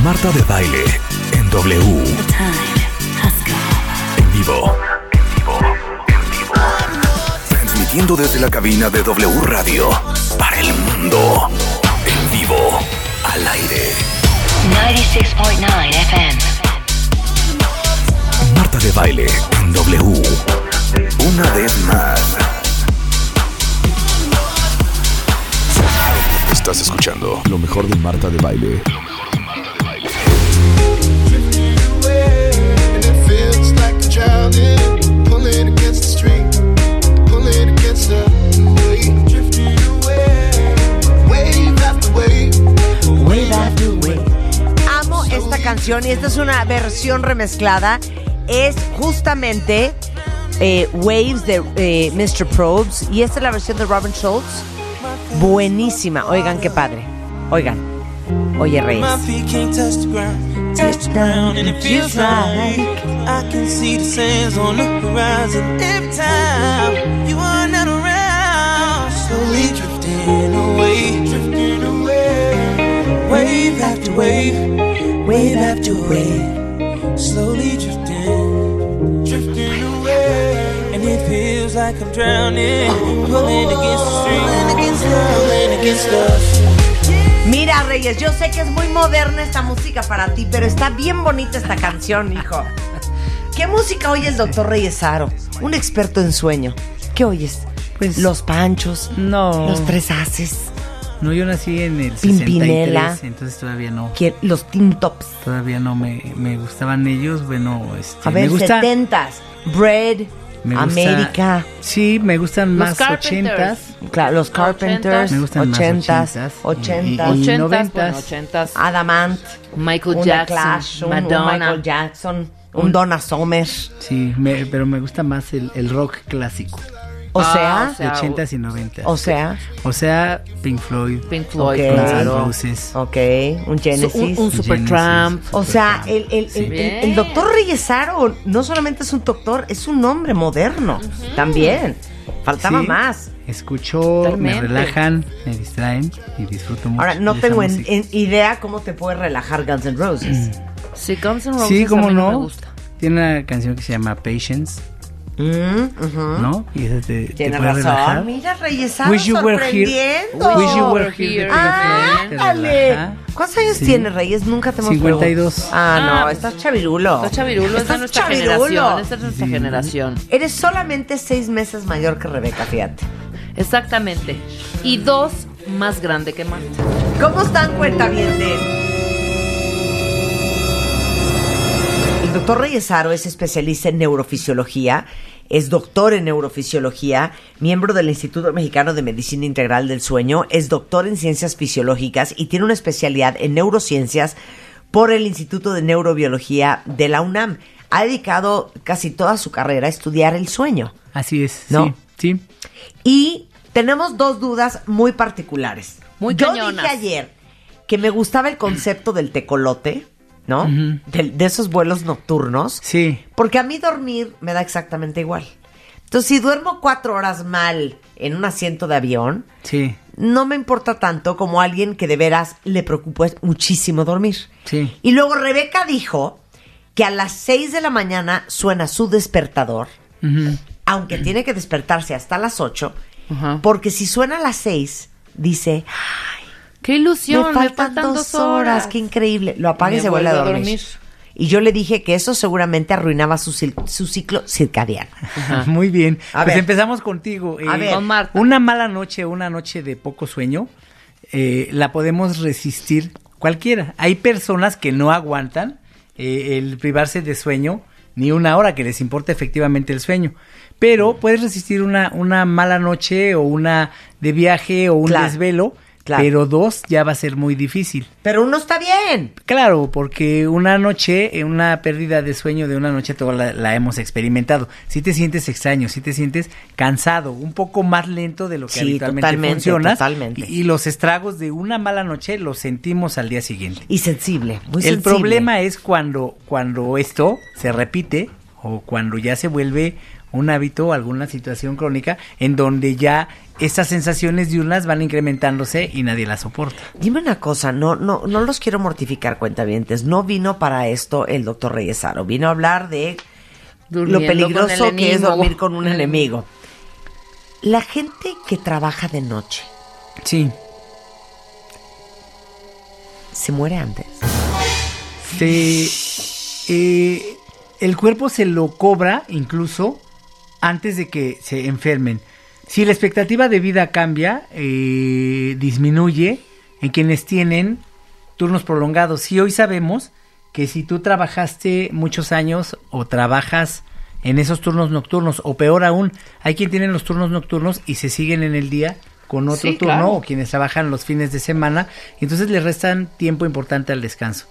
Marta de Baile en W. En vivo. Transmitiendo desde la cabina de W Radio para el mundo. En vivo. Al aire. 96.9 FM. Marta de Baile en W. Una vez más. Estás escuchando lo mejor de Marta de Baile. Amo esta canción y esta es una versión remezclada. Es justamente Waves de Mr. Probes y esta es la versión de Robin Schulz. Buenísima. Oigan, qué padre. Oigan. Oye, Reyes. My feet can't touch the ground. Touch the ground and it feels like I can see the sands on the horizon. Every time you are not around, slowly drifting away, drifting away. Wave after wave, wave after wave, slowly drifting, drifting away. And it feels like I'm drowning, pulling against the stream, pulling against us. Mira, Reyes, yo sé que es muy moderna esta música para ti, pero está bien bonita esta canción, hijo. ¿Qué música oye el doctor Reyes Haro? Un experto en sueño. ¿Qué oyes? Pues Los Panchos, no. Los Tres Haces, No, yo nací en el Pimpinela. 63, entonces todavía no. los Teen Tops. Todavía no me gustaban ellos. Bueno, A ver, me gusta, 70s, Bread, me gusta- América. Sí, me gustan Los más Carpenters. 80s. Claro, los Carpenters, Me gustan más 80s. 80s, Y 80s, 90s. 80s. Adamant, Michael una Jackson, Clash, un Madonna. Michael Jackson, un Donna Summer. Sí, pero me gusta más el rock clásico. O sea, o sea, 80s y 90s. o sea, Pink Floyd, Pink Floyd, Ok. Guns N' claro. Roses. ok, un Genesis. Un Supertramp. O sea, Sí. el doctor Reyes Haro no solamente es un doctor, es un hombre moderno. También. Faltaba Sí. más. Escucho, Totalmente. me relajan, me distraen y disfruto mucho. Ahora, no de esa tengo música. idea cómo te puede relajar Guns N' Roses. Sí, Guns N' Roses Sí, cómo a mí no. me gusta. Tiene una canción que se llama Patience, Ujú. ¿no? Y esa te Tienes puede razón. relajar. Mira, Reyes Haro Wish You Were Here. sorprendiendo. Wish You Were Here. Here. te ¡Ándale! relaja. ¿Cuántos años Sí. tienes, Reyes? Nunca te hemos 52. preguntado. Ah, no, pues, estás chavirulo. Está chavirulo, es de Estás nuestra chavirulo. generación. Esta es nuestra generación. Eres solamente 6 meses mayor que Rebeca, fíjate. Exactamente. Y 2 más grande que Marta. ¿Cómo están, cuentavientes? El doctor Reyes Haro es especialista en neurofisiología, es doctor en neurofisiología, miembro del Instituto Mexicano de Medicina Integral del Sueño, es doctor en ciencias fisiológicas y tiene una especialidad en neurociencias por el Instituto de Neurobiología de la UNAM. Ha dedicado casi toda su carrera a estudiar el sueño. Así es, ¿No? sí. Y tenemos 2 dudas muy particulares. Muy Yo cañonas. dije ayer que me gustaba el concepto del tecolote, ¿no? Ujú. De esos vuelos nocturnos. Sí, Porque a mí dormir me da exactamente igual. Entonces, si duermo 4 horas mal en un asiento de avión, sí, no me importa tanto como alguien que de veras le preocupa muchísimo dormir. sí. Y luego Rebeca dijo que a las 6 de la mañana suena su despertador, Ujú. aunque tiene que despertarse hasta las 8, Ajá. porque si suena a las 6, dice, ¡Qué ilusión! me faltan 2 horas, qué increíble. Lo apaga y Me se vuelve a vuelve a dormir. dormir. Y yo le dije que eso seguramente arruinaba su ciclo circadiano. Muy bien. A Pues ver. empezamos contigo. A ver. Con Marta. Una mala noche, una noche de poco sueño, la podemos resistir cualquiera. Hay personas que no aguantan el privarse de sueño ni una hora, que les importa efectivamente el sueño. Pero puedes resistir una mala noche o una de viaje o un Claro, desvelo, claro. pero 2 ya va a ser muy difícil. Pero uno está bien. Claro, porque una noche, una pérdida de sueño de una noche, toda la hemos experimentado. Si te sientes extraño, si te sientes cansado, un poco más lento de lo que Sí, habitualmente totalmente, funciona. totalmente. Y los estragos de una mala noche los sentimos al día siguiente. Y sensible, muy El sensible. problema es cuando esto se repite o cuando ya se vuelve un hábito o alguna situación crónica en donde ya estas sensaciones diurnas van incrementándose y nadie las soporta. Dime una cosa, no los quiero mortificar, cuentavientes. No vino para esto el doctor Reyesaro. Vino a hablar de Durmiendo lo peligroso con el que es enemigo. dormir con un enemigo. La gente que trabaja de noche Sí. se muere antes. El cuerpo se lo cobra incluso antes de que se enfermen. Si la expectativa de vida cambia, disminuye en quienes tienen turnos prolongados. Si hoy sabemos que si tú trabajaste muchos años o trabajas en esos turnos nocturnos, o peor aún, hay quien tienen los turnos nocturnos y se siguen en el día con otro Sí, turno, claro. o quienes trabajan los fines de semana, entonces le restan tiempo importante al descanso.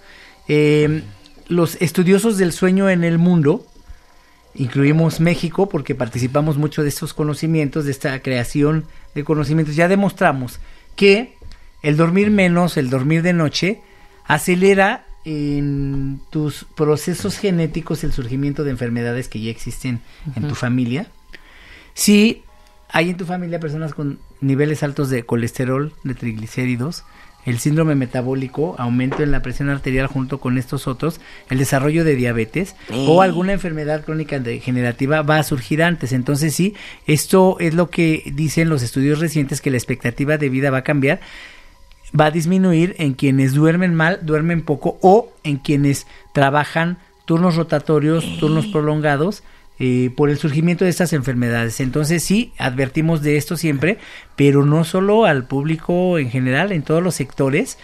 Los estudiosos del sueño en el mundo, incluimos México porque participamos mucho de estos conocimientos, de esta creación de conocimientos, ya demostramos que el dormir menos, el dormir de noche, acelera en tus procesos genéticos el surgimiento de enfermedades que ya existen en tu familia. Si hay en tu familia personas con niveles altos de colesterol, de triglicéridos, el síndrome metabólico, aumento en la presión arterial junto con estos otros, el desarrollo de diabetes o alguna enfermedad crónica degenerativa va a surgir antes. Entonces sí, esto es lo que dicen los estudios recientes, que la expectativa de vida va a cambiar, va a disminuir en quienes duermen mal, duermen poco, o en quienes trabajan turnos rotatorios, turnos prolongados, por el surgimiento de estas enfermedades. Entonces sí, advertimos de esto siempre, pero no solo al público en general, en todos los sectores,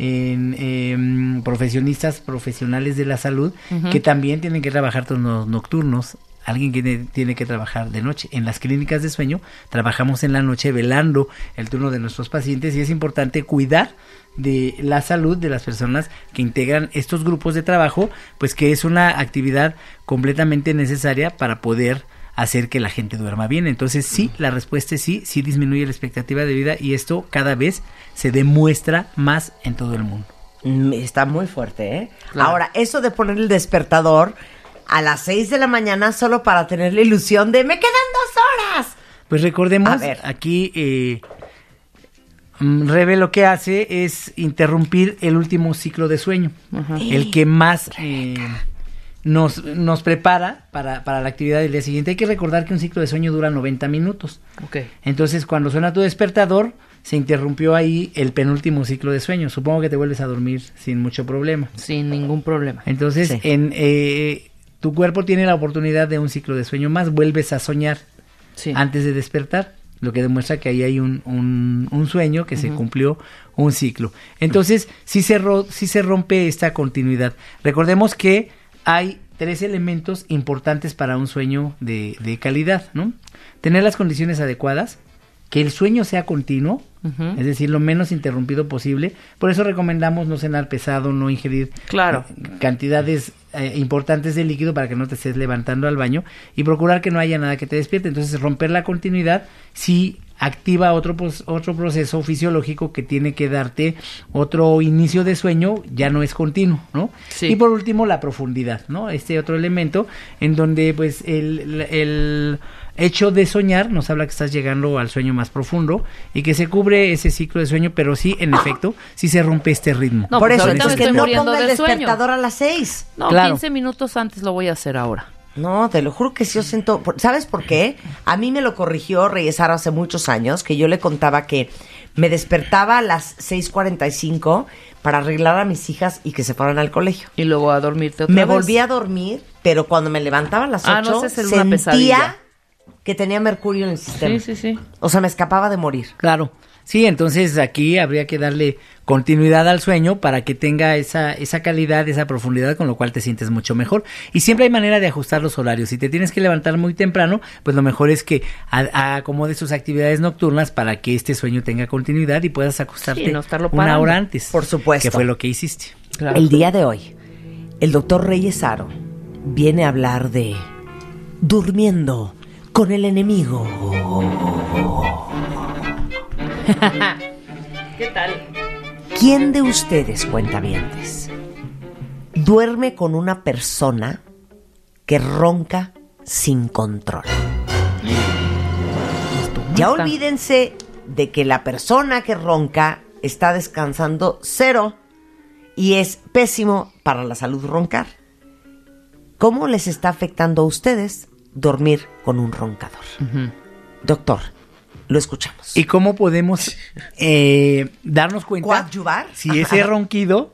en profesionales de la salud, que también tienen que trabajar turnos nocturnos. Alguien que tiene que trabajar de noche. En las clínicas de sueño trabajamos en la noche velando el turno de nuestros pacientes, y es importante cuidar de la salud de las personas que integran estos grupos de trabajo, pues que es una actividad completamente necesaria para poder hacer que la gente duerma bien. Entonces sí, la respuesta es sí, sí disminuye la expectativa de vida, y esto cada vez se demuestra más en todo el mundo. Está muy fuerte, ¿eh? Claro. Ahora, eso de poner el despertador a las 6 de la mañana solo para tener la ilusión de ¡me quedan 2 horas! Pues recordemos, A ver. aquí Rebe lo que hace es interrumpir el último ciclo de sueño, el que más nos prepara para la actividad del día siguiente. Hay que recordar que un ciclo de sueño dura 90 minutos. Ok. Entonces, cuando suena tu despertador, se interrumpió ahí el penúltimo ciclo de sueño. Supongo que te vuelves a dormir sin mucho problema. Sin ningún problema. Entonces, Sí. tu cuerpo tiene la oportunidad de un ciclo de sueño más, vuelves a soñar Sí. antes de despertar, lo que demuestra que ahí hay un sueño, que se cumplió un ciclo. Entonces, sí se rompe esta continuidad. Recordemos que hay 3 elementos importantes para un sueño de calidad, ¿no? Tener las condiciones adecuadas, que el sueño sea continuo, es decir, lo menos interrumpido posible. Por eso recomendamos no cenar pesado, no ingerir Claro. cantidades importantes de líquido para que no te estés levantando al baño, y procurar que no haya nada que te despierte. Entonces, romper la continuidad sí activa otro proceso fisiológico que tiene que darte otro inicio de sueño, ya no es continuo, ¿no? Sí. Y por último, la profundidad, ¿no? Este otro elemento en donde pues el hecho de soñar nos habla que estás llegando al sueño más profundo y que se cubre ese ciclo de sueño, pero sí, en efecto, sí se rompe este ritmo. No, Por pues eso, ahorita me entonces que estoy no muriendo ponga el de sueño. despertador a las 6. No, Claro. 15 minutos antes lo voy a hacer ahora. No, te lo juro que sí, yo siento... ¿Sabes por qué? A mí me lo corrigió Reyesaro hace muchos años, que yo le contaba que me despertaba a las 6:45 para arreglar a mis hijas y que se fueran al colegio. Y luego a dormirte otra Me vez. volví a dormir, pero cuando me levantaba a las 8, Ah, no, esa es una sentía pesadilla. que tenía mercurio en el sistema. Sí, sí, sí. O sea, me escapaba de morir. Claro. Sí, entonces aquí habría que darle continuidad al sueño para que tenga esa calidad, esa profundidad, con lo cual te sientes mucho mejor. Y siempre hay manera de ajustar los horarios. Si te tienes que levantar muy temprano, pues lo mejor es que acomodes tus actividades nocturnas para que este sueño tenga continuidad y puedas acostarte Sí, no estarlo una parando. hora antes. Por supuesto. Que fue lo que hiciste. Claro. El día de hoy, el doctor Reyesaro viene a hablar de durmiendo con el enemigo. ¿Qué tal? ¿Quién de ustedes, cuentavientes, duerme con una persona que ronca sin control? Ya olvídense de que la persona que ronca está descansando cero y es pésimo para la salud roncar. ¿Cómo les está afectando a ustedes dormir con un roncador? Doctor, lo escuchamos. ¿Y cómo podemos darnos cuenta ¿Coadyuvar? si ese ronquido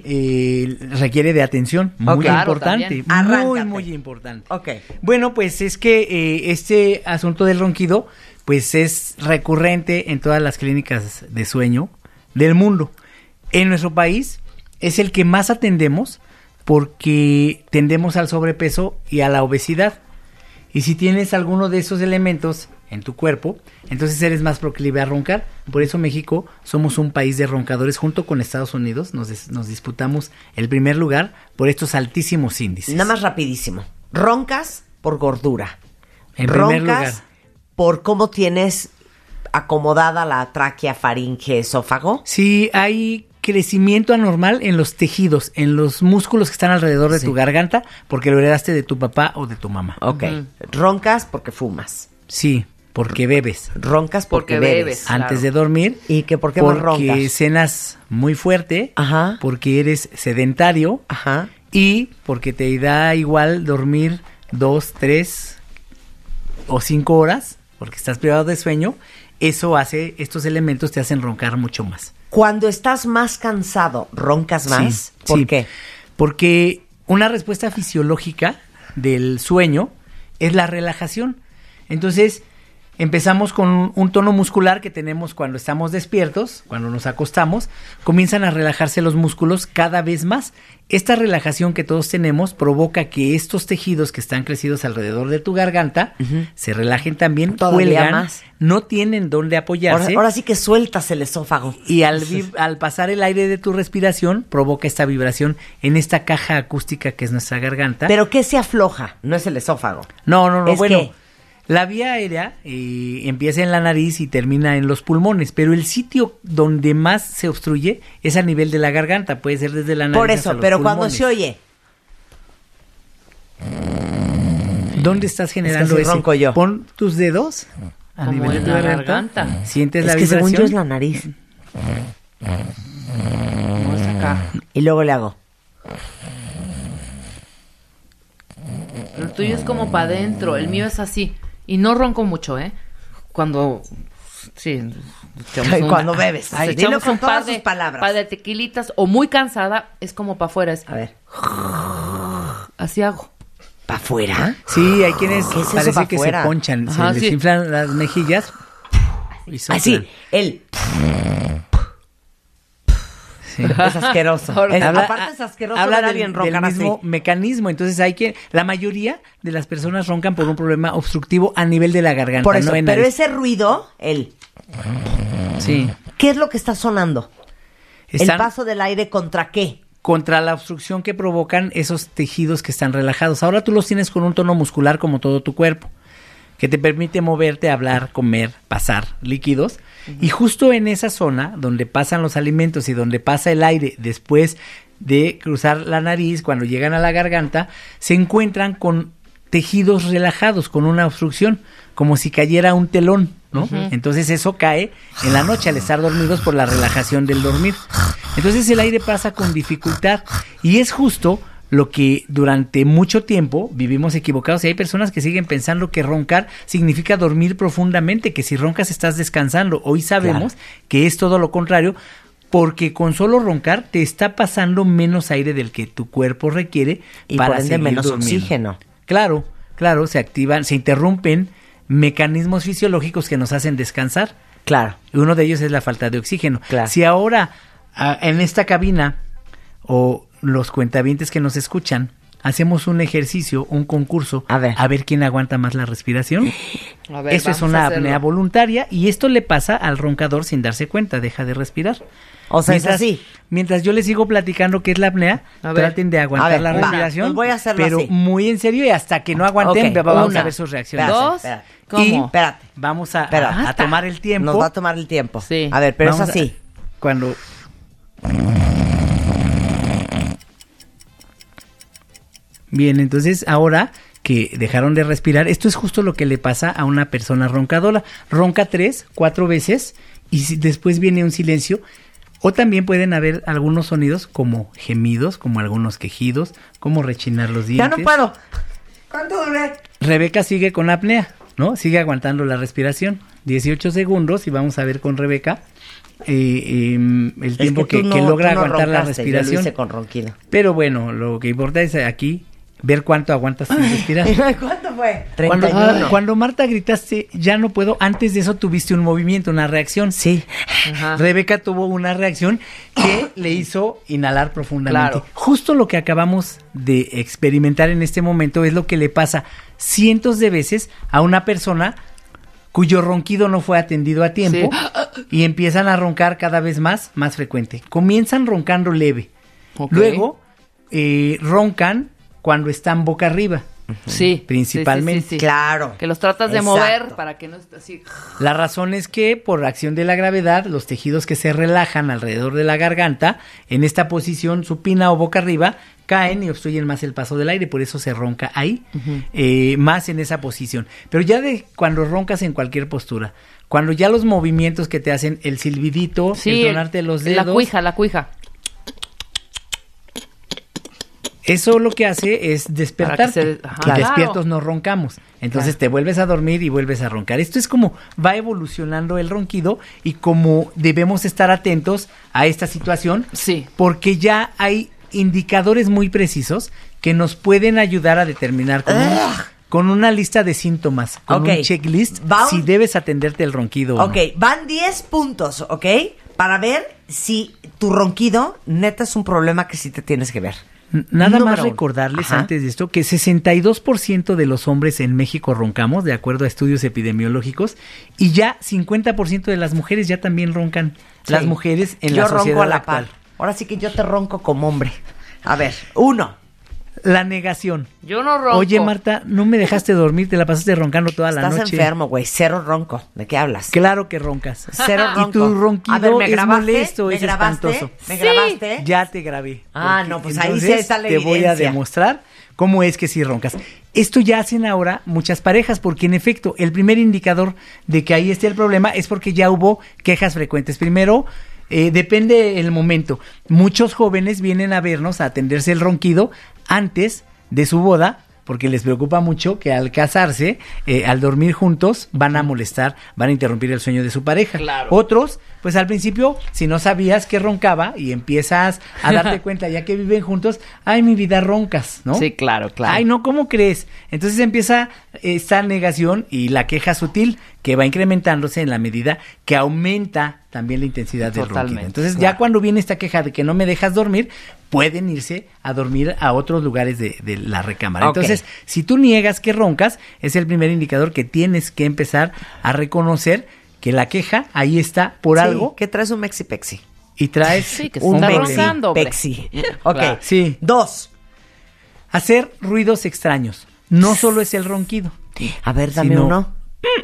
requiere de atención? Muy Claro, importante, también. muy importante. Ok. Bueno, pues es que este asunto del ronquido pues es recurrente en todas las clínicas de sueño del mundo. En nuestro país es el que más atendemos porque tendemos al sobrepeso y a la obesidad. Y si tienes alguno de esos elementos en tu cuerpo, entonces eres más proclive a roncar. Por eso México somos un país de roncadores. Junto con Estados Unidos nos disputamos el primer lugar por estos altísimos índices. Nada más rapidísimo. Roncas por gordura. En primer lugar. Roncas por cómo tienes acomodada la tráquea, faringe, esófago. Sí, hay crecimiento anormal en los tejidos, en los músculos que están alrededor de tu garganta, porque lo heredaste de tu papá o de tu mamá. Ok. Roncas porque fumas. Sí, porque bebes. Roncas porque bebes. Antes de dormir. ¿Y que por qué más Porque roncas? cenas muy fuerte. Ajá. Porque eres sedentario. Ajá. Y porque te da igual dormir 2, 3 o 5 horas, porque estás privado de sueño. Eso hace, estos elementos te hacen roncar mucho más. Cuando estás más cansado, ¿roncas más? Sí, ¿Por sí. qué? Porque una respuesta fisiológica del sueño es la relajación. Entonces, empezamos con un tono muscular que tenemos cuando estamos despiertos, cuando nos acostamos, comienzan a relajarse los músculos cada vez más. Esta relajación que todos tenemos provoca que estos tejidos que están crecidos alrededor de tu garganta se relajen también, Todavía cuelgan, más. no tienen dónde apoyarse. Ahora sí que sueltas el esófago. Y al pasar el aire de tu respiración, provoca esta vibración en esta caja acústica que es nuestra garganta. ¿Pero qué se afloja? No es el esófago. No, ¿Es bueno, qué? la vía aérea empieza en la nariz y termina en los pulmones, pero el sitio donde más se obstruye es a nivel de la garganta, puede ser desde la nariz Por hasta eso, los pero pulmones. cuando se oye, ¿Dónde estás generando así eso? ronco yo. Pon tus dedos a Como nivel en de tu la garganta. garganta. Sientes es la que vibración. según yo es la nariz. No, es acá. Y luego le hago. El tuyo es como para adentro, el mío es así. Y no ronco mucho, ¿eh? Cuando... Sí. Ay, cuando bebes. Ay, Dilo echamos con un todas par de, sus palabras. par de tequilitas o muy cansada, es como para afuera. Es, A ver. así hago. ¿Para afuera? Sí, hay quienes ¿Qué es eso parece pa' que fuera? se ponchan, Ajá, se sí. les inflan las mejillas y soplan. Así, él. Sí. Es asqueroso. Aparte es asqueroso habla ver a del, alguien del roncar mismo así. mecanismo. Entonces la mayoría de las personas roncan por un problema obstructivo a nivel de la garganta. Por eso, no en pero nariz. ese ruido, él. Sí. ¿Qué es lo que está sonando? Están ¿El paso del aire contra qué? contra la obstrucción que provocan esos tejidos que están relajados. Ahora tú los tienes con un tono muscular como todo tu cuerpo, que te permite moverte, hablar, comer, pasar líquidos. Y justo en esa zona donde pasan los alimentos y donde pasa el aire después de cruzar la nariz, cuando llegan a la garganta, se encuentran con tejidos relajados, con una obstrucción, como si cayera un telón, ¿no? Entonces eso cae en la noche al estar dormidos por la relajación del dormir. Entonces el aire pasa con dificultad y es justo lo que durante mucho tiempo vivimos equivocados, y hay personas que siguen pensando que roncar significa dormir profundamente, que si roncas estás descansando. Hoy sabemos que es todo lo contrario, porque con solo roncar te está pasando menos aire del que tu cuerpo requiere Y para por ende seguir menos durmiendo. oxígeno. Claro, claro, se activan, se interrumpen mecanismos fisiológicos que nos hacen descansar. Claro. Y uno de ellos es la falta de oxígeno. Claro. Si ahora en esta cabina o los cuentavientes que nos escuchan hacemos un ejercicio, un concurso, A ver quién aguanta más la respiración. A ver, Eso es vamos una a hacerlo. apnea voluntaria y esto le pasa al roncador sin darse cuenta, deja de respirar. O sea, es mientras, así. Mientras yo les sigo platicando qué es la apnea, A ver. traten de A aguantar ver, la va, respiración, pues voy a hacerlo pero así. muy en serio, y hasta que no aguanten Ok, vamos una, a ver sus reacciones. Espérate, Dos. espérate. ¿Cómo? Y Espérate. vamos a Espérate. tomar el tiempo. Nos va a tomar el tiempo. Sí. A ver, pero Vamos es así. Cuando... Bien, entonces ahora que dejaron de respirar. Esto es justo lo que le pasa a una persona roncadora. Ronca 3, 4 veces y después viene un silencio. O también pueden haber algunos sonidos como gemidos, como algunos quejidos, como rechinar los dientes. Ya no puedo. ¿Cuánto duré? Rebeca sigue con apnea, ¿no? Sigue aguantando la respiración. 18 segundos y vamos a ver con Rebeca el tiempo que logra aguantar la respiración. Yo lo hice con ronquido. Pero bueno, lo que importa es aquí ver cuánto aguantas sin respirar. ¿Cuánto fue? 31. Cuando Marta gritaste, ya no puedo, antes de eso tuviste un movimiento, una reacción. Sí. Ajá. Rebeca tuvo una reacción que le hizo inhalar profundamente. Claro. Justo lo que acabamos de experimentar en este momento es lo que le pasa cientos de veces a una persona cuyo ronquido no fue atendido a tiempo y empiezan a roncar cada vez más frecuente. Comienzan roncando leve. Okay. Luego roncan cuando están boca arriba. Sí. Principalmente. Sí. Claro. Que los tratas de Exacto. mover para que no esté así. La razón es que por acción de la gravedad, los tejidos que se relajan alrededor de la garganta, en esta posición supina o boca arriba, caen y obstruyen más el paso del aire, por eso se ronca ahí, más en esa posición. Pero ya de cuando roncas en cualquier postura, cuando ya los movimientos que te hacen, el silbidito, Sí, el tronarte los dedos, la cuija. eso lo que hace es despertarte. Ajá. Y Claro. despiertos no roncamos. Entonces te vuelves a dormir y vuelves a roncar. Esto es como va evolucionando el ronquido y como debemos estar atentos a esta situación. Sí. Porque ya hay indicadores muy precisos que nos pueden ayudar a determinar con una lista de síntomas, con Ok. un checklist, Vamos. si debes atenderte el ronquido o Ok, no. van 10 puntos, ¿ok? Para ver si tu ronquido neta es un problema que sí te tienes que ver. Nada Número más uno. recordarles Ajá. antes de esto que 62% de los hombres en México roncamos, de acuerdo a estudios epidemiológicos, y ya 50% de las mujeres ya también roncan. Sí. Las mujeres en yo la sociedad ronco a la actual. par. Ahora sí que yo te ronco como hombre. A ver, 1. La negación. Yo no ronco. Oye, Marta, no me dejaste dormir, te la pasaste roncando toda la Estás noche. enfermo, güey. Cero ronco. ¿De qué hablas? Claro que roncas. Cero ronco. Y tu ronquido A ver, ¿me es grabaste? molesto, ¿Me es grabaste? espantoso. ¿Me Sí. grabaste? Ya te grabé. Ah, Porque no, pues ahí entonces está la te voy a evidencia. demostrar cómo es que sí roncas. Esto ya hacen ahora muchas parejas, porque en efecto, el primer indicador de que ahí esté el problema es porque ya hubo quejas frecuentes. Primero, depende el momento. Muchos jóvenes vienen a vernos a atenderse el ronquido antes de su boda, porque les preocupa mucho que al casarse, al dormir juntos, van a molestar, van a interrumpir el sueño de su pareja. Claro. Otros, pues al principio, si no sabías que roncaba y empiezas a darte cuenta ya que viven juntos, ay, mi vida, roncas, ¿no? Sí, claro. Ay, no, ¿cómo crees? Entonces empieza esta negación y la queja sutil que va incrementándose en la medida que aumenta también la intensidad del Totalmente, ronquido. Entonces claro. ya cuando viene esta queja de que no me dejas dormir, pueden irse a dormir a otros lugares de la recámara. Ok. Entonces, si tú niegas que roncas, es el primer indicador que tienes que empezar a reconocer que la queja ahí está por algo ¿Qué traes un mexi-pexi? y traes Sí, que se un está problema. roncando, hombre. Pexi. Ok. Claro. Sí. 2. Hacer ruidos extraños. No solo es el ronquido. A ver, dame Sino- uno.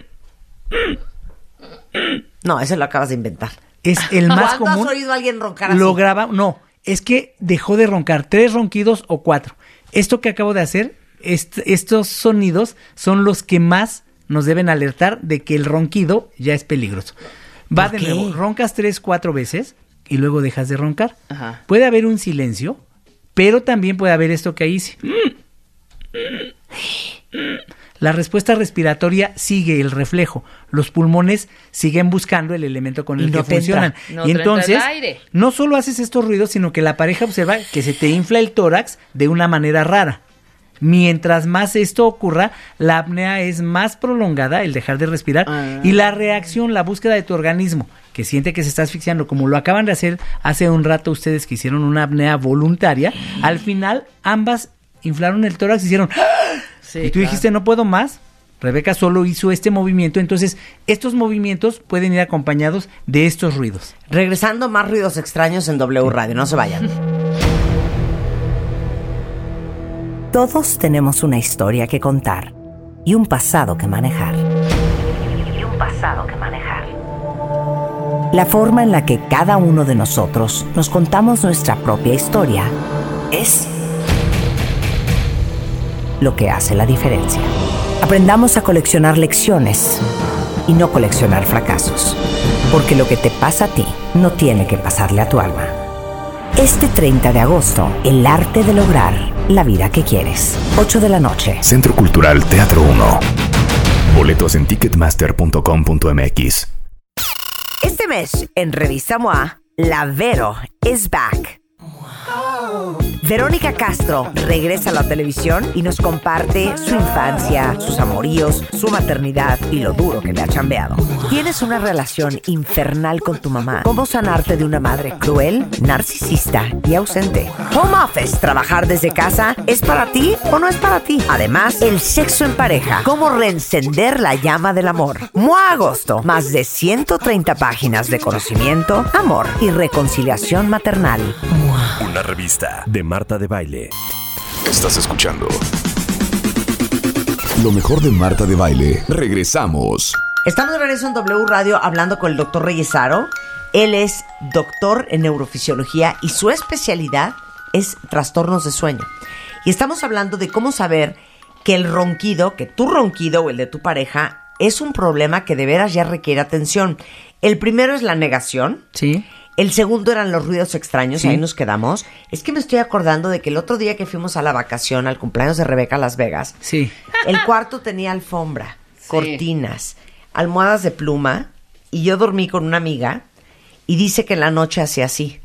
No, ese lo acabas de inventar. Es el más ¿Cuándo común. has oído a alguien roncar así? Lo graba, no, es que dejó de roncar 3 ronquidos o 4. Esto que acabo de hacer, estos sonidos son los que más nos deben alertar de que el ronquido ya es peligroso. Va ¿Por de qué? nuevo, roncas 3, 4 veces y luego dejas de roncar. Ajá. Puede haber un silencio, pero también puede haber esto que ahí hice. La respuesta respiratoria sigue el reflejo. Los pulmones siguen buscando el elemento con Y el no que te funcionan. entra. No Y te entra entonces, el aire. no solo haces estos ruidos, sino que la pareja observa que se te infla el tórax de una manera rara. Mientras más esto ocurra, la apnea es más prolongada, el dejar de respirar, y la reacción, la búsqueda de tu organismo, que siente que se está asfixiando, como lo acaban de hacer hace un rato ustedes que hicieron una apnea voluntaria, al final ambas inflaron el tórax y hicieron... Sí, y tú claro. dijiste, no puedo más. Rebeca solo hizo este movimiento, entonces estos movimientos pueden ir acompañados de estos ruidos. Regresando, más ruidos extraños en W Radio. No se vayan. Todos tenemos una historia que contar y un pasado que manejar. La forma en la que cada uno de nosotros nos contamos nuestra propia historia es lo que hace la diferencia. Aprendamos a coleccionar lecciones y no coleccionar fracasos. Porque lo que te pasa a ti no tiene que pasarle a tu alma. Este 30 de agosto, el arte de lograr la vida que quieres. 8 de la noche. Centro Cultural Teatro 1. Boletos en ticketmaster.com.mx. Este mes, en Revista MOA, la Vero is back. Verónica Castro regresa a la televisión y nos comparte su infancia, sus amoríos, su maternidad y lo duro que le ha chambeado. ¿Tienes una relación infernal con tu mamá? ¿Cómo sanarte de una madre cruel, narcisista y ausente? Home Office, trabajar desde casa, ¿es para ti o no es para ti? Además, el sexo en pareja, cómo reencender la llama del amor. MOA Agosto, más de 130 páginas de conocimiento, amor y reconciliación maternal. Una revista de Marta de Baile. Estás escuchando lo mejor de Marta de Baile. Regresamos. Estamos de regreso en W Radio hablando con el doctor Reyesaro. Él es doctor en neurofisiología y su especialidad es trastornos de sueño. Y estamos hablando de cómo saber que el ronquido, que tu ronquido o el de tu pareja, es un problema que de veras ya requiere atención. El primero es la negación. Sí. El segundo eran los ruidos extraños, Sí. Ahí nos quedamos. Es que me estoy acordando de que el otro día que fuimos a la vacación, al cumpleaños de Rebeca a Las Vegas, Sí. el cuarto tenía alfombra, cortinas, almohadas de pluma, y yo dormí con una amiga, y dice que en la noche hacía así.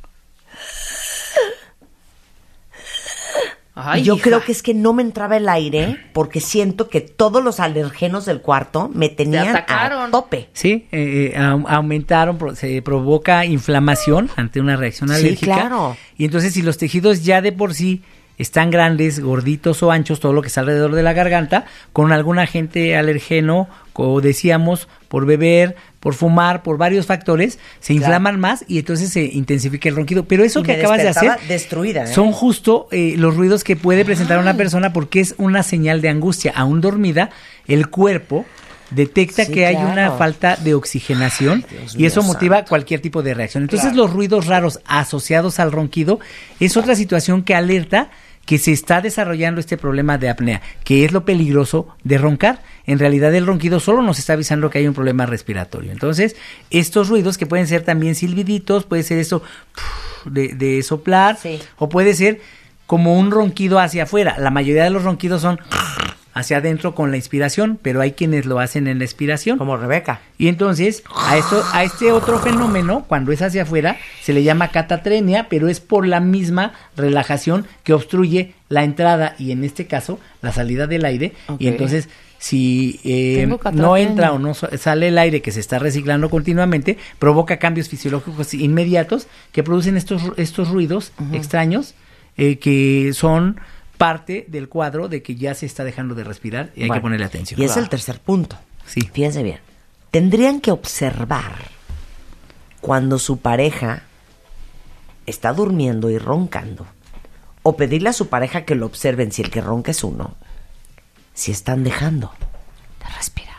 Ay, y yo hija. creo que es que no me entraba el aire porque siento que todos los alergenos del cuarto me tenían a atacaron. tope. Sí, aumentaron, se provoca inflamación ante una reacción Sí, alérgica. claro. Y entonces si los tejidos ya de por sí están grandes, gorditos o anchos, todo lo que está alrededor de la garganta, con algún agente alergeno, como decíamos, por beber, por fumar, por varios factores, se inflaman más y entonces se intensifica el ronquido. Pero eso Y que me acabas de hacer despertaba destruida, ¿eh? son justo los ruidos que puede presentar una persona porque es una señal de angustia. Aún dormida, el cuerpo detecta Sí, que hay claro. una falta de oxigenación Dios y mío eso motiva santo. cualquier tipo de reacción. Entonces Claro. los ruidos raros asociados al ronquido es otra situación que alerta que se está desarrollando este problema de apnea, que es lo peligroso de roncar. En realidad el ronquido solo nos está avisando que hay un problema respiratorio. Entonces, estos ruidos que pueden ser también silbiditos, puede ser eso de soplar, Sí. o puede ser como un ronquido hacia afuera. La mayoría de los ronquidos son hacia adentro con la inspiración, pero hay quienes lo hacen en la expiración. Como Rebeca. Y entonces, a este otro fenómeno, cuando es hacia afuera, se le llama catatrenia, pero es por la misma relajación que obstruye la entrada y en este caso la salida del aire. Ok. Y entonces, si Tengo no catatrenia. entra o no sale el aire que se está reciclando continuamente, provoca cambios fisiológicos inmediatos que producen estos ruidos extraños que son parte del cuadro de que ya se está dejando de respirar y hay Bueno, que ponerle atención. Y es el tercer punto. Sí. Fíjense bien. Tendrían que observar cuando su pareja está durmiendo y roncando, o pedirle a su pareja que lo observen si el que ronca es uno, si están dejando de respirar.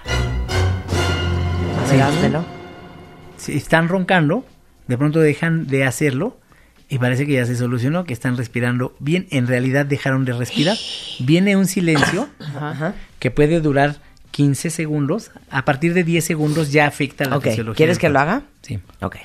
A ver, házmelo. Si están roncando, de pronto dejan de hacerlo y parece que ya se solucionó, que están respirando bien. En realidad dejaron de respirar. Viene un silencio Ajá. que puede durar 15 segundos. A partir de 10 segundos ya afecta la Ok, fisiología. ¿quieres del que lo cuerpo. haga? Sí. Ok.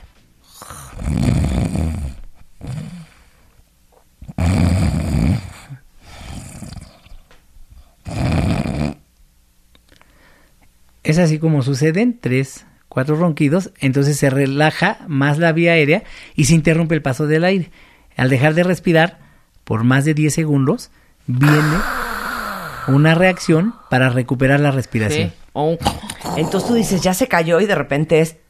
Es así como suceden 3, 4 ronquidos, entonces se relaja más la vía aérea y se interrumpe el paso del aire. Al dejar de respirar por más de 10 segundos, viene una reacción para recuperar la respiración. Sí. O un- Entonces tú dices, ya se cayó y de repente es...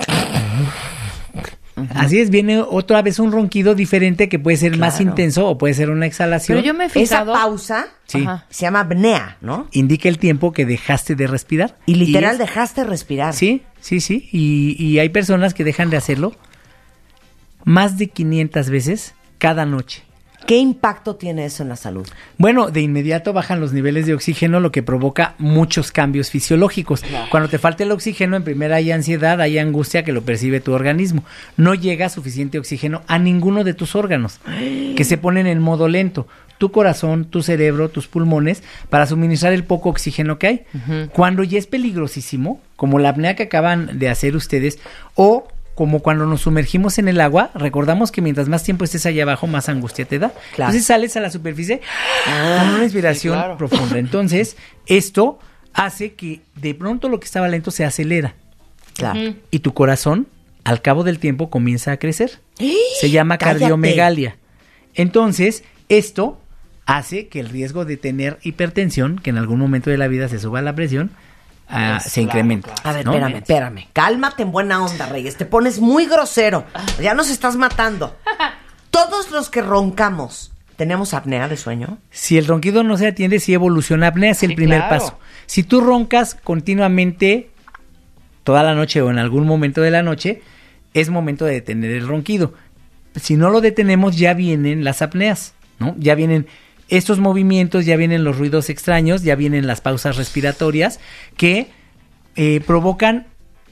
Así es, viene otra vez un ronquido diferente que puede ser más Claro. intenso o puede ser una exhalación. Pero yo me he Esa fijado. pausa Sí. Ajá. se llama apnea, ¿no? Indica el tiempo que dejaste de respirar. Y literal es- dejaste respirar. Sí, sí, sí. Y hay personas que dejan de hacerlo más de 500 veces cada noche. ¿Qué impacto tiene eso en la salud? Bueno, de inmediato bajan los niveles de oxígeno, lo que provoca muchos cambios fisiológicos. Cuando te falta el oxígeno, en primera hay ansiedad, hay angustia que lo percibe tu organismo. No llega suficiente oxígeno a ninguno de tus órganos, que se ponen en modo lento. tu corazón, tu cerebro, tus pulmones, para suministrar el poco oxígeno que hay. Cuando ya es peligrosísimo, como la apnea que acaban de hacer ustedes, o como cuando nos sumergimos en el agua, recordamos que mientras más tiempo estés allá abajo, más angustia te da. Claro. Entonces sales a la superficie con una inspiración profunda. Entonces, esto hace que de pronto lo que estaba lento se acelera. Claro. Y tu corazón, al cabo del tiempo, comienza a crecer. Se llama ¡Cállate! cardiomegalia. Entonces, esto hace que el riesgo de tener hipertensión, que en algún momento de la vida se suba la presión, se incrementa. A ver, ¿no? espérame. Cálmate en buena onda, Reyes. Te pones muy grosero. Ya nos estás matando. Todos los que roncamos, ¿tenemos apnea de sueño? Si el ronquido no se atiende, sí evoluciona apnea, es el primer paso. Si tú roncas continuamente toda la noche o en algún momento de la noche, es momento de detener el ronquido. Si no lo detenemos, ya vienen las apneas, ¿no? Ya vienen estos movimientos, ya vienen los ruidos extraños, ya vienen las pausas respiratorias que provocan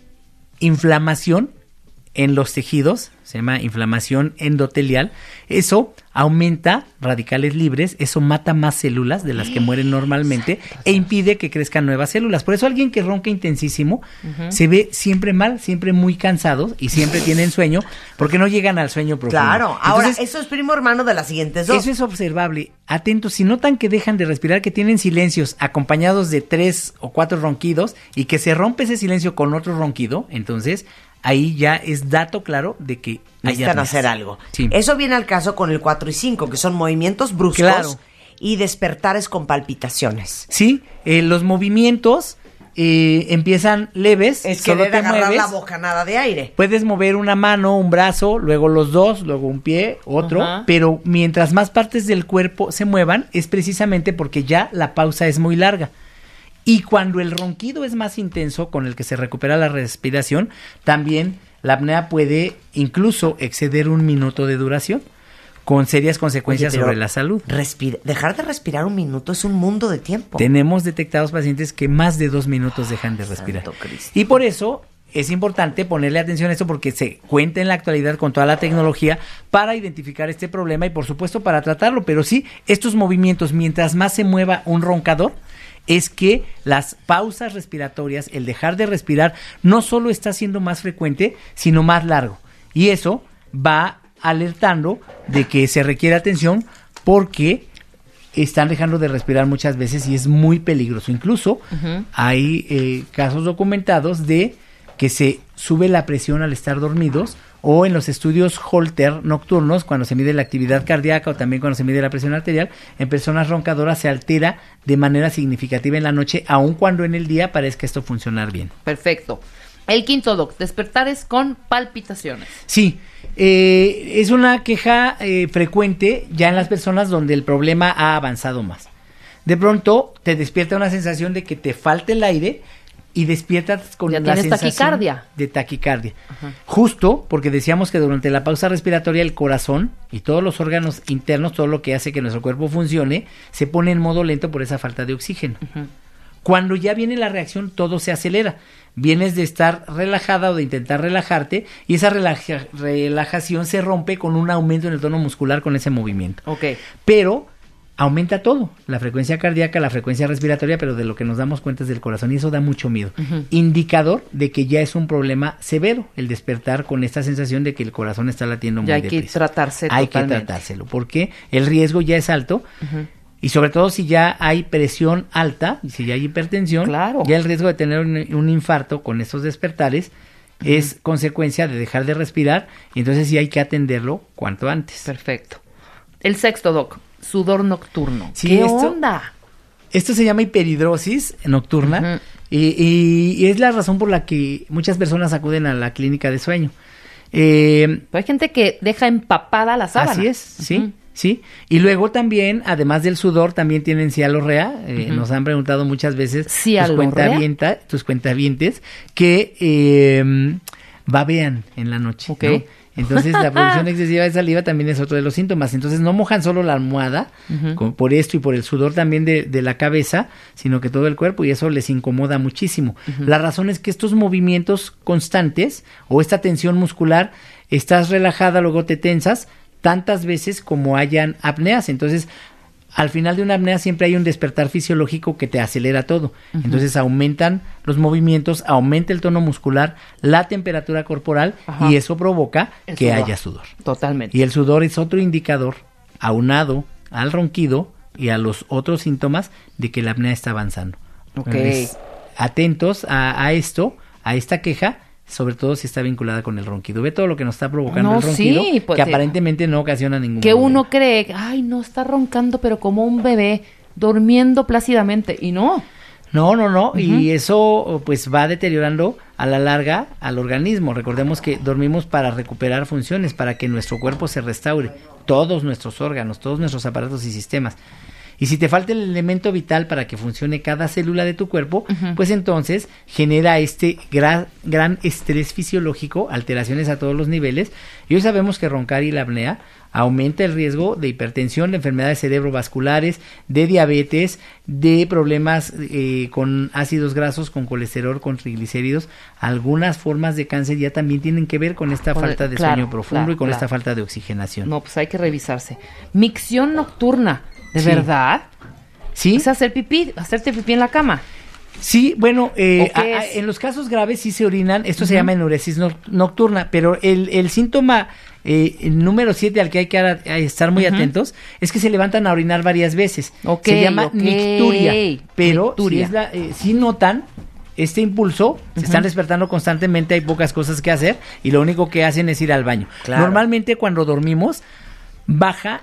inflamación en los tejidos, se llama inflamación endotelial. Eso aumenta radicales libres, eso mata más células de las que mueren normalmente e impide que crezcan nuevas células. Por eso alguien que ronca intensísimo se ve siempre mal, siempre muy cansados y siempre tienen sueño porque no llegan al sueño profundo. Claro. Ahora, Entonces, eso es primo hermano de las siguientes dos. eso es observable. Atentos, si notan que dejan de respirar, que tienen silencios acompañados de 3 o 4 ronquidos y que se rompe ese silencio con otro ronquido, entonces ahí ya es dato claro de que necesitan hacer algo. Sí. Eso viene al caso con el 4 y 5, que son movimientos bruscos Claro. y despertares con palpitaciones. Sí, los movimientos empiezan leves. Es solo querer te agarrar mueves. la bocanada de aire. Puedes mover una mano, un brazo, luego los dos, luego un pie, otro, pero mientras más partes del cuerpo se muevan, es precisamente porque ya la pausa es muy larga. Y cuando el ronquido es más intenso, con el que se recupera la respiración, también la apnea puede incluso exceder 1 minuto de duración, con serias consecuencias Oye, pero sobre la salud. Dejar de respirar 1 minuto es un mundo de tiempo. Tenemos detectados pacientes que más de 2 minutos dejan de respirar. Santo Cristo. Y por eso es importante ponerle atención a esto, porque se cuenta en la actualidad con toda la tecnología para identificar este problema y por supuesto para tratarlo. Pero sí, estos movimientos, mientras más se mueva un roncador, es que las pausas respiratorias, el dejar de respirar, no solo está siendo más frecuente, sino más largo. Y eso va alertando de que se requiere atención porque están dejando de respirar muchas veces y es muy peligroso. Incluso hay casos documentados de que se sube la presión al estar dormidos, o en los estudios Holter nocturnos, cuando se mide la actividad cardíaca o también cuando se mide la presión arterial, en personas roncadoras se altera de manera significativa en la noche, aun cuando en el día parezca esto funcionar bien. Perfecto. El quinto, doc, despertares con palpitaciones. Sí, es una queja frecuente ya en las personas donde el problema ha avanzado más. De pronto te despierta una sensación de que te falta el aire y despiertas con Ya la tienes sensación taquicardia. de taquicardia. Justo porque decíamos que durante la pausa respiratoria el corazón y todos los órganos internos, todo lo que hace que nuestro cuerpo funcione, se pone en modo lento por esa falta de oxígeno. Cuando ya viene la reacción, todo se acelera. Vienes de estar relajada o de intentar relajarte y esa relajación se rompe con un aumento en el tono muscular con ese movimiento. Ok. Pero aumenta todo, la frecuencia cardíaca, la frecuencia respiratoria, pero de lo que nos damos cuenta es del corazón y eso da mucho miedo. Indicador de que ya es un problema severo el despertar con esta sensación de que el corazón está latiendo muy Ya hay que deprisa. tratarse Hay totalmente. que tratárselo porque el riesgo ya es alto. Y sobre todo si ya hay presión alta, si ya hay hipertensión, Claro. ya el riesgo de tener un infarto con estos despertares es consecuencia de dejar de respirar y entonces sí hay que atenderlo cuanto antes. Perfecto. El sexto, doc, sudor nocturno. Sí, ¿Qué esto- onda? Esto se llama hiperhidrosis nocturna y es la razón por la que muchas personas acuden a la clínica de sueño. Pero hay gente que deja empapada la sábana. Así es, sí. Sí, y luego también, además del sudor, también tienen cialorrea. Nos han preguntado muchas veces ¿Cialorrea? tus cuentavientes que babean en la noche, Ok. ¿no? Entonces la producción excesiva de saliva también es otro de los síntomas. Entonces no mojan solo la almohada por esto y por el sudor también de la cabeza, sino que todo el cuerpo y eso les incomoda muchísimo. La razón es que estos movimientos constantes o esta tensión muscular, estás relajada, luego te tensas tantas veces como hayan apneas. Entonces al final de una apnea siempre hay un despertar fisiológico que te acelera todo. Entonces aumentan los movimientos, aumenta el tono muscular, la temperatura corporal y eso provoca que haya sudor. Totalmente. Y el sudor es otro indicador aunado al ronquido y a los otros síntomas de que la apnea está avanzando. Ok. Entonces, atentos a esto, a esta queja, sobre todo si está vinculada con el ronquido. Ve todo lo que nos está provocando el ronquido, pues, que aparentemente no ocasiona ningún que problema. uno cree, ay, no, está roncando, pero como un bebé, durmiendo plácidamente, y no. No, y eso pues va deteriorando a la larga al organismo. Recordemos que dormimos para recuperar funciones, para que nuestro cuerpo se restaure, todos nuestros órganos, todos nuestros aparatos y sistemas. Y si te falta el elemento vital para que funcione cada célula de tu cuerpo, pues entonces genera este gran estrés fisiológico, alteraciones a todos los niveles. Y hoy sabemos que roncar y la apnea aumenta el riesgo de hipertensión, de enfermedades cerebrovasculares, de diabetes, de problemas con ácidos grasos, con colesterol, con triglicéridos. Algunas formas de cáncer ya también tienen que ver con esta falta de sueño profundo y con esta falta de oxigenación. No, pues hay que revisarse. Micción nocturna. ¿De Sí. verdad? ¿Sí? ¿Es hacerte pipí en la cama? Sí, bueno, qué es? en los casos graves sí se orinan, esto se llama enuresis nocturna, pero el síntoma número 7 al que hay que estar muy atentos es que se levantan a orinar varias veces. Se llama nicturia, pero si notan este impulso, se están despertando constantemente, hay pocas cosas que hacer y lo único que hacen es ir al baño. Claro. Normalmente cuando dormimos baja,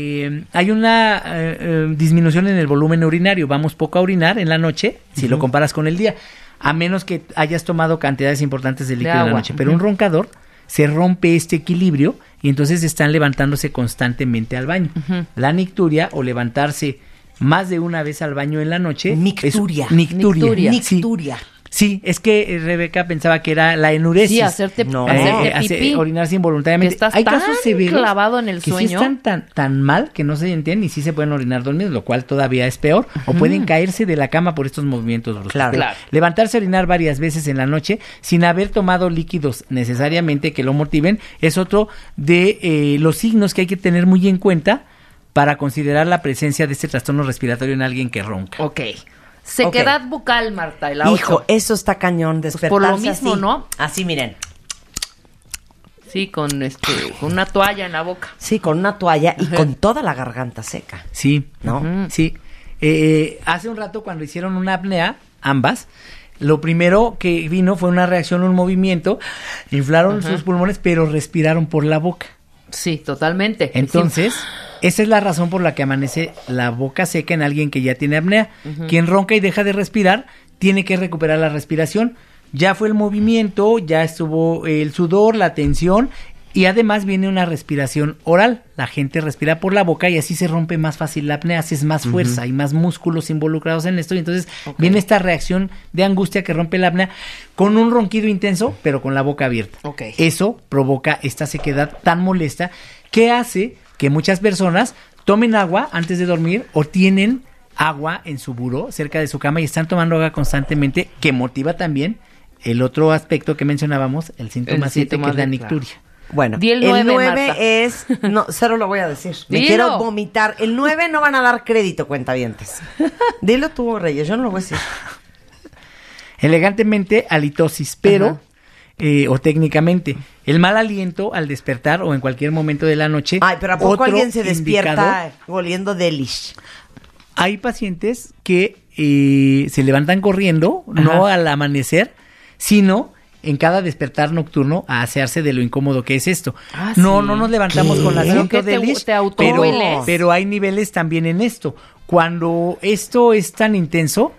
hay una disminución en el volumen urinario, vamos poco a orinar en la noche, si lo comparas con el día, a menos que hayas tomado cantidades importantes de líquido en la noche, pero un roncador se rompe este equilibrio y entonces están levantándose constantemente al baño. La nicturia o levantarse más de una vez al baño en la noche. Nicturia. Nicturia. Sí, es que Rebeca pensaba que era la enuresis. Sí, hacerte pipí. Orinarse involuntariamente. Que estás Hay tan casos severos clavado en el que sueño. sí están tan mal que no se entienden y sí se pueden orinar dormidos, lo cual todavía es peor. O pueden caerse de la cama por estos movimientos bruscos. Claro. Pero levantarse a orinar varias veces en la noche sin haber tomado líquidos necesariamente que lo motiven es otro de los signos que hay que tener muy en cuenta para considerar la presencia de este trastorno respiratorio en alguien que ronca. Ok. Sequedad bucal, Marta, la Hijo, 8. eso está cañón, despertarse por lo mismo, así. ¿no? Así, miren. Sí, con una toalla en la boca. Sí, con una toalla y con toda la garganta seca, Sí, ¿no? sí. Hace un rato cuando hicieron una apnea, ambas, lo primero que vino fue una reacción, un movimiento, inflaron sus pulmones, pero respiraron por la boca. Sí, totalmente. Entonces, esa es la razón por la que amanece la boca seca en alguien que ya tiene apnea. Quien ronca y deja de respirar, tiene que recuperar la respiración. Ya fue el movimiento, ya estuvo el sudor, la tensión y además viene una respiración oral. La gente respira por la boca y así se rompe más fácil la apnea, haces más fuerza, hay más músculos involucrados en esto y entonces viene esta reacción de angustia que rompe la apnea con un ronquido intenso, pero con la boca abierta. Eso provoca esta sequedad tan molesta que hace que muchas personas tomen agua antes de dormir o tienen agua en su buró cerca de su cama y están tomando agua constantemente, que motiva también el otro aspecto que mencionábamos, el síntoma 7, que es la nicturia. Bueno, Di el el 9, 9 Marta. es... No, cero lo voy a decir. Me Dilo. quiero vomitar. El 9 no van a dar crédito, cuentavientes. Dilo tú, Reyes, yo no lo voy a decir. Elegantemente, halitosis, pero, o técnicamente, el mal aliento al despertar o en cualquier momento de la noche. Ay, pero ¿a poco otro alguien se despierta indicador. oliendo delish? Hay pacientes que se levantan corriendo, no al amanecer, sino en cada despertar nocturno a asearse de lo incómodo que es esto. No nos levantamos con la Pero asiento que te delish, autohueles. pero hay niveles también en esto. Cuando esto es tan intenso,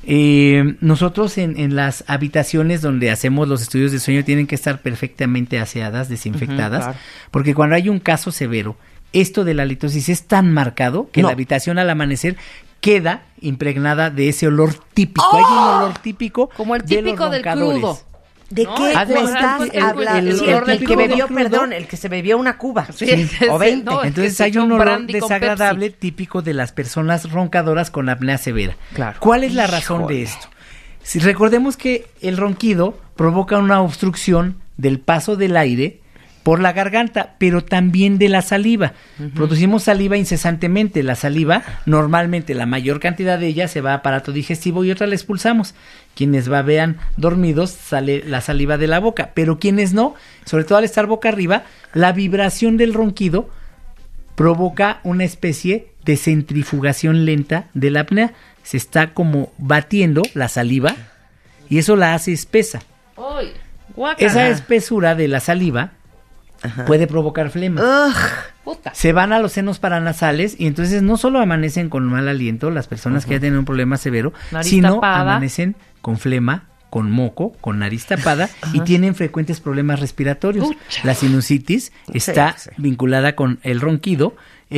nosotros en las habitaciones donde hacemos los estudios de sueño tienen que estar perfectamente aseadas, desinfectadas, claro. porque cuando hay un caso severo, esto de la halitosis es tan marcado que No. la habitación al amanecer queda impregnada de ese olor típico. Hay un olor típico Como el de los típico del roncadores. crudo. ¿De No, qué haz de me cuenta estás el hablando? olor El que típico bebió, del crudo. perdón, el que se bebió una cuba. Sí. O 20. No, es que Entonces se hay echa un un olor brandy con desagradable típico de las personas roncadoras con apnea severa. Claro. ¿Cuál es la razón de esto? Si recordemos que el ronquido provoca una obstrucción del paso del aire por la garganta, pero también de la saliva. Producimos saliva incesantemente. La saliva, normalmente la mayor cantidad de ella se va a aparato digestivo y otra la expulsamos. Quienes babean dormidos sale la saliva de la boca, pero quienes no, sobre todo al estar boca arriba, la vibración del ronquido provoca una especie de centrifugación lenta de la apnea. Se está como batiendo la saliva y eso la hace espesa. ¡Ay! Guácala. Esa espesura de la saliva puede provocar flema. Puta. Se van a los senos paranasales y entonces no solo amanecen con mal aliento las personas que ya tienen un problema severo, Nariz sino tapada. amanecen con flema, con moco, con nariz tapada y tienen frecuentes problemas respiratorios. Pucha. La sinusitis está Sí. vinculada con el ronquido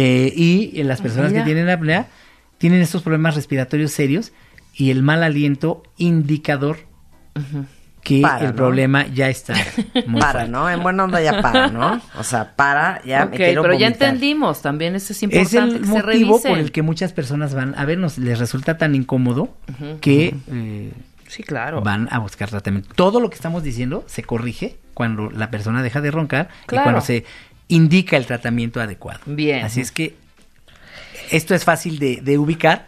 y las personas que Mira. tienen apnea tienen estos problemas respiratorios serios y el mal aliento indicador que Para, el ¿no? problema ya está muy Para, fuerte. ¿no? En buena onda ya para, ¿no? O sea, para, ya Ok, me quiero pero ya vomitar. entendimos, también eso es Es importante el que se motivo revisen. por el que muchas personas van a vernos, les resulta tan incómodo que Sí, claro. van a buscar tratamiento. Todo lo que estamos diciendo se corrige cuando la persona deja de roncar Claro. y cuando se indica el tratamiento adecuado. Bien. Así es que esto es fácil de ubicar,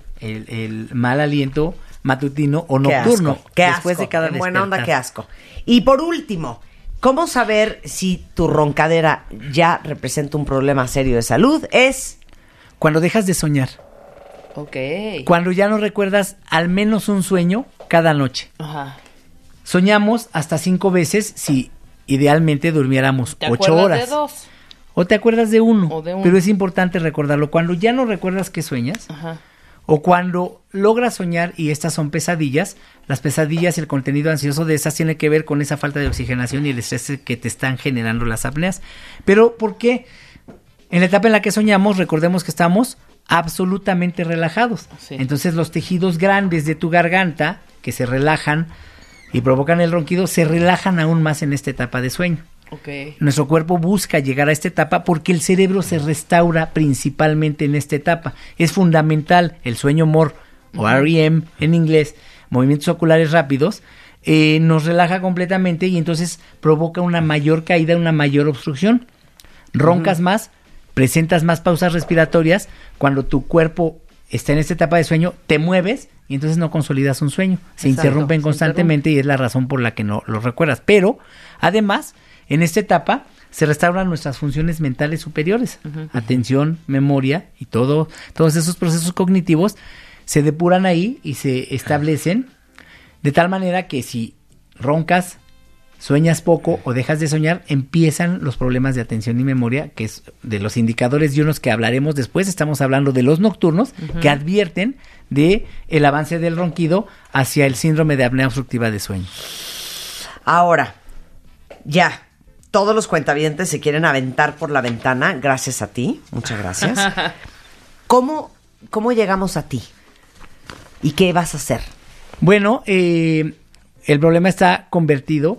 el mal aliento matutino o Qué nocturno. asco, qué después asco. de cada En buena onda, despertar. qué asco. Y por último, ¿cómo saber si tu roncadera ya representa un problema serio de salud? Es Cuando dejas de soñar, Ok. cuando ya no recuerdas al menos un sueño cada noche. Ajá. Soñamos hasta 5 veces si idealmente durmiéramos ¿Te 8 acuerdas horas. de 2? O te acuerdas de uno, O de uno. pero es importante recordarlo. Cuando ya no recuerdas que sueñas, Ajá. o cuando logras soñar y estas son pesadillas, las pesadillas y el contenido ansioso de esas tiene que ver con esa falta de oxigenación y el estrés que te están generando las apneas. Pero ¿por qué? En la etapa en la que soñamos, recordemos que estamos absolutamente relajados. Sí. Entonces los tejidos grandes de tu garganta, que se relajan y provocan el ronquido, se relajan aún más en esta etapa de sueño. Ok. Nuestro cuerpo busca llegar a esta etapa porque el cerebro se restaura principalmente en esta etapa. Es fundamental el sueño MOR o REM en inglés, movimientos oculares rápidos, nos relaja completamente y entonces provoca una mayor caída, una mayor obstrucción. Roncas más, presentas más pausas respiratorias. Cuando tu cuerpo está en esta etapa de sueño, te mueves y entonces no consolidas un sueño. Se Exacto, interrumpen se constantemente y es la razón por la que no lo recuerdas. Pero, además, en esta etapa se restauran nuestras funciones mentales superiores. Atención, memoria y todos esos procesos cognitivos se depuran ahí y se establecen de tal manera que si roncas, sueñas poco o dejas de soñar, empiezan los problemas de atención y memoria, que es de los indicadores y unos que hablaremos después. Estamos hablando de los nocturnos que advierten de el avance del ronquido hacia el síndrome de apnea obstructiva de sueño. ahora, ya. Todos los cuentavientes se quieren aventar por la ventana, gracias a ti. Muchas gracias. ¿Cómo llegamos a ti? ¿Y qué vas a hacer? Bueno, el problema está convertido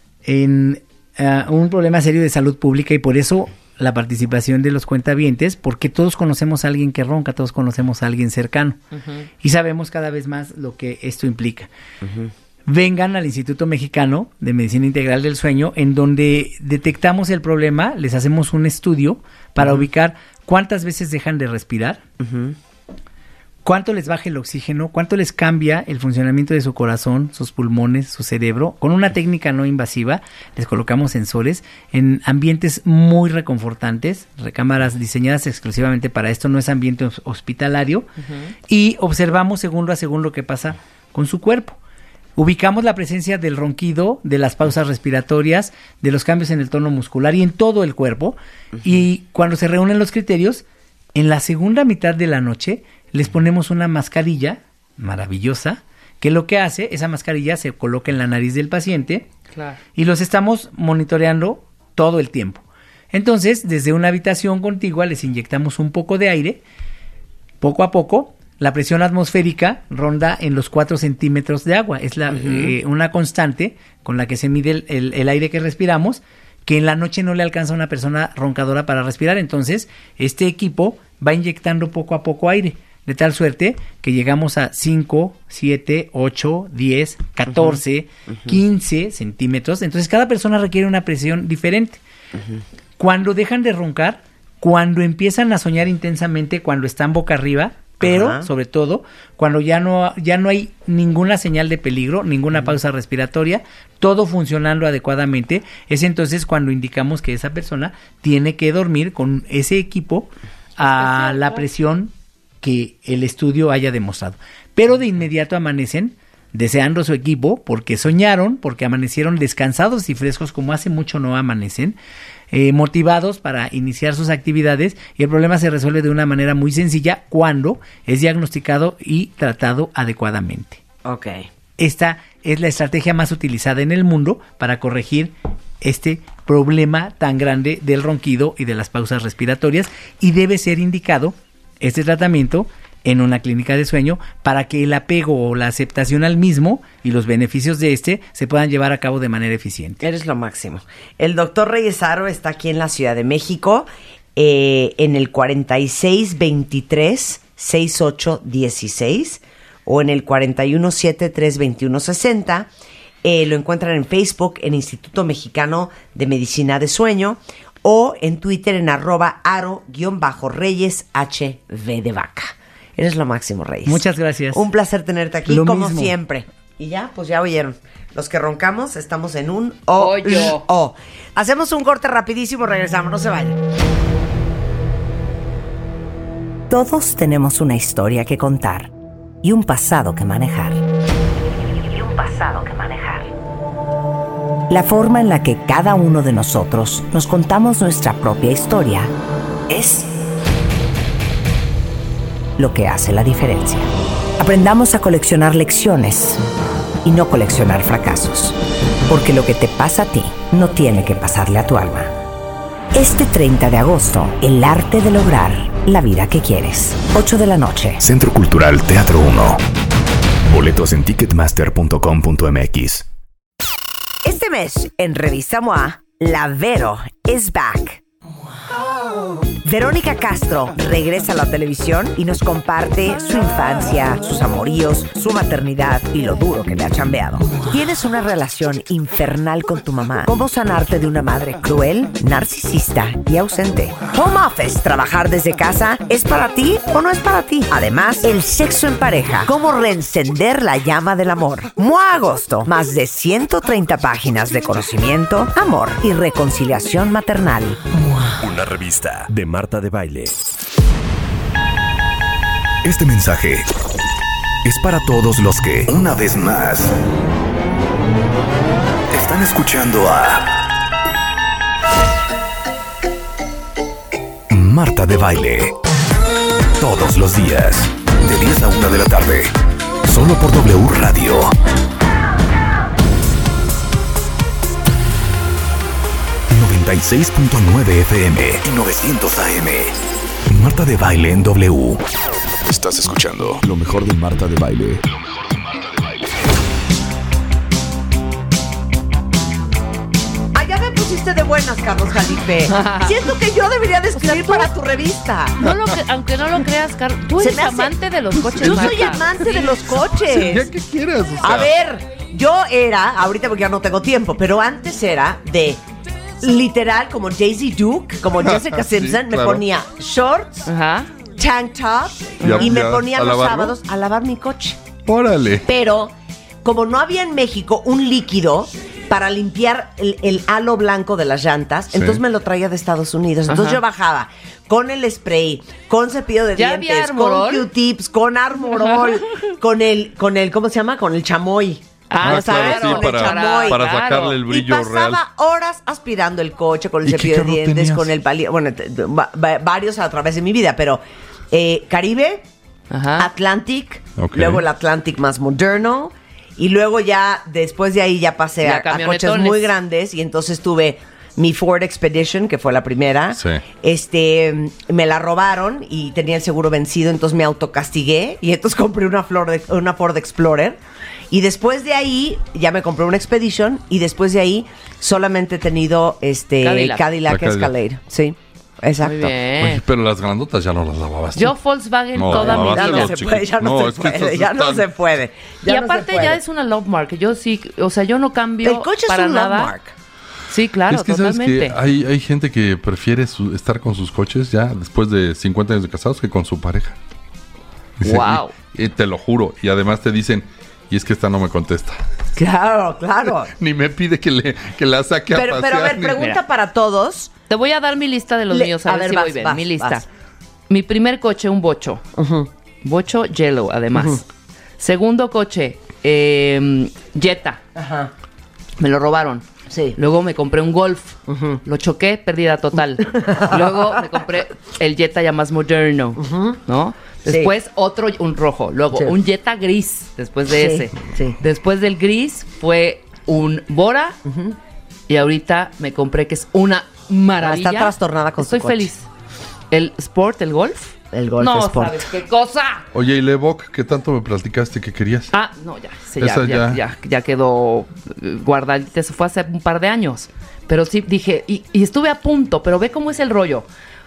en un problema serio de salud pública y por eso la participación de los cuentavientes, porque todos conocemos a alguien que ronca, todos conocemos a alguien cercano y sabemos cada vez más lo que esto implica. Vengan al Instituto Mexicano de Medicina Integral del Sueño, en donde detectamos el problema, les hacemos un estudio para ubicar cuántas veces dejan de respirar, cuánto les baja el oxígeno, cuánto les cambia el funcionamiento de su corazón, sus pulmones, su cerebro. Con una técnica no invasiva les colocamos sensores en ambientes muy reconfortantes, recámaras diseñadas exclusivamente para esto, no es ambiente hospitalario, y observamos segundo a segundo qué pasa con su cuerpo. Ubicamos la presencia del ronquido, de las pausas respiratorias, de los cambios en el tono muscular y en todo el cuerpo. Y cuando se reúnen los criterios, en la segunda mitad de la noche les ponemos una mascarilla maravillosa, que lo que hace, esa mascarilla se coloca en la nariz del paciente Claro. y los estamos monitoreando todo el tiempo. Entonces, desde una habitación contigua les inyectamos un poco de aire, poco a poco. La presión atmosférica ronda en los 4 centímetros de agua. Es una constante con la que se mide el aire que respiramos, que en la noche no le alcanza a una persona roncadora para respirar. Entonces, este equipo va inyectando poco a poco aire, de tal suerte que llegamos a 5, 7, 8, 10, 14, 15 centímetros. Entonces, cada persona requiere una presión diferente. Cuando dejan de roncar, cuando empiezan a soñar intensamente, cuando están boca arriba, pero sobre todo cuando ya no hay ninguna señal de peligro, ninguna pausa respiratoria, todo funcionando adecuadamente, es entonces cuando indicamos que esa persona tiene que dormir con ese equipo a la presión que el estudio haya demostrado. Pero de inmediato amanecen deseando su equipo porque soñaron, porque amanecieron descansados y frescos como hace mucho no amanecen, motivados para iniciar sus actividades, y el problema se resuelve de una manera muy sencilla cuando es diagnosticado y tratado adecuadamente. Ok. Esta es la estrategia más utilizada en el mundo para corregir este problema tan grande del ronquido y de las pausas respiratorias, y debe ser indicado este tratamiento en una clínica de sueño para que el apego o la aceptación al mismo y los beneficios de este se puedan llevar a cabo de manera eficiente. Eres lo máximo. El doctor Reyes Haro está aquí en la Ciudad de México, en el 4623-6816 o en el 417-321-60. Lo encuentran en Facebook, en Instituto Mexicano de Medicina de Sueño, o en Twitter en @aro_Reyes HV de vaca. Eres lo máximo, Reyes. Muchas gracias. Un placer tenerte aquí, Lo como mismo. siempre. Y ya, pues ya oyeron. Los que roncamos estamos en un Hoyo. O. Hacemos un corte rapidísimo, regresamos, no se vayan. Todos tenemos una historia que contar y un pasado que manejar. La forma en la que cada uno de nosotros nos contamos nuestra propia historia es lo que hace la diferencia. Aprendamos a coleccionar lecciones y no coleccionar fracasos, porque lo que te pasa a ti no tiene que pasarle a tu alma. Este 30 de agosto, el arte de lograr la vida que quieres. 8 de la noche. Centro Cultural Teatro 1. Boletos en ticketmaster.com.mx. Este mes, en Revista MOA, la Vero is back. Verónica Castro regresa a la televisión y nos comparte su infancia, sus amoríos, su maternidad y lo duro que le ha chambeado. ¿Tienes una relación infernal con tu mamá? ¿Cómo sanarte de una madre cruel, narcisista y ausente? Home Office, trabajar desde casa, ¿es para ti o no es para ti? Además, el sexo en pareja, cómo reencender la llama del amor. MOA Agosto, más de 130 páginas de conocimiento, amor y reconciliación maternal. Una revista de Marta de Baile. Este mensaje es para todos los que, una vez más, están escuchando a Marta de Baile. Todos los días, de 10 a 1 de la tarde. Solo por W Radio. 96.9 FM y 900 AM. Marta de Baile en W. Estás escuchando lo mejor de Marta de Baile. Lo mejor de Marta de Baile. Allá me pusiste de buenas, Carlos Jalife. Siento que yo debería de escribir para tu revista. Aunque no lo creas, Carlos, tú Se eres me hace- amante de los coches. Yo soy Marta. amante de los coches. Ya que quieras, o sea. A ver, yo era, ahorita porque ya no tengo tiempo, pero antes era de literal como Daisy Duke, como Jessica Sí, Simpson, me claro. ponía shorts, Ajá. tank top Ya- y me ya, ponía ¿a los lavarlo? sábados a lavar mi coche. Órale. Pero como no había en México un líquido para limpiar el halo blanco de las llantas, entonces me lo traía de Estados Unidos. Entonces Ajá. yo bajaba con el spray, con cepillo de ¿Ya había dientes, con Armorol? Q-tips, con Armorol, con el, ¿cómo se llama? Con el chamoy. Ah, ¿sabes? claro, sí, Con el chamoy. para claro. sacarle el brillo Y pasaba real. horas aspirando el coche con el ¿Y qué cepillo de carro dientes, tenías? con el palillo. Bueno, varios a través de mi vida, pero Caribe, Ajá. Atlantic, Ok. luego el Atlantic más moderno, y luego ya, después de ahí ya pasé Ya a coches camionetones. muy grandes, y entonces tuve mi Ford Expedition, que fue la primera. Sí. Me la robaron y tenía el seguro vencido, entonces me autocastigué, y entonces compré una Ford Explorer. Y después de ahí, ya me compré una Expedition, y después de ahí solamente he tenido Cadillac. Cadillac La Escalade. Sí, exacto. Muy bien. Oye, pero las grandotas ya no las lavabas tú. Yo Volkswagen No, toda mi lavaste Ya vida. no los se puede, ya no, chiquitos. No, se es que puede, estos ya no están- se puede. Y Ya no aparte se puede. ya es una love mark. Yo sí, o sea, yo no cambio El coche es para un nada. love mark. Sí, claro, es que sabes totalmente. que hay gente que prefiere estar con sus coches ya después de 50 años de casados que con su pareja. Dice, Wow. y te lo juro. Y además te dicen, y es que esta no me contesta. Claro, claro. Ni me pide que la saque a pasear. Pero a ver, ni- pregunta Mira. para todos. Te voy a dar mi lista de los míos, a ver si voy bien. Mi lista. Mi primer coche, un bocho. Bocho yellow, además. Segundo coche, Jetta. Ajá. Me lo robaron. Sí. Luego me compré un Golf. Lo choqué, pérdida total. Luego me compré el Jetta ya más moderno, ¿no? Después otro, un rojo. Luego Sí. un Jetta gris, después de Sí, ese. sí. Después del gris fue un Bora. Y ahorita me compré, que es una maravilla. Está trastornada con su Estoy coche. feliz. El Sport, el Golf. El Golf no, Sport. ¿sabes qué cosa? Oye, ¿y el Evoque qué tanto me platicaste que querías? Ah, no, ya, sí, Esa ya quedó guardadita. Eso fue hace un par de años. Pero sí dije, y estuve a punto, pero ve cómo es el rollo.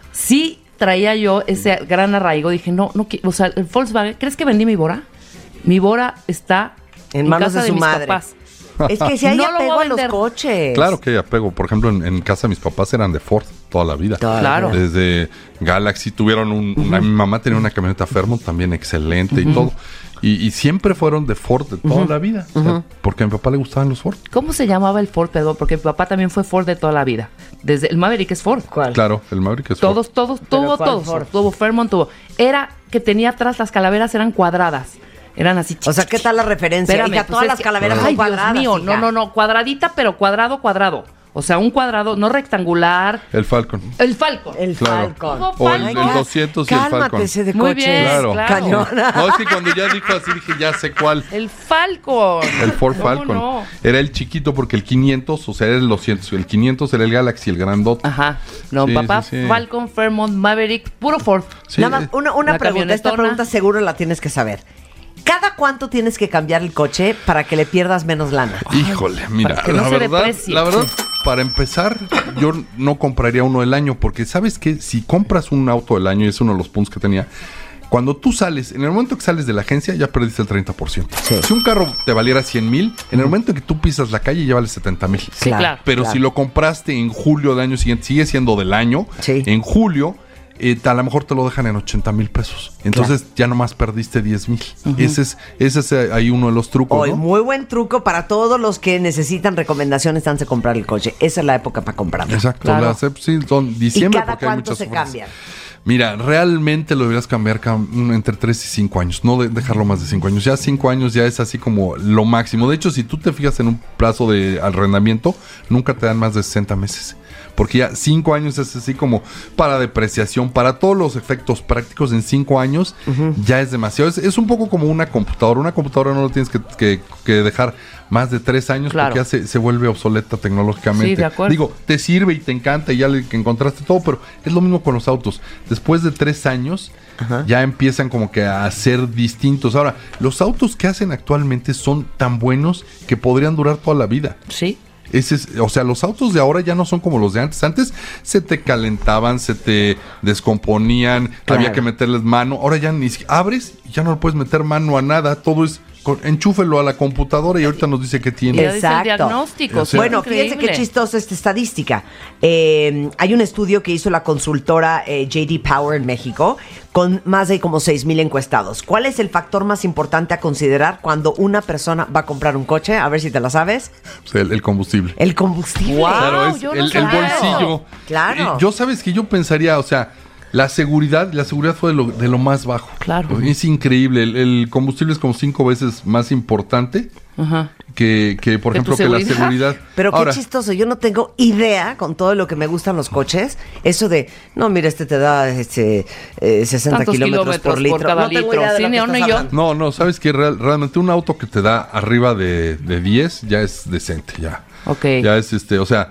Sí traía yo ese gran arraigo. Dije, no, o sea, el Volkswagen, ¿crees que vendí mi Bora? Mi Bora está En manos casa de su mis madre. papás. Es que si hay No lo apego voy a a los vender. coches. Claro que hay apego. Por ejemplo, en casa mis papás eran de Ford toda la vida. Claro. Desde Galaxy tuvieron mi mamá tenía una camioneta Fairmont también excelente y todo. Y siempre fueron de Ford de toda la vida. O sea, porque a mi papá le gustaban los Ford. ¿Cómo se llamaba el Ford, perdón? Porque mi papá también fue Ford de toda la vida. Desde el Maverick es Ford. ¿Cuál? Claro, el Maverick es Ford. Todos, ¿cuál todos. Ford? Tuvo Fairmont, tuvo. Era que tenía atrás, las calaveras eran cuadradas. Eran así. O sea, ¿qué tal la referencia? Espérame, Hija, pues todas es las que- calaveras Ay, son cuadradas. Dios mío, hija. no, cuadradita, pero cuadrado. O sea, un cuadrado, no rectangular. El Falcon. El Falcon. El Claro. Falcon. ¿Cómo O el Falcon? 200 y el Cálmate Falcon. ese de Muy coche. bien, Claro. Cañona. No, es que cuando ya dijo así dije, ya sé cuál. El Falcon. El Ford ¿Cómo Falcon. no? Era el chiquito porque el 500, o sea, era el 200. El 500 era el Galaxy, el grandote. Ajá. No, Sí, papá, sí, sí. Falcon, Fairmont, Maverick, puro Ford. Sí, Nada más, una Una pregunta. Esta camionetona. pregunta seguro la tienes que saber. ¿Cada cuánto tienes que cambiar el coche para que le pierdas menos lana? Híjole, mira, para que no se deprecie. la verdad, para empezar, yo no compraría uno del año, porque sabes que si compras un auto del año, y es uno de los puntos que tenía, cuando tú sales, en el momento que sales de la agencia, ya perdiste el 30%. Sí. Si un carro te valiera 100,000, en el momento en que tú pisas la calle, ya vale 70,000. Sí, claro. Pero si lo compraste en julio del año siguiente, sigue siendo del año, Sí. en julio, a lo mejor te lo dejan en 80,000 pesos. Entonces ya nomás perdiste 10,000. Ese es ahí uno de los trucos, Hoy, ¿no? muy buen truco para todos los que necesitan recomendaciones antes de comprar el coche. Esa es la época para comprarlo. Exacto, Claro. las sí, son diciembre ¿Y cada porque hay cuánto muchas se ofertas. cambian? Mira, realmente lo deberías cambiar entre 3 y 5 años, no dejarlo más de 5 años. Ya 5 años ya es así como lo máximo. De hecho, si tú te fijas en un plazo de arrendamiento, nunca te dan más de 60 meses. Porque ya 5 años es así como para depreciación, para todos los efectos prácticos en 5 años, ya es demasiado. Es un poco como una computadora. Una computadora no lo tienes que dejar más de 3 años Claro. porque ya se vuelve obsoleta tecnológicamente. Sí, de acuerdo. Digo, te sirve y te encanta y ya que encontraste todo, pero es lo mismo con los autos. Después de 3 años, ya empiezan como que a ser distintos. Ahora, los autos que hacen actualmente son tan buenos que podrían durar toda la vida. Sí. O sea, los autos de ahora ya no son como los de antes. Antes se te calentaban, se te descomponían, Claro. había que meterles mano. Ahora ya ni abres y ya no le puedes meter mano a nada. Todo es enchúfelo a la computadora y ahorita nos dice que Y tiene. ya dice el diagnóstico. Sí. Bueno, Increíble. fíjense qué chistosa esta estadística. Hay un estudio que hizo la consultora J.D. Power en México con más de como 6,000 encuestados. ¿Cuál es el factor más importante a considerar cuando una persona va a comprar un coche? A ver si te la sabes. O sea, el combustible. El combustible. Wow. Claro, es yo no el sabía eso. bolsillo. Claro. Yo sabes que yo pensaría, o sea, la seguridad fue de lo más bajo. Claro. Es increíble. El combustible es como 5 veces más importante Ajá. que por ¿Que ejemplo, tu que la seguridad? seguridad. Pero Ahora, qué chistoso, yo no tengo idea con todo lo que me gustan los coches, eso de, no, mira, este te da 60 Tantos kilómetros por litro. cada no tengo litro. idea de Sí, lo que no, estás ni yo. hablando. No, sabes que realmente un auto que te da arriba de 10 ya es decente, ya. Ok. Ya es o sea,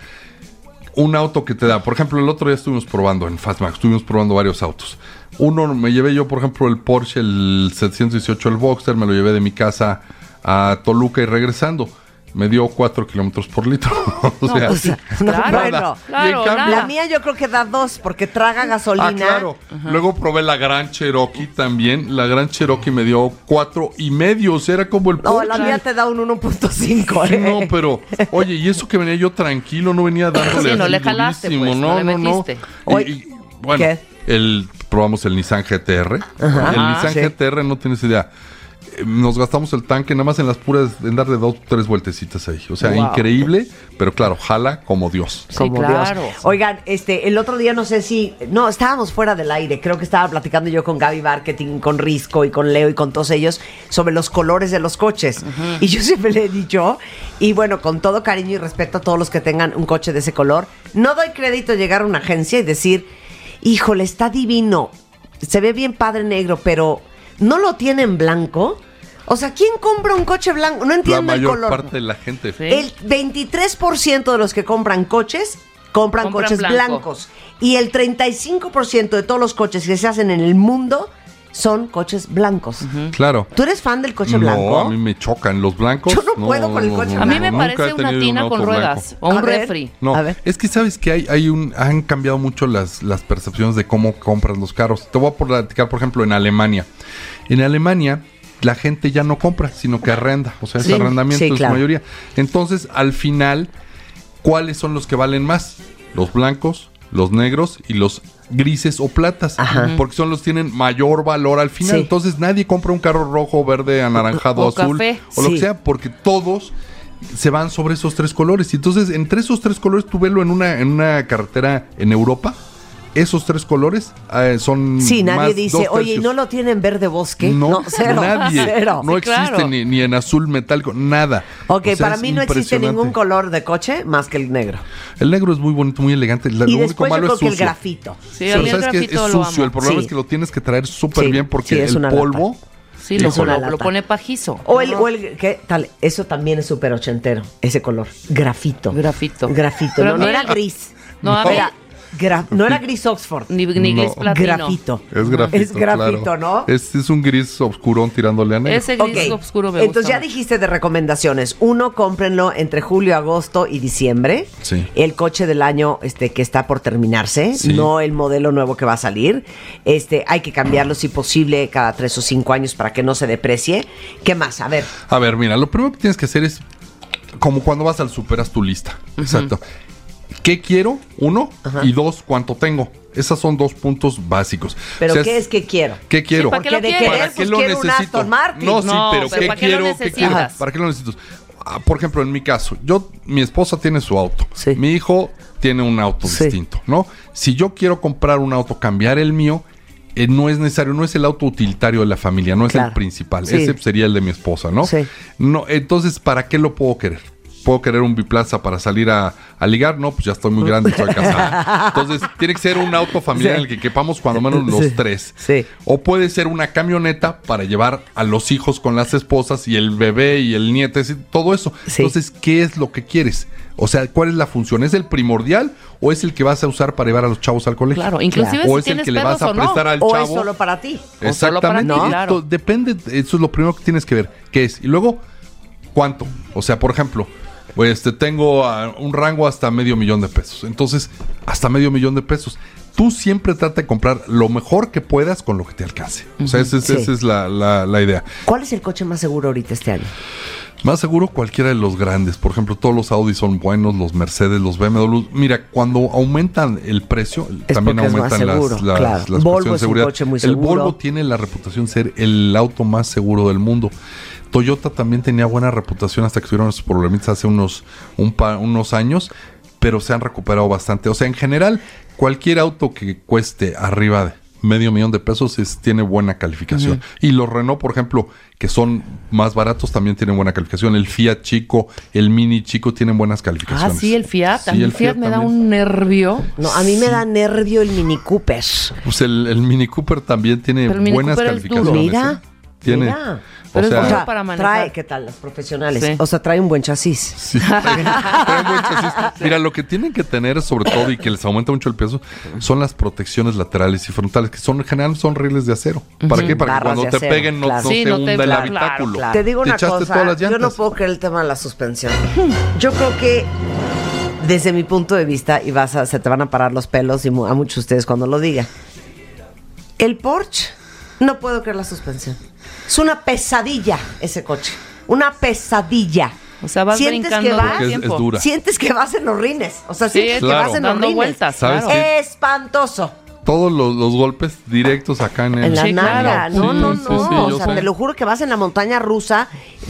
un auto que te da, por ejemplo, el otro día estuvimos probando en Fastmax, estuvimos probando varios autos. Uno, me llevé yo, por ejemplo, el Porsche, el 718, el Boxster, me lo llevé de mi casa a Toluca y regresando. me dio 4 kilómetros por litro. Claro, Bueno, claro, cambio- la mía yo creo que da 2 porque traga gasolina. Ah, claro. Luego probé la Gran Cherokee también. La Gran Cherokee me dio 4.5. O sea, era como el No, Porsche. la mía te da un 1.5. No, pero, oye, y eso que venía yo tranquilo, no venía dándole Sí, no así le jalaste, durísimo. pues, no le metiste. Oye, Bueno, ¿qué? probamos el Nissan GT-R. El Nissan sí. GT-R, no tienes idea. Nos gastamos el tanque nada más en las puras, en dar de 2 o 3 vueltecitas ahí. O sea, Wow. increíble, pero claro, jala como Dios. Sí, Como claro. Dios. Oigan, el otro día no sé si... No, estábamos fuera del aire. Creo que estaba platicando yo con Gaby Marketing, con Risco y con Leo y con todos ellos sobre los colores de los coches. Y yo siempre le he dicho, y bueno, con todo cariño y respeto a todos los que tengan un coche de ese color, no doy crédito a llegar a una agencia y decir, híjole, está divino, se ve bien padre negro, pero ¿no lo tiene en blanco? O sea, ¿quién compra un coche blanco? No La entiendo el mayor color. parte de la gente. Sí. El 23% de los que compran coches compran coches blanco. blancos. Y el 35% de todos los coches que se hacen en el mundo son coches blancos. Claro. ¿Tú eres fan del coche No, blanco? a mí me chocan los blancos. Yo no puedo con el coche A mí me blanco. nunca he parece una tenido tina un con auto ruedas blanco. o un A ver. refri. No, A ver. es que sabes que han cambiado mucho las percepciones de cómo compras los carros. Te voy a platicar, por ejemplo, en Alemania. En Alemania la gente ya no compra, sino que arrenda. O sea, es Sí, arrendamiento sí, en claro. su mayoría. Entonces, al final, ¿cuáles son los que valen más? Los blancos, los negros y los grises o platas. Ajá. Porque son los que tienen mayor valor al final. Sí. Entonces, nadie compra un carro rojo, verde, anaranjado, O azul café. o lo Sí. que sea, porque todos se van sobre esos 3 colores. Y entonces, entre esos 3 colores, tú velo en una carretera en Europa. Esos 3 colores son. Sí, nadie más dice, 2 oye, ¿y tercios. no lo tienen verde bosque? No, cero. nadie. Cero. No Sí, existe claro. ni en azul metálico, nada. Ok, O sea, para es mí no existe impresionante. ningún color de coche más que el negro. El negro es muy bonito, muy elegante. Y Lo único después yo malo creo es que el sucio. grafito. Sí, Pero a mí el sabes que grafito es lo sucio. amo. El problema Sí. es que lo tienes que traer súper Sí, bien porque sí, es el una polvo. Sí, lo, Es una lo lata. pone pajizo. O el ¿qué tal? Eso también es súper ochentero, ese color. Grafito. Grafito. Grafito. Pero No, a no mí era el- gris. No, a mí- No era gris Oxford. Ni gris No. platino. Grafito. Es grafito. Es grafito, claro. ¿no? Es un gris oscurón tirándole a negro. Ese gris Ok, oscuro me gusta. entonces ya mucho. dijiste de recomendaciones. Uno, cómprenlo entre julio, agosto y diciembre. Sí. El coche del año que está por terminarse, Sí. no el modelo nuevo que va a salir. Hay que cambiarlo si posible cada 3 o 5 años para que no se deprecie. ¿Qué más? A ver. A ver, mira, lo primero que tienes que hacer es como cuando vas al super, haz tu lista. Exacto. ¿Qué quiero? 1 y 2, ¿cuánto tengo? Esos son 2 puntos básicos. ¿Pero O sea, qué es que quiero? ¿Qué quiero? ¿para qué Porque lo de quieres? querer, pues quiero un Aston Martin. No, sí, No, pero pero ¿qué ¿para qué lo quiero? ¿Qué quiero? necesitas? ¿Para qué lo necesito? Por ejemplo, en mi caso, mi esposa tiene su auto. Sí. Mi hijo tiene un auto Sí. distinto, ¿no? Si yo quiero comprar un auto, cambiar el mío, no es necesario, no es el auto utilitario de la familia, no es Claro. el principal. Sí. Ese sería el de mi esposa, ¿no? Sí. No, entonces, ¿para qué lo puedo querer? ¿Puedo querer un biplaza para salir a ligar? No, pues ya estoy muy grande, estoy casado. Entonces, tiene que ser un auto familiar Sí. en el que quepamos cuando menos los Sí. 3. Sí. O puede ser una camioneta para llevar a los hijos con las esposas y el bebé y el nieto, y todo eso. Sí. Entonces, ¿qué es lo que quieres? O sea, ¿cuál es la función? ¿Es el primordial o es el que vas a usar para llevar a los chavos al colegio? Claro, inclusive O si es el tienes que le pedos vas a o no. prestar al ¿O chavo. es solo para ti? O solo para Exactamente. ti, Esto claro. depende, eso es lo primero que tienes que ver. ¿Qué es? Y luego, ¿cuánto? O sea, por ejemplo, pues tengo un rango hasta $500,000 Entonces, hasta $500,000 Tú siempre trata de comprar lo mejor que puedas con lo que te alcance. O sea, esa Sí. es la idea. ¿Cuál es el coche más seguro ahorita este año? Más seguro cualquiera de los grandes. Por ejemplo, todos los Audi son buenos, los Mercedes, los BMW. Mira, cuando aumentan el precio, Es también porque es más aumentan seguro, claro. las Volvo cuestiones de es un seguridad. coche muy el seguro. Volvo tiene la reputación de ser el auto más seguro del mundo. Toyota también tenía buena reputación hasta que tuvieron esos problemitas hace unos años, pero se han recuperado bastante. O sea, en general, cualquier auto que cueste arriba de $500,000 tiene buena calificación. Y los Renault, por ejemplo, que son más baratos, también tienen buena calificación. El Fiat chico, el Mini chico tienen buenas calificaciones. Ah, sí, el Fiat. Sí, a mí el el Fiat me da también. un nervio. No, a mí me da nervio el Mini Cooper. Pues el Mini Cooper también tiene Pero el Mini buenas Cooper es duro. calificaciones. Mira, Tiene, mira. Pero o sea, es bueno para manejar. trae, ¿qué tal? Las profesionales. Sí. O sea, trae un buen chasis. Sí, trae buen chasis. Mira, lo que tienen que tener sobre todo y que les aumenta mucho el peso son las protecciones laterales y frontales, que en general son rieles de acero. ¿Para qué? Para Barras que cuando de te acero, peguen no, claro. no Sí, se no te- hunda el claro, habitáculo. claro. Te digo Te una echaste cosa, todas las yo no llantas. puedo creer el tema de la suspensión. Yo creo que desde mi punto de vista, y se te van a parar los pelos y a muchos de ustedes cuando lo diga, el Porsche, no puedo creer la suspensión. Es una pesadilla ese coche. Una pesadilla. O sea, vas Sientes brincando que todo vas- el Es tiempo. dura. Sientes que vas en los rines. O sea, Sí, sientes que claro. vas en los Dando rines. vueltas, ¿Sabes claro. qué? Espantoso. Todos los golpes directos acá en el... En la Sí, nalga. claro. No, Sí, no, sí, no. sí, o yo sea, sé. te lo juro que vas en la montaña rusa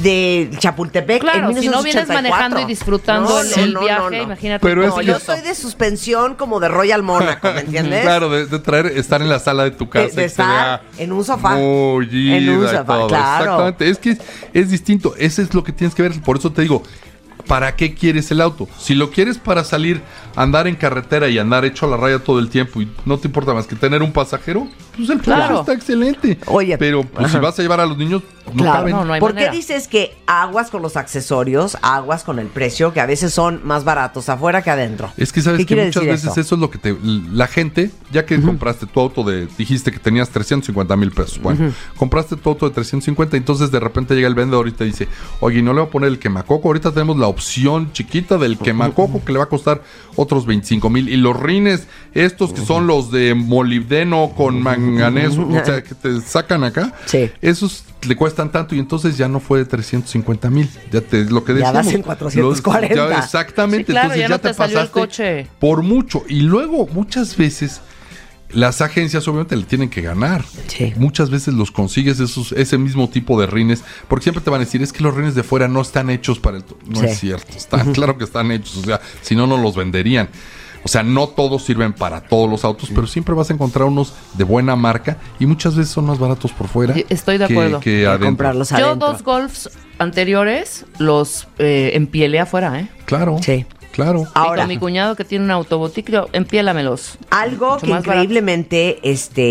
de Chapultepec Claro, en si no vienes 1984. manejando y disfrutando el viaje, imagínate. Pero cómo es Yo que- soy de suspensión como de Royal Mónaco, ¿me entiendes? Claro, de traer, estar en la sala de tu casa. De que se estar vea en un sofá. mullida En un y sofá, todo. claro. Exactamente. Es que es distinto. Eso es lo que tienes que ver. Por eso te digo, ¿para qué quieres el auto? Si lo quieres para salir, andar en carretera y andar hecho a la raya todo el tiempo y no te importa más que tener un pasajero, pues el Claro. Porsche está excelente. Oye, pero pues, si vas a llevar a los niños, no Claro. caben. No hay ¿Por manera. qué dices que aguas con los accesorios, aguas con el precio, que a veces son más baratos afuera que adentro? Es que sabes ¿Qué que quiere muchas decir veces eso es lo que la gente, ya que compraste tu auto dijiste que tenías 350 mil pesos. Bueno, compraste tu auto de 350, entonces de repente llega el vendedor y te dice, oye, no le voy a poner el quemacoco, ahorita tenemos la opción chiquita del quemacoco que le va a costar otros 25 mil. Y los rines, estos que son los de molibdeno con manganeso, o sea, que te sacan acá, Sí. esos le cuestan tanto y entonces ya no fue de 350 mil. Ya lo que Ya decíamos. vas en 440. Exactamente. Sí, claro, entonces ya no te salió el pasaste coche. por mucho. Y luego, muchas veces, las agencias obviamente le tienen que ganar. Sí. Muchas veces los consigues ese mismo tipo de rines, porque siempre te van a decir, es que los rines de fuera no están hechos para el... No Sí. es cierto, claro que están hechos, o sea, si no, no los venderían. O sea, no todos sirven para todos los autos, pero siempre vas a encontrar unos de buena marca y muchas veces son más baratos por fuera. Estoy de acuerdo. Que A adentro. comprarlos Yo adentro. 2 Golfs anteriores los empielé afuera, ¿eh? Claro. Sí. Claro. Y Ahora, con mi cuñado que tiene un autobotique, yo, empiélamelos. algo Mucho que más barato. increíblemente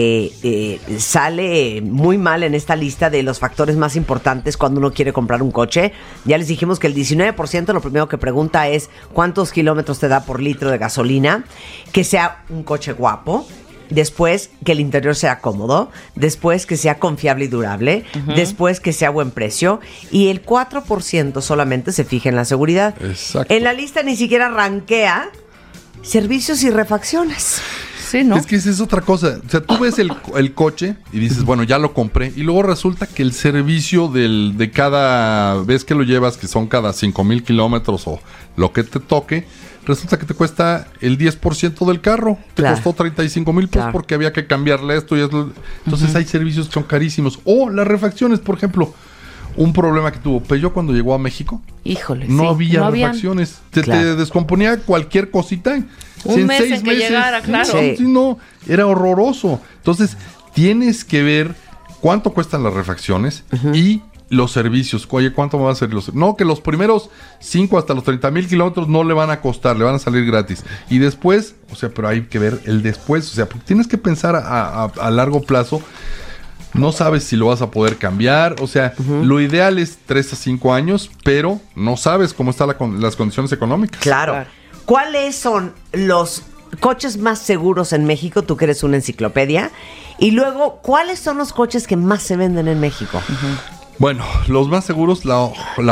sale muy mal en esta lista de los factores más importantes cuando uno quiere comprar un coche. Ya les dijimos que el 19% lo primero que pregunta es cuántos kilómetros te da por litro de gasolina, que sea un coche guapo, después que el interior sea cómodo, después que sea confiable y durable, después que sea buen precio, y el 4% solamente se fija en la seguridad. Exacto. En la lista ni siquiera rankea servicios y refacciones. Sí, ¿no? Es que esa es otra cosa. O sea, tú ves el coche y dices, bueno, ya lo compré. Y luego resulta que el servicio de cada vez que lo llevas, que son cada 5,000 kilómetros o lo que te toque, resulta que te cuesta el 10% del carro. Te Claro. costó 35,000 pesos Claro. porque había que cambiarle esto y esto. Entonces hay servicios que son carísimos. O las refacciones, por ejemplo. Un problema que tuvo Peugeot cuando llegó a México. Híjole, No sí, había no habían. refacciones. Te Claro. descomponía cualquier cosita. Un Si mes en que llegara, claro. Sí. Sí, no, era horroroso. Entonces, tienes que ver cuánto cuestan las refacciones y los servicios. Oye, ¿cuánto me va a hacer los? No, que los primeros 5 hasta los 30,000 kilómetros no le van a costar, le van a salir gratis. Y después, o sea, pero hay que ver el después. O sea, porque tienes que pensar a largo plazo. No sabes si lo vas a poder cambiar. O sea, lo ideal es 3 a 5 años, pero no sabes cómo están las condiciones económicas. Claro. Claro. ¿Cuáles son los coches más seguros en México? Tú que eres una enciclopedia. Y luego, ¿cuáles son los coches que más se venden en México? Bueno, los más seguros, la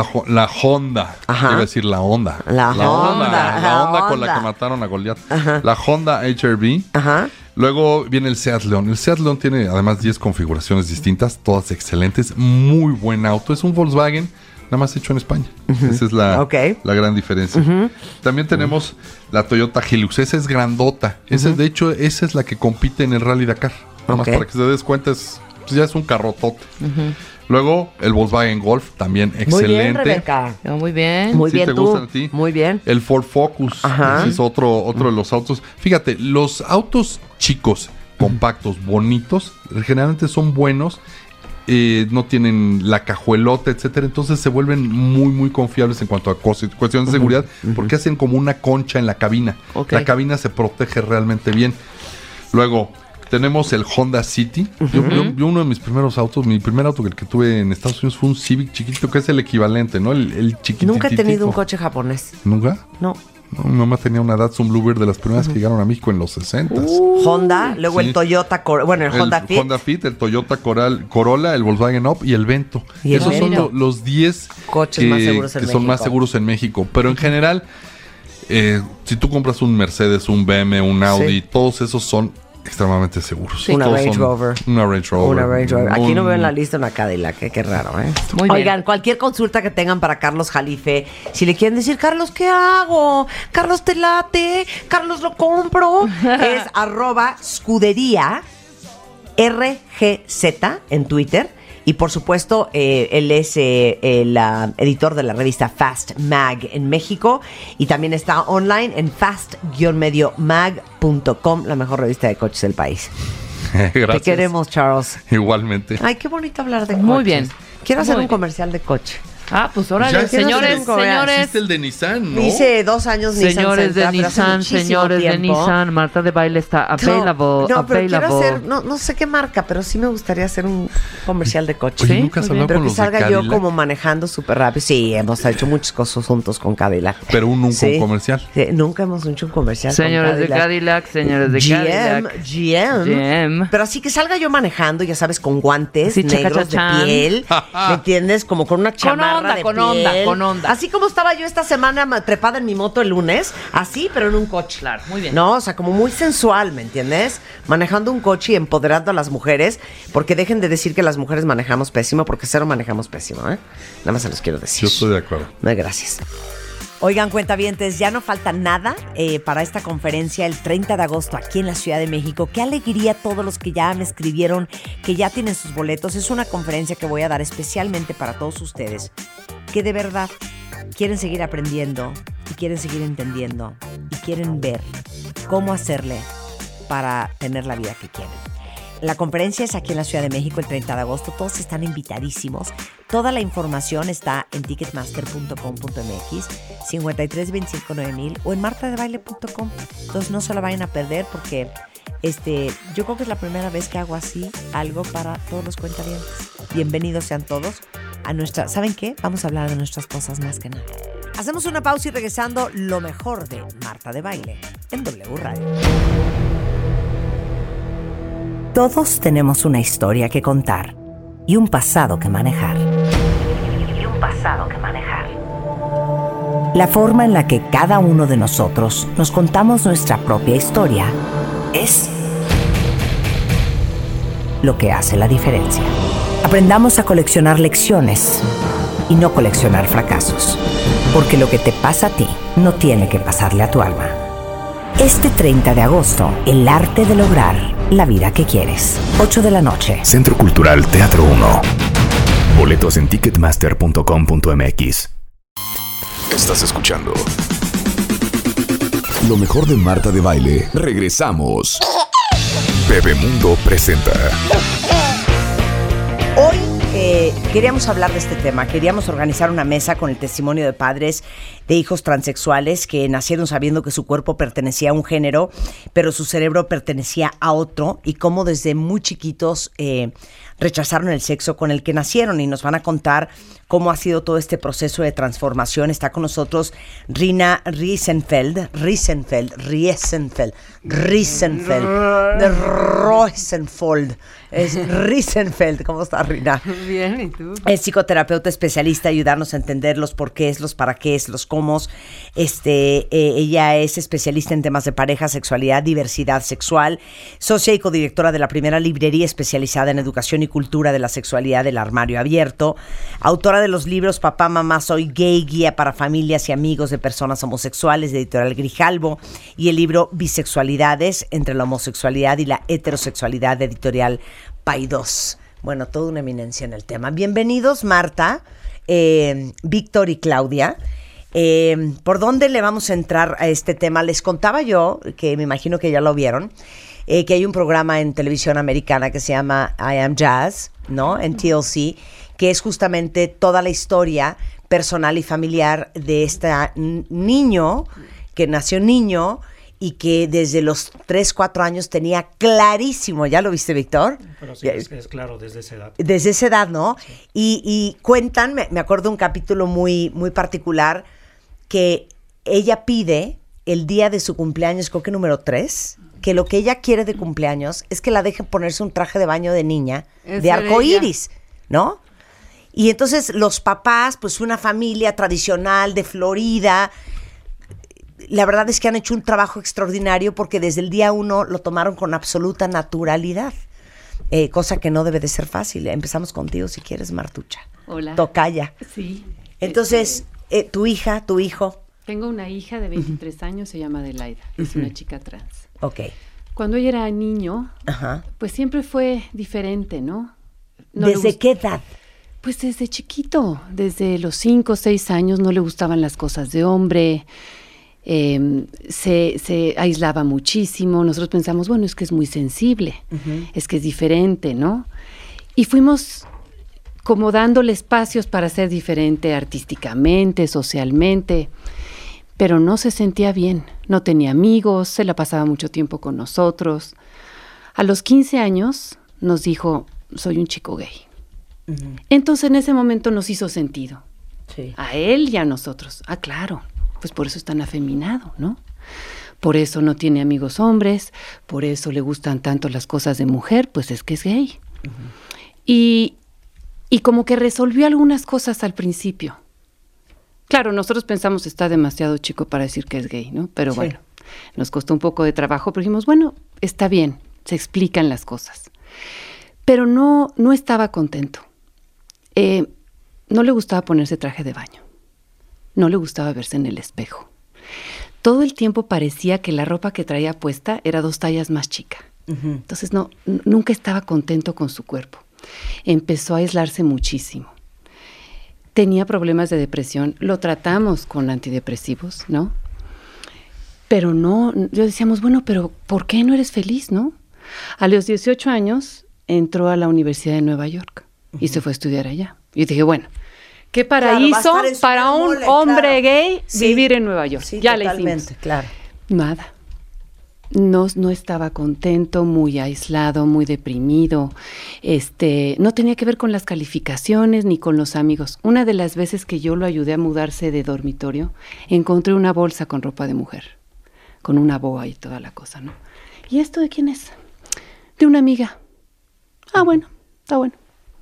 Honda. Ajá. Iba a decir la Honda. La Honda, La Honda con Honda. la que mataron a Goliat. Ajá. La Honda HR-V. Ajá. Luego viene el Seat León. El Seat León tiene además 10 configuraciones distintas, todas excelentes. Muy buen auto. Es un Volkswagen, nada más hecho en España. Esa es la gran diferencia. También tenemos la Toyota Hilux. Esa es grandota. De hecho, esa es la que compite en el Rally Dakar. Nada más Ok. para que se des cuenta, ya es un carrotote. Luego, el Volkswagen Golf, también excelente. Muy bien, Rebeca. Muy bien. Muy ¿Sí bien te tú. gustan a ti? Muy bien. El Ford Focus, Ajá. ese es otro de los autos. Fíjate, los autos chicos, compactos, bonitos, generalmente son buenos, no tienen la cajuelota, etcétera, entonces se vuelven muy, muy confiables en cuanto a cuestiones de seguridad, porque hacen como una concha en la cabina. Ok. La cabina se protege realmente bien. Luego, Tenemos el Honda City. Yo uno de mis primeros autos, mi primer auto que tuve en Estados Unidos fue un Civic chiquito, que es el equivalente, ¿no? El chiquitito. Nunca he tenido un coche japonés. ¿Nunca? No. No, mi mamá tenía una Datsun Bluebird de las primeras que llegaron a México en los 60s. Honda, luego el Toyota, el Honda Fit. Honda Fit, el Toyota Corolla, el Volkswagen Up y el Vento. Y esos son los 10 coches más seguros en que México. son más seguros en México. Pero en general, si tú compras un Mercedes, un BMW, un Audi, todos esos son extremadamente seguros. Sí. Una Range Rover. Una Range Rover. Aquí no veo en la lista una Cadillac, qué raro, ¿eh? Muy Oigan, bien. cualquier consulta que tengan para Carlos Jalife, si le quieren decir, Carlos, ¿qué hago? Carlos, ¿te late? Carlos, ¿lo compro? Es @scudería RGZ en Twitter. Y por supuesto, él es el editor de la revista Fast Mag en México. Y también está online en fast-mag.com, la mejor revista de coches del país. Gracias. Te queremos, Charles. Igualmente. Ay, qué bonito hablar de coches. Muy bien. Quiero hacer Muy un bien. comercial de coche. Ah, pues órale, Ya señores, señores. Existe el de Nissan, ¿no? Hice 2 años Señores de Nissan Sentra, pero hace Nissan, muchísimo señores de tiempo. Nissan, Marta de Baile está available, No, pero quiero available. hacer, no sé qué marca, pero sí me gustaría hacer un comercial de coche. Oye, Sí, ¿nunca has muy hablado Pero con que los de salga yo Cadillac? como manejando súper rápido. Sí, hemos hecho muchas cosas juntos con Cadillac. Pero nunca Sí. un comercial. Sí, nunca hemos hecho un comercial Señores con de Cadillac, señores de Cadillac. GM. Pero así que salga yo manejando, ya sabes, con guantes Sí, negros chacachachán. de piel, ¿me entiendes? Como con una chamarra onda, de con piel. onda, con onda. Así como estaba yo esta semana trepada en mi moto el lunes, así, pero en un coche. Claro, muy bien. No, o sea, como muy sensual, ¿me entiendes? Manejando un coche y empoderando a las mujeres, porque dejen de decir que las mujeres manejamos pésimo, porque cero manejamos pésimo, ¿eh? Nada más se los quiero decir. Yo estoy de acuerdo. No, gracias. Oigan, cuentavientes, ya no falta nada para esta conferencia el 30 de agosto aquí en la Ciudad de México. Qué alegría todos los que ya me escribieron, que ya tienen sus boletos. Es una conferencia que voy a dar especialmente para todos ustedes, que de verdad quieren seguir aprendiendo y quieren seguir entendiendo y quieren ver cómo hacerle para tener la vida que quieren. La conferencia es aquí en la Ciudad de México el 30 de agosto. Todos están invitadísimos. Toda la información está en ticketmaster.com.mx, 53259000 o en martadebaile.com. Entonces no se la vayan a perder porque yo creo que es la primera vez que hago así algo para todos los cuentavientes. Bienvenidos sean todos a nuestra... ¿Saben qué? Vamos a hablar de nuestras cosas más que nada. Hacemos una pausa y regresando lo mejor de Marta de Baile en W Radio. Todos tenemos una historia que contar y un pasado que manejar. La forma en la que cada uno de nosotros nos contamos nuestra propia historia es lo que hace la diferencia. Aprendamos a coleccionar lecciones y no coleccionar fracasos, porque lo que te pasa a ti no tiene que pasarle a tu alma. Este 30 de agosto, el arte de lograr la vida que quieres. 8 de la noche. Centro Cultural Teatro 1. Boletos en ticketmaster.com.mx. Estás escuchando lo mejor de Marta de Baile. Regresamos. Bebemundo presenta. Hoy queríamos hablar de este tema. Queríamos organizar una mesa con el testimonio de padres de hijos transexuales que nacieron sabiendo que su cuerpo pertenecía a un género, pero su cerebro pertenecía a otro, y cómo desde muy chiquitos rechazaron el sexo con el que nacieron, y nos van a contar cómo ha sido todo este proceso de transformación. Está con nosotros Rina Riesenfeld. Es Riesenfeld. ¿Cómo está, Rina? Bien, ¿y tú? Es psicoterapeuta especialista, ayudarnos a entender los porqués, los para qué, los cómo. Ella es especialista en temas de pareja, sexualidad, diversidad sexual, socia y codirectora de la primera librería especializada en educación y cultura de la sexualidad del Armario Abierto, autora de los libros Papá, Mamá, Soy Gay, Guía para Familias y Amigos de Personas Homosexuales, de Editorial Grijalbo, y el libro Bisexualidades, entre la homosexualidad y la heterosexualidad, de Editorial Paidós. Bueno, toda una eminencia en el tema. Bienvenidos, Marta, Víctor y Claudia. ¿Por dónde le vamos a entrar a este tema? Les contaba yo, que me imagino que ya lo vieron, que hay un programa en televisión americana que se llama I Am Jazz, ¿no? En TLC, que es justamente toda la historia personal y familiar de este niño, que nació niño y que desde los 3, 4 años tenía clarísimo, ¿ya lo viste, Víctor? Pero sí, es claro, desde esa edad. Desde esa edad, ¿no? Sí. Y cuentan, me acuerdo de un capítulo muy, muy particular, que ella pide el día de su cumpleaños, creo que número 3, que lo que ella quiere de cumpleaños es que la dejen ponerse un traje de baño de niña de arcoíris, ¿no? Y entonces los papás, pues una familia tradicional de Florida, la verdad es que han hecho un trabajo extraordinario porque desde el día 1 lo tomaron con absoluta naturalidad, cosa que no debe de ser fácil. Empezamos contigo si quieres, Martucha. Hola. Tocaya. Sí. Entonces, tu hija, tu hijo. Tengo una hija de 23 años, se llama Adelaida, es una chica trans. Ok. Cuando ella era niño, pues siempre fue diferente, ¿no? ¿Desde qué edad? Pues desde chiquito, desde los 5 o 6 años no le gustaban las cosas de hombre, se aislaba muchísimo. Nosotros pensamos, bueno, es que es muy sensible, es que es diferente, ¿no? Y fuimos como dándole espacios para ser diferente artísticamente, socialmente, pero no se sentía bien, no tenía amigos, se la pasaba mucho tiempo con nosotros. A los 15 años nos dijo, soy un chico gay. Entonces en ese momento nos hizo sentido, a él y a nosotros. Ah, claro, pues por eso es tan afeminado, ¿no? Por eso no tiene amigos hombres, por eso le gustan tanto las cosas de mujer, pues es que es gay. Y como que resolvió algunas cosas al principio. Claro, nosotros pensamos está demasiado chico para decir que es gay, ¿no? Pero bueno, nos costó un poco de trabajo, pero dijimos, bueno, está bien, se explican las cosas. Pero no estaba contento. No le gustaba ponerse traje de baño. No le gustaba verse en el espejo. Todo el tiempo parecía que la ropa que traía puesta era 2 tallas más chica. Entonces nunca estaba contento con su cuerpo. Empezó a aislarse muchísimo. Tenía problemas de depresión. Lo tratamos con antidepresivos, ¿no? Pero no, yo decíamos, bueno, pero ¿por qué no eres feliz, no? A los 18 años entró a la Universidad de Nueva York y se fue a estudiar allá. Y dije, bueno, qué paraíso para un hombre gay vivir en Nueva York. Sí, ya totalmente, le hicimos. claro. Nada. No estaba contento, muy aislado, muy deprimido. No tenía que ver con las calificaciones ni con los amigos. Una de las veces que yo lo ayudé a mudarse de dormitorio, encontré una bolsa con ropa de mujer, con una boa y toda la cosa, ¿no? ¿Y esto de quién es? De una amiga. Ah, bueno, está bueno.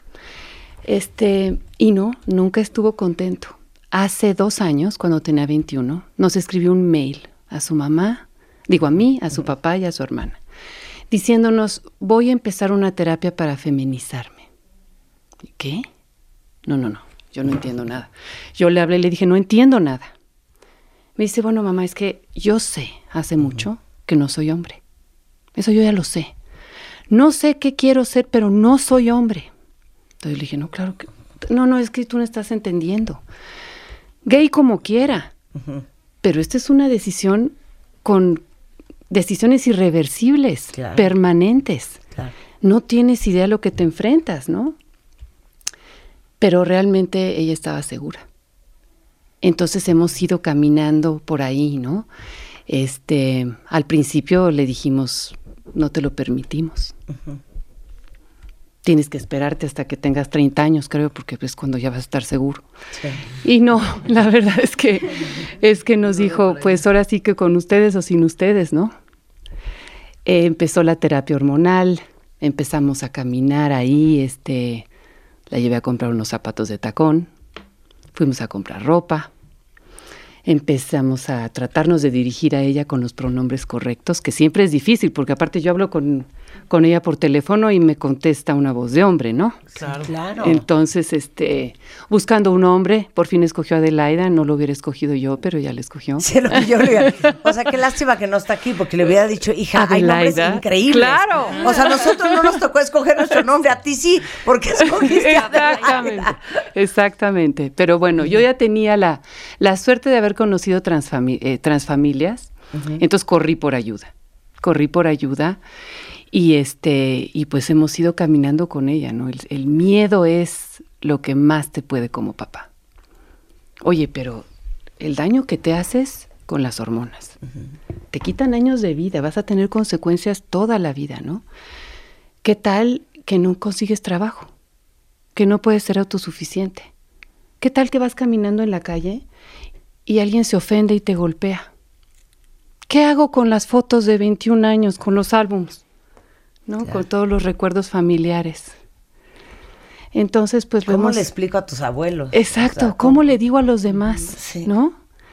Y no, nunca estuvo contento. Hace 2 años, cuando tenía 21, nos escribió un mail a su mamá, a mí, a su papá y a su hermana, diciéndonos, voy a empezar una terapia para feminizarme. ¿Qué? No, yo no entiendo nada. Yo le hablé y le dije, no entiendo nada. Me dice, bueno, mamá, es que yo sé hace mucho que no soy hombre. Eso yo ya lo sé. No sé qué quiero ser, pero no soy hombre. Entonces le dije, no, claro que... No, es que tú no estás entendiendo. Gay como quiera. Pero esta es una decisión con decisiones irreversibles, permanentes. Claro. No tienes idea de lo que te enfrentas, ¿no? Pero realmente ella estaba segura. Entonces hemos ido caminando por ahí, ¿no? Al principio le dijimos, no te lo permitimos. Tienes que esperarte hasta que tengas 30 años, creo, porque es cuando ya vas a estar seguro. Sí. Y no, la verdad es que nos dijo, pues ahora sí que con ustedes o sin ustedes, ¿no? Empezó la terapia hormonal, empezamos a caminar ahí, la llevé a comprar unos zapatos de tacón, fuimos a comprar ropa, empezamos a tratarnos de dirigir a ella con los pronombres correctos, que siempre es difícil, porque aparte yo hablo con ella por teléfono y me contesta una voz de hombre, ¿no? Claro. Entonces, buscando un hombre, por fin escogió a Adelaida, no lo hubiera escogido yo, pero ya le escogió. Sí, o sea, qué lástima que no está aquí, porque le hubiera dicho, hija, Adelaida, hay nombres increíbles. Claro. O sea, a nosotros no nos tocó escoger nuestro nombre, a ti sí, porque escogiste a Adelaida. Exactamente. Pero bueno, yo ya tenía la suerte de haber conocido transfamilias, entonces corrí por ayuda. Y pues hemos ido caminando con ella, ¿no? El miedo es lo que más te puede como papá. Oye, pero el daño que te haces con las hormonas. te quitan años de vida, vas a tener consecuencias toda la vida, ¿no? ¿Qué tal que no consigues trabajo? Que no puedes ser autosuficiente. ¿Qué tal que vas caminando en la calle y alguien se ofende y te golpea? ¿Qué hago con las fotos de 21 años, con los álbums, ¿no? Claro. Con todos los recuerdos familiares. Entonces, pues ¿Cómo vemos... le explico a tus abuelos? Exacto, O sea, ¿cómo le digo a los demás? Sí. ¿No?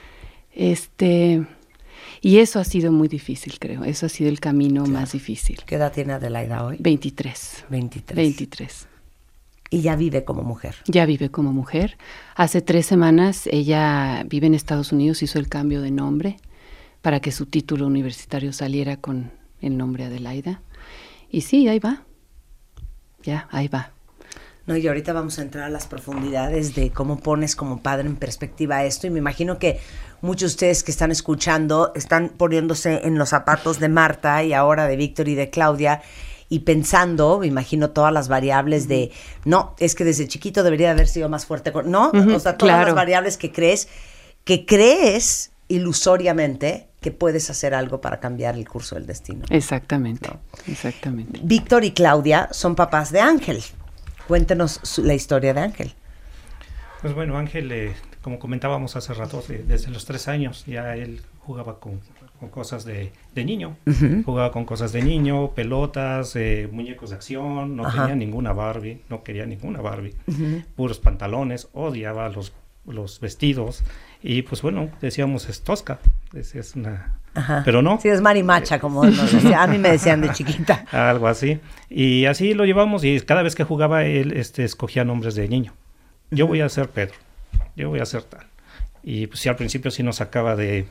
Y eso ha sido muy difícil, creo. Eso ha sido el camino más difícil. ¿Qué edad tiene Adelaida hoy? 23. 23. Y ya vive como mujer. Ya vive como mujer. Hace 3 semanas ella vive en Estados Unidos, hizo el cambio de nombre para que su título universitario saliera con el nombre Adelaida. Y sí, ahí va. Ya, ahí va. No, y ahorita vamos a entrar a las profundidades de cómo pones como padre en perspectiva esto, y me imagino que muchos de ustedes que están escuchando están poniéndose en los zapatos de Marta y ahora de Víctor y de Claudia y pensando, me imagino, todas las variables de, no, es que desde chiquito debería haber sido más fuerte, ¿no? O sea, todas las variables que crees ilusoriamente que puedes hacer algo para cambiar el curso del destino. Exactamente, exactamente. Víctor y Claudia son papás de Ángel. Cuéntenos la historia de Ángel. Pues bueno, Ángel, como comentábamos hace rato, desde los 3 años ya él jugaba con cosas de niño. Jugaba con cosas de niño, pelotas, muñecos de acción, no tenía ninguna Barbie, puros pantalones, odiaba los vestidos y pues bueno, decíamos es tosca, es una... Pero no. Sí, es marimacha, como nos decía, a mí me decían de chiquita. Algo así. Y así lo llevamos y cada vez que jugaba él escogía nombres de niño. Yo voy a ser Pedro, yo voy a ser tal. Y pues sí, al principio sí nos sacaba de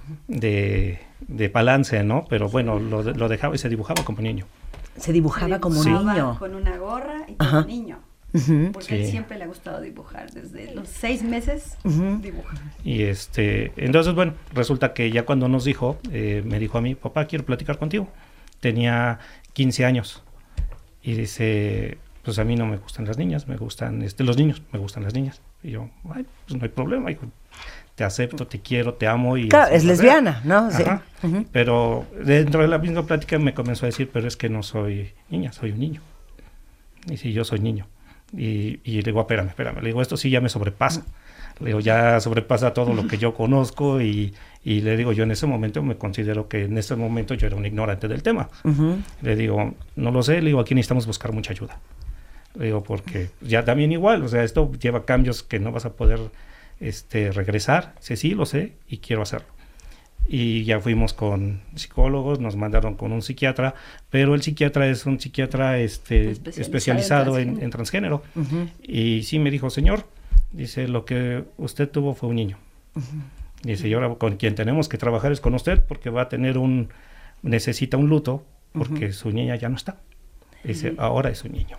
balance, ¿no? Pero bueno, lo dejaba y se dibujaba como niño. Se dibujaba como un niño. Con una gorra y como niño. Porque a él siempre le ha gustado dibujar, desde los 6 meses dibuja. Y entonces bueno, resulta que ya cuando nos dijo, me dijo a mí, papá, quiero platicar contigo. Tenía 15 años y dice, pues a mí no me gustan las niñas, me gustan los niños, me gustan las niñas. Y yo, ay, pues no hay problema, hijo, te acepto, te quiero, te amo. Y claro, es lesbiana, ¿no? Sí. Pero dentro de la misma plática me comenzó a decir, pero es que no soy niña, soy un niño. Y sí, yo soy niño. Y le digo, espérame, le digo, esto sí ya me sobrepasa, le digo, ya sobrepasa todo lo que yo conozco y le digo, yo en ese momento me considero que en ese momento yo era un ignorante del tema. Le digo, no lo sé, le digo, aquí necesitamos buscar mucha ayuda, le digo, porque ya también igual, o sea, esto lleva cambios que no vas a poder regresar, sí, lo sé y quiero hacerlo. Y ya fuimos con psicólogos, nos mandaron con un psiquiatra, pero el psiquiatra es un psiquiatra especializado en transgénero. Y sí me dijo, señor, dice, lo que usted tuvo fue un niño. Dice, y ahora con quien tenemos que trabajar es con usted, porque va a tener necesita un luto, porque su niña ya no está. Dice, ahora es un niño.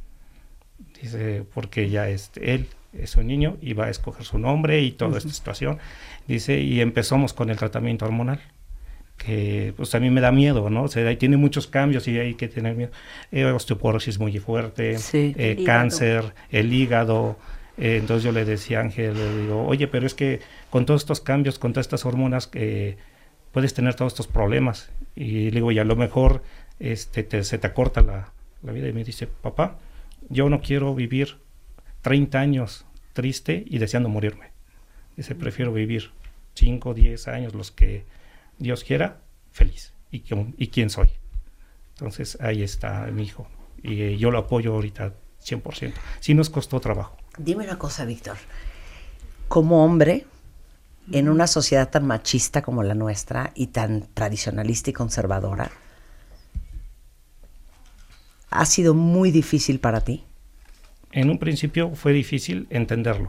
Dice, porque ya él es un niño y va a escoger su nombre y toda esta situación. Dice, y empezamos con el tratamiento hormonal, que pues a mí me da miedo, ¿no? O sea, ahí tiene muchos cambios y hay que tener miedo. Osteoporosis muy fuerte, cáncer, el hígado. Entonces yo le decía a Ángel, le digo, oye, pero es que con todos estos cambios, con todas estas hormonas, puedes tener todos estos problemas. Y le digo, y a lo mejor se te acorta la vida. Y me dice, papá, yo no quiero vivir 30 años triste y deseando morirme. Dice, prefiero vivir 5, 10 años, los que Dios quiera, feliz. ¿Y quién soy? Entonces, ahí está mi hijo. Y yo lo apoyo ahorita 100%. Sí nos costó trabajo. Dime una cosa, Víctor. Como hombre, en una sociedad tan machista como la nuestra y tan tradicionalista y conservadora, ¿ha sido muy difícil para ti? En un principio fue difícil entenderlo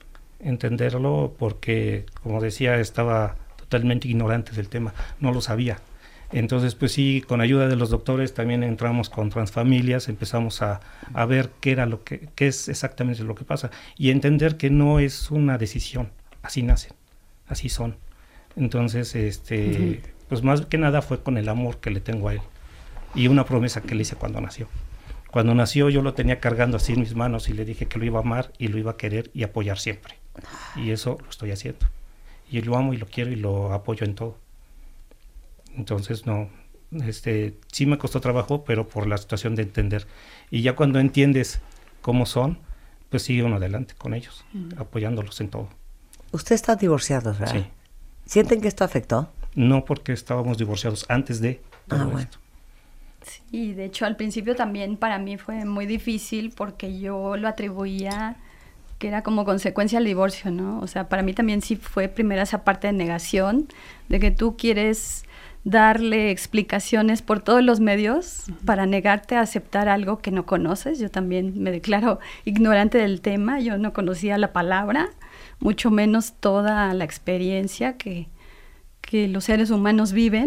porque, como decía, estaba totalmente ignorante del tema, no lo sabía. Entonces, pues sí, con ayuda de los doctores también entramos con Transfamilias, empezamos a ver qué es exactamente lo que pasa y entender que no es una decisión, así nacen, así son. Entonces, pues más que nada fue con el amor que le tengo a él y una promesa que le hice cuando nació. Cuando nació yo lo tenía cargando así en mis manos y le dije que lo iba a amar y lo iba a querer y apoyar siempre. Y eso lo estoy haciendo. Y yo lo amo y lo quiero y lo apoyo en todo. Entonces no, sí me costó trabajo, pero por la situación de entender. Y ya cuando entiendes cómo son, pues sigue uno adelante con ellos, apoyándolos en todo. Usted está divorciado, ¿verdad? Sí. ¿Sienten que esto afectó? No, porque estábamos divorciados antes de todo esto. Sí, de hecho al principio también para mí fue muy difícil porque yo lo atribuía que era como consecuencia del divorcio, ¿no? O sea, para mí también sí fue primero esa parte de negación, de que tú quieres darle explicaciones por todos los medios para negarte a aceptar algo que no conoces. Yo también me declaro ignorante del tema, yo no conocía la palabra, mucho menos toda la experiencia que los seres humanos viven.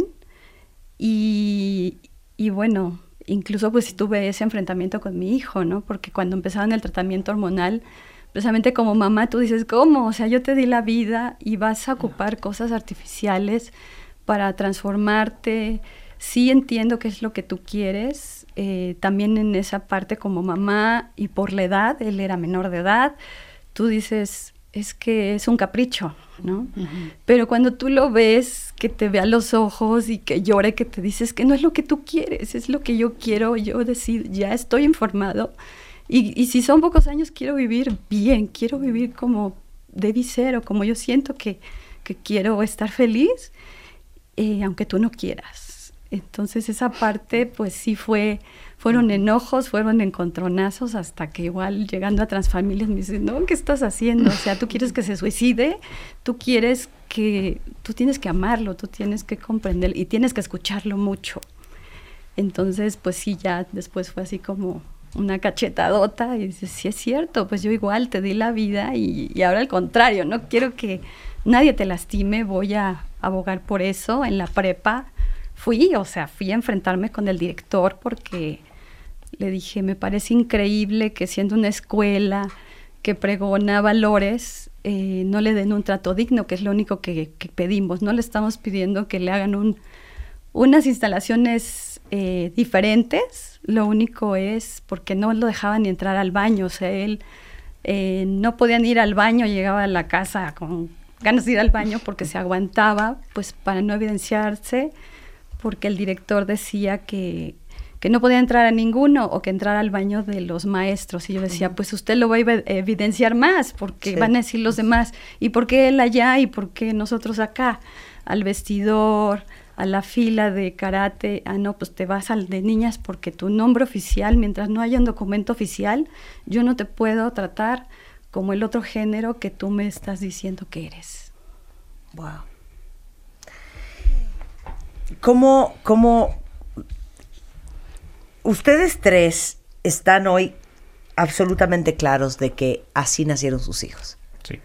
Y bueno, incluso pues tuve ese enfrentamiento con mi hijo, ¿no? Porque cuando empezaban el tratamiento hormonal, precisamente como mamá tú dices, ¿cómo? O sea, yo te di la vida y vas a ocupar cosas artificiales para transformarte. Sí entiendo qué es lo que tú quieres, también en esa parte como mamá y por la edad, él era menor de edad, tú dices, es que es un capricho, ¿no? Pero cuando tú lo ves, que te ve a los ojos y que llora y que te dices que no es lo que tú quieres, es lo que yo quiero, yo decido, ya estoy informado y si son pocos años quiero vivir bien, quiero vivir como debí ser o como yo siento que quiero estar feliz, aunque tú no quieras. Entonces esa parte pues sí fueron enojos, fueron encontronazos, hasta que igual llegando a Transfamilias me dicen, no, ¿qué estás haciendo? O sea, tú quieres que se suicide, tú tienes que amarlo, tú tienes que comprenderlo y tienes que escucharlo mucho. Entonces pues sí, ya después fue así como una cachetadota y dices, sí es cierto, pues yo igual te di la vida y ahora al contrario, no quiero que nadie te lastime, voy a abogar por eso. En la prepa fui a enfrentarme con el director porque le dije, me parece increíble que siendo una escuela que pregona valores, no le den un trato digno, que es lo único que pedimos. No le estamos pidiendo que le hagan unas instalaciones diferentes, lo único es porque no lo dejaban ni entrar al baño, o sea, él no podían ir al baño, llegaba a la casa con ganas de ir al baño porque se aguantaba, pues para no evidenciarse, porque el director decía que no podía entrar a ninguno o que entrara al baño de los maestros. Y yo decía, pues usted lo va a evidenciar más, porque van a decir los demás. ¿Y por qué él allá y por qué nosotros acá? Al vestidor, a la fila de karate. No, pues te vas al de niñas porque tu nombre oficial, mientras no haya un documento oficial, yo no te puedo tratar como el otro género que tú me estás diciendo que eres. Wow. ¿Cómo ustedes tres están hoy absolutamente claros de que así nacieron sus hijos?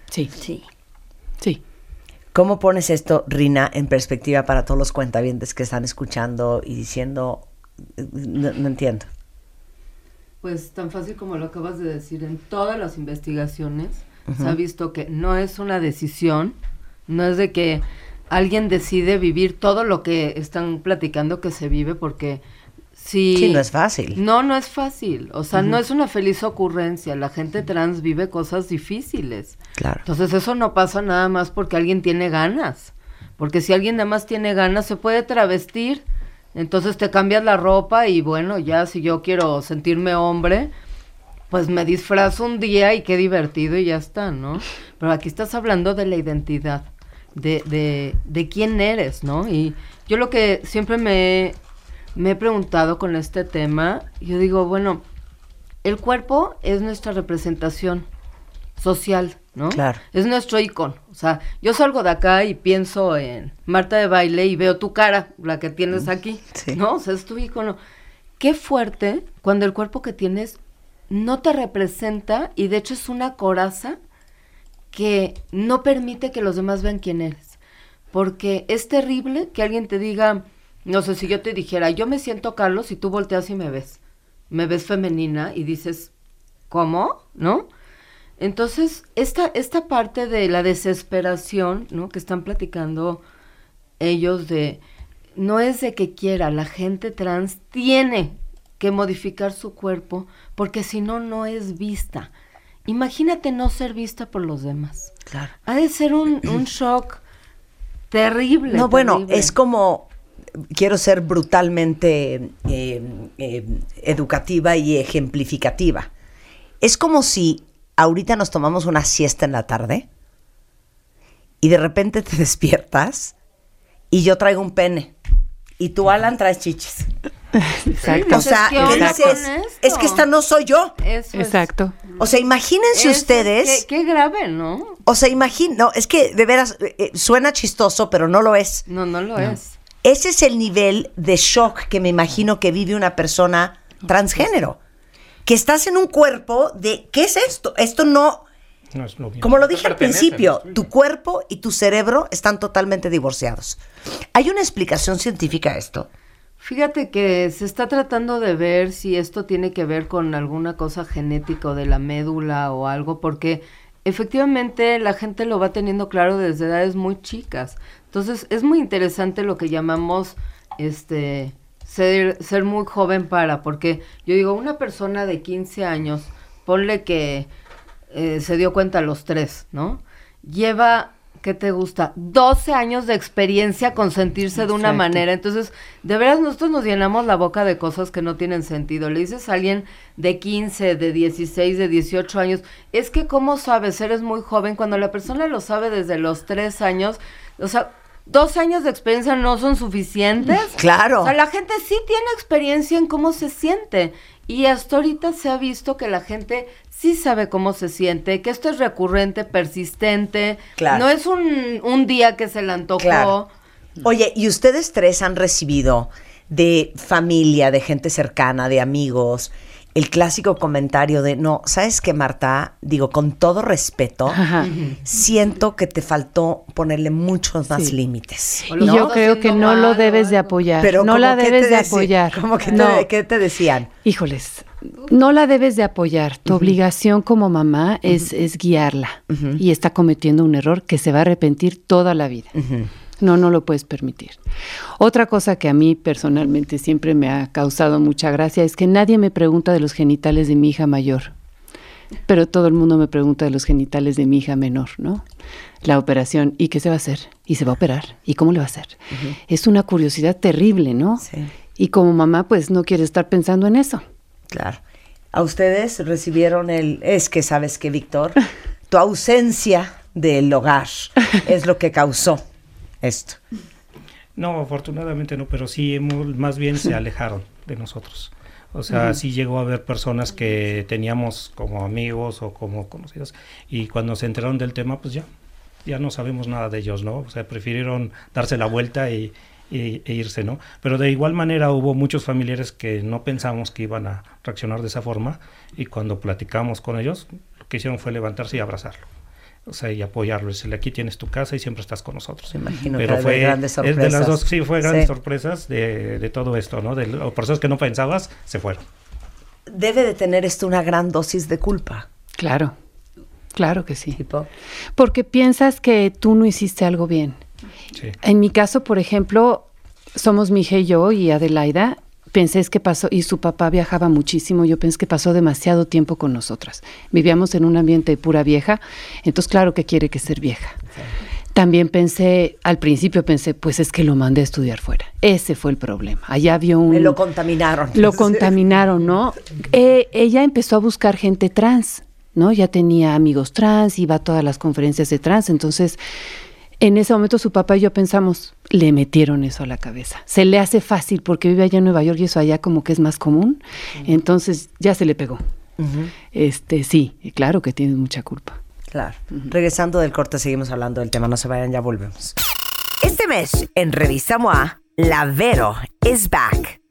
Sí. ¿Cómo pones esto, Rina, en perspectiva para todos los cuentavientes que están escuchando y diciendo, no entiendo? Pues tan fácil como lo acabas de decir, en todas las investigaciones se ha visto que no es una decisión, no es de que alguien decide vivir todo lo que están platicando que se vive, porque sí, no es fácil. No es fácil, o sea, no es una feliz ocurrencia, la gente trans vive cosas difíciles. Claro. Entonces eso no pasa nada más porque alguien tiene ganas, porque si alguien nada más tiene ganas se puede travestir, entonces te cambias la ropa y bueno, ya si yo quiero sentirme hombre, pues me disfrazo un día y qué divertido y ya está, ¿no? Pero aquí estás hablando de la identidad, de quién eres, ¿no? Y yo lo que siempre me he preguntado con este tema, yo digo, bueno, el cuerpo es nuestra representación social, ¿no? Claro. Es nuestro ícono, o sea, yo salgo de acá y pienso en Marta de Baile y veo tu cara, la que tienes aquí, ¿no? O sea, es tu ícono. Qué fuerte cuando el cuerpo que tienes no te representa y de hecho es una coraza que no permite que los demás vean quién eres, porque es terrible que alguien te diga, no sé, si yo te dijera, yo me siento Carlos y tú volteas y me ves femenina y dices, ¿cómo? ¿No? Entonces, esta parte de la desesperación, ¿no? Que están platicando ellos no es de que quiera, la gente trans tiene que modificar su cuerpo, porque si no, no es vista. Imagínate no ser vista por los demás. Claro. Ha de ser un shock terrible. No, bueno, terrible. es como quiero ser brutalmente educativa y ejemplificativa. Es como si ahorita nos tomamos una siesta en la tarde y de repente te despiertas y yo traigo un pene y tú, Alan, traes chichis. Exacto. O sea, ¿qué dices? Es que esta no soy yo. Exacto. O sea, imagínense ustedes. Qué grave, ¿no? O sea, no, es que de veras suena chistoso, pero no lo es. No lo es. Ese es el nivel de shock que me imagino que vive una persona transgénero. Que estás en un cuerpo de, ¿qué es esto? Esto no es lo mismo. Como lo dije al principio, tu cuerpo y tu cerebro están totalmente divorciados. ¿Hay una explicación científica a esto? Fíjate que se está tratando de ver si esto tiene que ver con alguna cosa genética o de la médula o algo, porque efectivamente la gente lo va teniendo claro desde edades muy chicas. Entonces es muy interesante lo que llamamos ser muy joven porque yo digo, una persona de 15 años, ponle que se dio cuenta a los 3, ¿no? Lleva... ¿Qué te gusta? 12 años de experiencia con sentirse de una manera. Entonces, de veras, nosotros nos llenamos la boca de cosas que no tienen sentido. Le dices a alguien de 15, de 16, de 18 años, es que ¿cómo sabes? Eres muy joven. Cuando la persona lo sabe desde los 3 años, o sea, 2 años de experiencia no son suficientes. Claro. O sea, la gente sí tiene experiencia en cómo se siente. Y hasta ahorita se ha visto que la gente sí sabe cómo se siente, que esto es recurrente, persistente. Claro. No es un día que se le antojó. Claro. Oye, ¿y ustedes 3 han recibido de familia, de gente cercana, de amigos, el clásico comentario de, no, ¿sabes qué, Marta? Digo, con todo respeto, siento que te faltó ponerle muchos más límites. Y yo creo que no lo debes de apoyar. Pero no la debes de apoyar. ¿Qué te decían? Híjoles, no la debes de apoyar. Tu obligación como mamá es guiarla. Y está cometiendo un error que se va a arrepentir toda la vida. No lo puedes permitir. Otra cosa que a mí personalmente siempre me ha causado mucha gracia es que nadie me pregunta de los genitales de mi hija mayor, pero todo el mundo me pregunta de los genitales de mi hija menor, ¿no? La operación, ¿y qué se va a hacer? ¿Y se va a operar? ¿Y cómo le va a hacer? Es una curiosidad terrible, ¿no? Sí. Y como mamá, pues no quiere estar pensando en eso. Claro. ¿A ustedes recibieron es que sabes que, Víctor, tu ausencia del hogar es lo que causó esto? No, afortunadamente no, pero sí más bien se alejaron de nosotros. O sea, sí llegó a haber personas que teníamos como amigos o como conocidos, y cuando se enteraron del tema, pues ya no sabemos nada de ellos, ¿no? O sea, prefirieron darse la vuelta e irse, ¿no? Pero de igual manera hubo muchos familiares que no pensamos que iban a reaccionar de esa forma, y cuando platicamos con ellos, lo que hicieron fue levantarse y abrazarlo. O sea, y apoyarlo, decirle, aquí tienes tu casa y siempre estás con nosotros. Me imagino. Pero que fue grandes sorpresas. de las dos, sí, fue grandes sorpresas de todo esto, ¿no? De personas que no pensabas, se fueron. Debe de tener esto una gran dosis de culpa. Claro, claro que sí. ¿Tipo? Porque piensas que tú no hiciste algo bien. Sí. En mi caso, por ejemplo, somos mi hija y yo y Adelaida. Pensé que pasó, y su papá viajaba muchísimo, yo pensé que pasó demasiado tiempo con nosotras. Vivíamos en un ambiente de pura vieja, entonces claro que quiere que ser vieja. Sí. También al principio pensé, pues es que lo mandé a estudiar fuera. Ese fue el problema. Allá vio Me lo contaminaron. Lo contaminaron, ¿no? Ella empezó a buscar gente trans, ¿no? Ya tenía amigos trans, iba a todas las conferencias de trans, entonces... En ese momento su papá y yo pensamos, le metieron eso a la cabeza. Se le hace fácil porque vive allá en Nueva York y eso allá como que es más común. Entonces ya se le pegó. Sí, claro que tienes mucha culpa. Claro. Regresando del corte seguimos hablando del tema. No se vayan, ya volvemos. Este mes en Revista MOA, la Vero is back.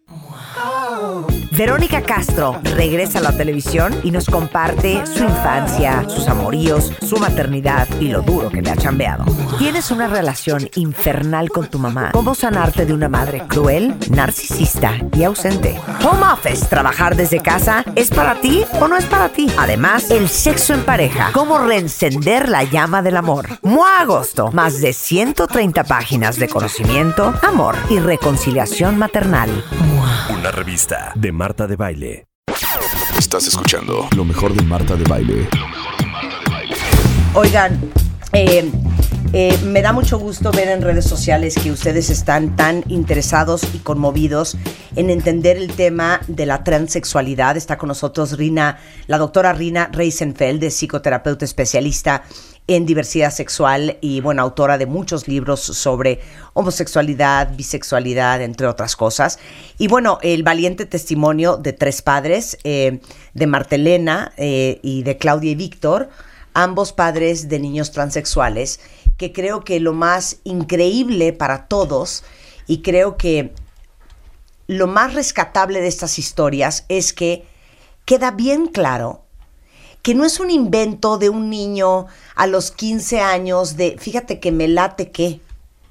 Verónica Castro regresa a la televisión y nos comparte su infancia, sus amoríos, su maternidad y lo duro que le ha chambeado. ¿Tienes una relación infernal con tu mamá? ¿Cómo sanarte de una madre cruel, narcisista y ausente? Home Office, trabajar desde casa, ¿es para ti o no es para ti? Además, el sexo en pareja, cómo reencender la llama del amor. MOA Agosto, más de 130 páginas de conocimiento, amor y reconciliación maternal. Una revista de Marta de Baile. Estás escuchando lo mejor de Marta de Baile. Oigan, Me da mucho gusto ver en redes sociales que ustedes están tan interesados y conmovidos en entender el tema de la transexualidad. Está con nosotros la doctora Rina Reisenfeld, de psicoterapeuta especialista en diversidad sexual y, bueno, autora de muchos libros sobre homosexualidad, bisexualidad, entre otras cosas. Y, bueno, el valiente testimonio de 3 padres, de Martelena y de Claudia y Víctor, ambos padres de niños transexuales, que creo que lo más increíble para todos y creo que lo más rescatable de estas historias es que queda bien claro que no es un invento de un niño a los 15 años de, fíjate que me late que.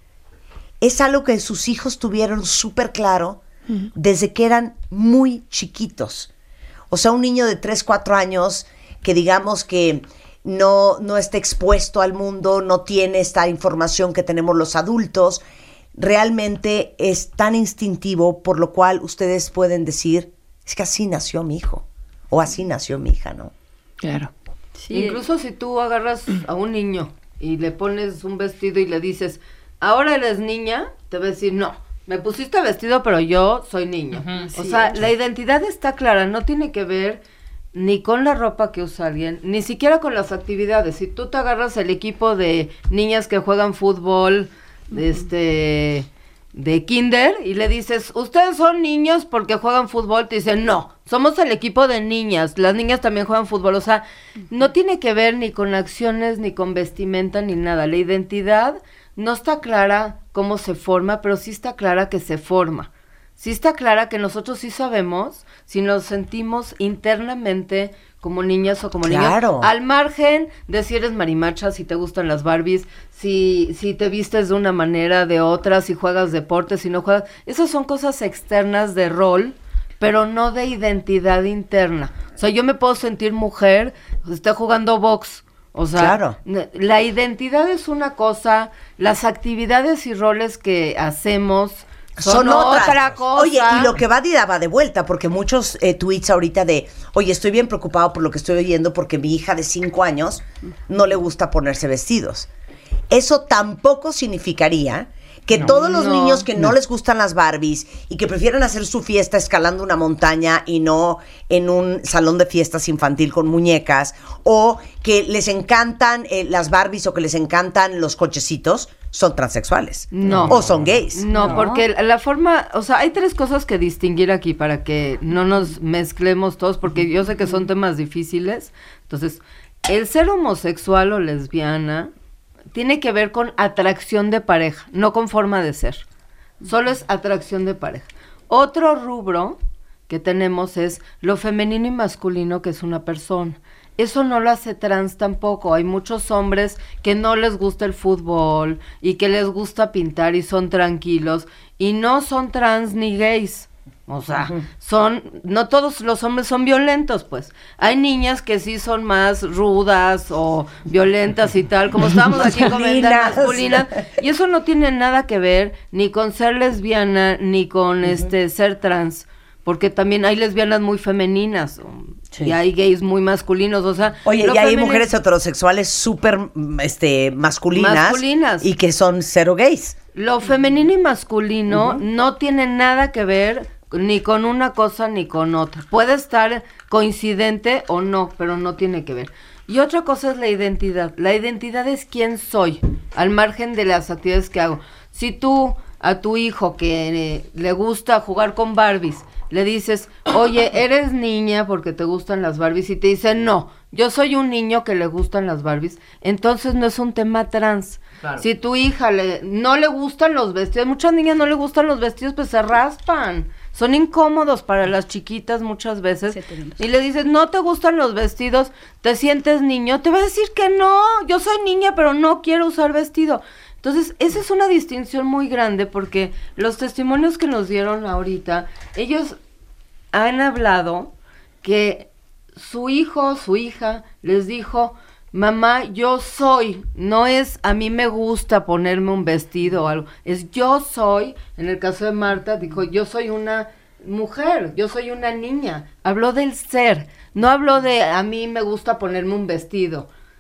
Es algo que sus hijos tuvieron súper claro desde que eran muy chiquitos. O sea, un niño de 3, 4 años que digamos que no está expuesto al mundo, no tiene esta información que tenemos los adultos, realmente es tan instintivo, por lo cual ustedes pueden decir, es que así nació mi hijo, o así nació mi hija, ¿no? Claro. Sí. Incluso si tú agarras a un niño y le pones un vestido y le dices, ahora eres niña, te va a decir, no, me pusiste vestido, pero yo soy niño. O sea, la identidad está clara, no tiene que ver ni con la ropa que usa alguien, ni siquiera con las actividades. Si tú te agarras el equipo de niñas que juegan fútbol, de kinder, y le dices, ustedes son niños porque juegan fútbol, te dicen, no, somos el equipo de niñas, las niñas también juegan fútbol. O sea, no tiene que ver ni con acciones, ni con vestimenta, ni nada. La identidad no está clara cómo se forma, pero sí está clara que se forma. Sí está clara que nosotros sí sabemos si nos sentimos internamente como niñas o como niños, al margen de si eres marimacha, si te gustan las Barbies, si te vistes de una manera, de otra, si juegas deporte, si no juegas. Esas son cosas externas de rol, pero no de identidad interna. O sea, yo me puedo sentir mujer, esté jugando box. O sea, la identidad es una cosa, las actividades y roles que hacemos son otra cosa. Oye, y lo que va de vuelta, porque muchos tweets ahorita de, oye, estoy bien preocupado por lo que estoy oyendo porque mi hija de 5 años no le gusta ponerse vestidos. Eso tampoco significaría que todos los niños que no les gustan las Barbies y que prefieren hacer su fiesta escalando una montaña y no en un salón de fiestas infantil con muñecas, o que les encantan las Barbies o que les encantan los cochecitos, son transexuales. No. O son gays. No, porque la forma, o sea, hay 3 cosas que distinguir aquí para que no nos mezclemos todos, porque yo sé que son temas difíciles. Entonces, el ser homosexual o lesbiana tiene que ver con atracción de pareja, no con forma de ser. Solo es atracción de pareja. Otro rubro que tenemos es lo femenino y masculino, que es una persona. Eso no lo hace trans tampoco. Hay muchos hombres que no les gusta el fútbol y que les gusta pintar y son tranquilos y no son trans ni gays. O sea, no todos los hombres son violentos, pues. Hay niñas que sí son más rudas o violentas y tal, como estábamos aquí comentando, masculinas. Y eso no tiene nada que ver ni con ser lesbiana ni con ser trans. Porque también hay lesbianas muy femeninas y hay gays muy masculinos, o sea... Oye, y hay mujeres heterosexuales súper masculinas y que son cero gays. Lo femenino y masculino no tiene nada que ver ni con una cosa ni con otra. Puede estar coincidente o no, pero no tiene que ver. Y otra cosa es la identidad. La identidad es quién soy, al margen de las actividades que hago. Si tú a tu hijo que le gusta jugar con Barbies le dices, oye, eres niña porque te gustan las Barbies, y te dice, no, yo soy un niño que le gustan las Barbies, entonces no es un tema trans. Claro. Si tu hija no le gustan los vestidos, muchas niñas no le gustan los vestidos, pues se raspan, son incómodos para las chiquitas muchas veces, y le dices, no te gustan los vestidos, te sientes niño, te va a decir que no, yo soy niña pero no quiero usar vestido. Entonces, esa es una distinción muy grande, porque los testimonios que nos dieron ahorita, ellos han hablado que su hijo, su hija, les dijo, mamá, yo soy, no es a mí me gusta ponerme un vestido o algo, es yo soy. En el caso de Marta, dijo, yo soy una mujer, yo soy una niña. Habló del ser, no habló de a mí me gusta ponerme un vestido.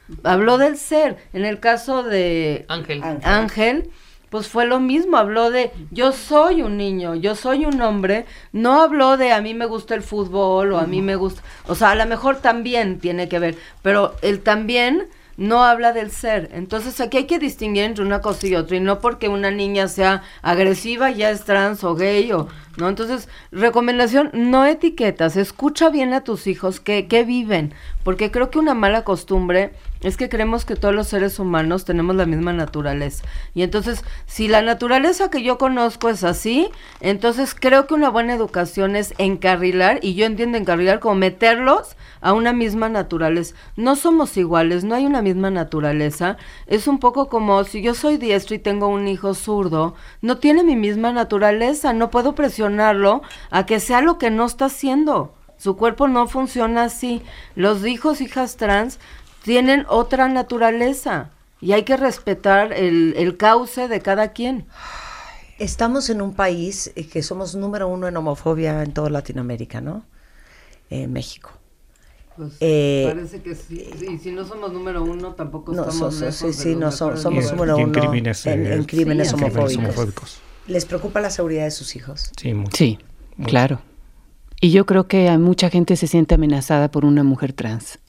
habló del ser. En el caso de Ángel, pues fue lo mismo, habló de yo soy un niño, yo soy un hombre, no habló de a mí me gusta el fútbol o a mí me gusta, o sea, a lo mejor también tiene que ver, pero el también no habla del ser. Entonces aquí hay que distinguir entre una cosa y otra, y no porque una niña sea agresiva ya es trans o gay o no. Entonces, recomendación, no etiquetas, escucha bien a tus hijos que viven, porque creo que una mala costumbre es que creemos que todos los seres humanos tenemos la misma naturaleza, y entonces si la naturaleza que yo conozco es así, entonces creo que una buena educación es encarrilar, y yo entiendo encarrilar como meterlos a una misma naturaleza. No somos iguales, no hay una misma naturaleza. Es un poco como si yo soy diestro y tengo un hijo zurdo, no tiene mi misma naturaleza, no puedo presionarlo a que sea lo que no está haciendo. Su cuerpo no funciona así. Los hijos, hijas trans tienen otra naturaleza y hay que respetar el cauce de cada quien. Estamos en un país que somos número 1 en homofobia en toda Latinoamérica, ¿no? México. Pues parece que sí, y si no somos número 1 tampoco estamos lejos. Somos número 1 en crímenes homofóbicos. homofóbicos. ¿Les preocupa la seguridad de sus hijos? Sí, mucho. Sí, mucho. Claro. Y yo creo que hay mucha gente se siente amenazada por una mujer trans.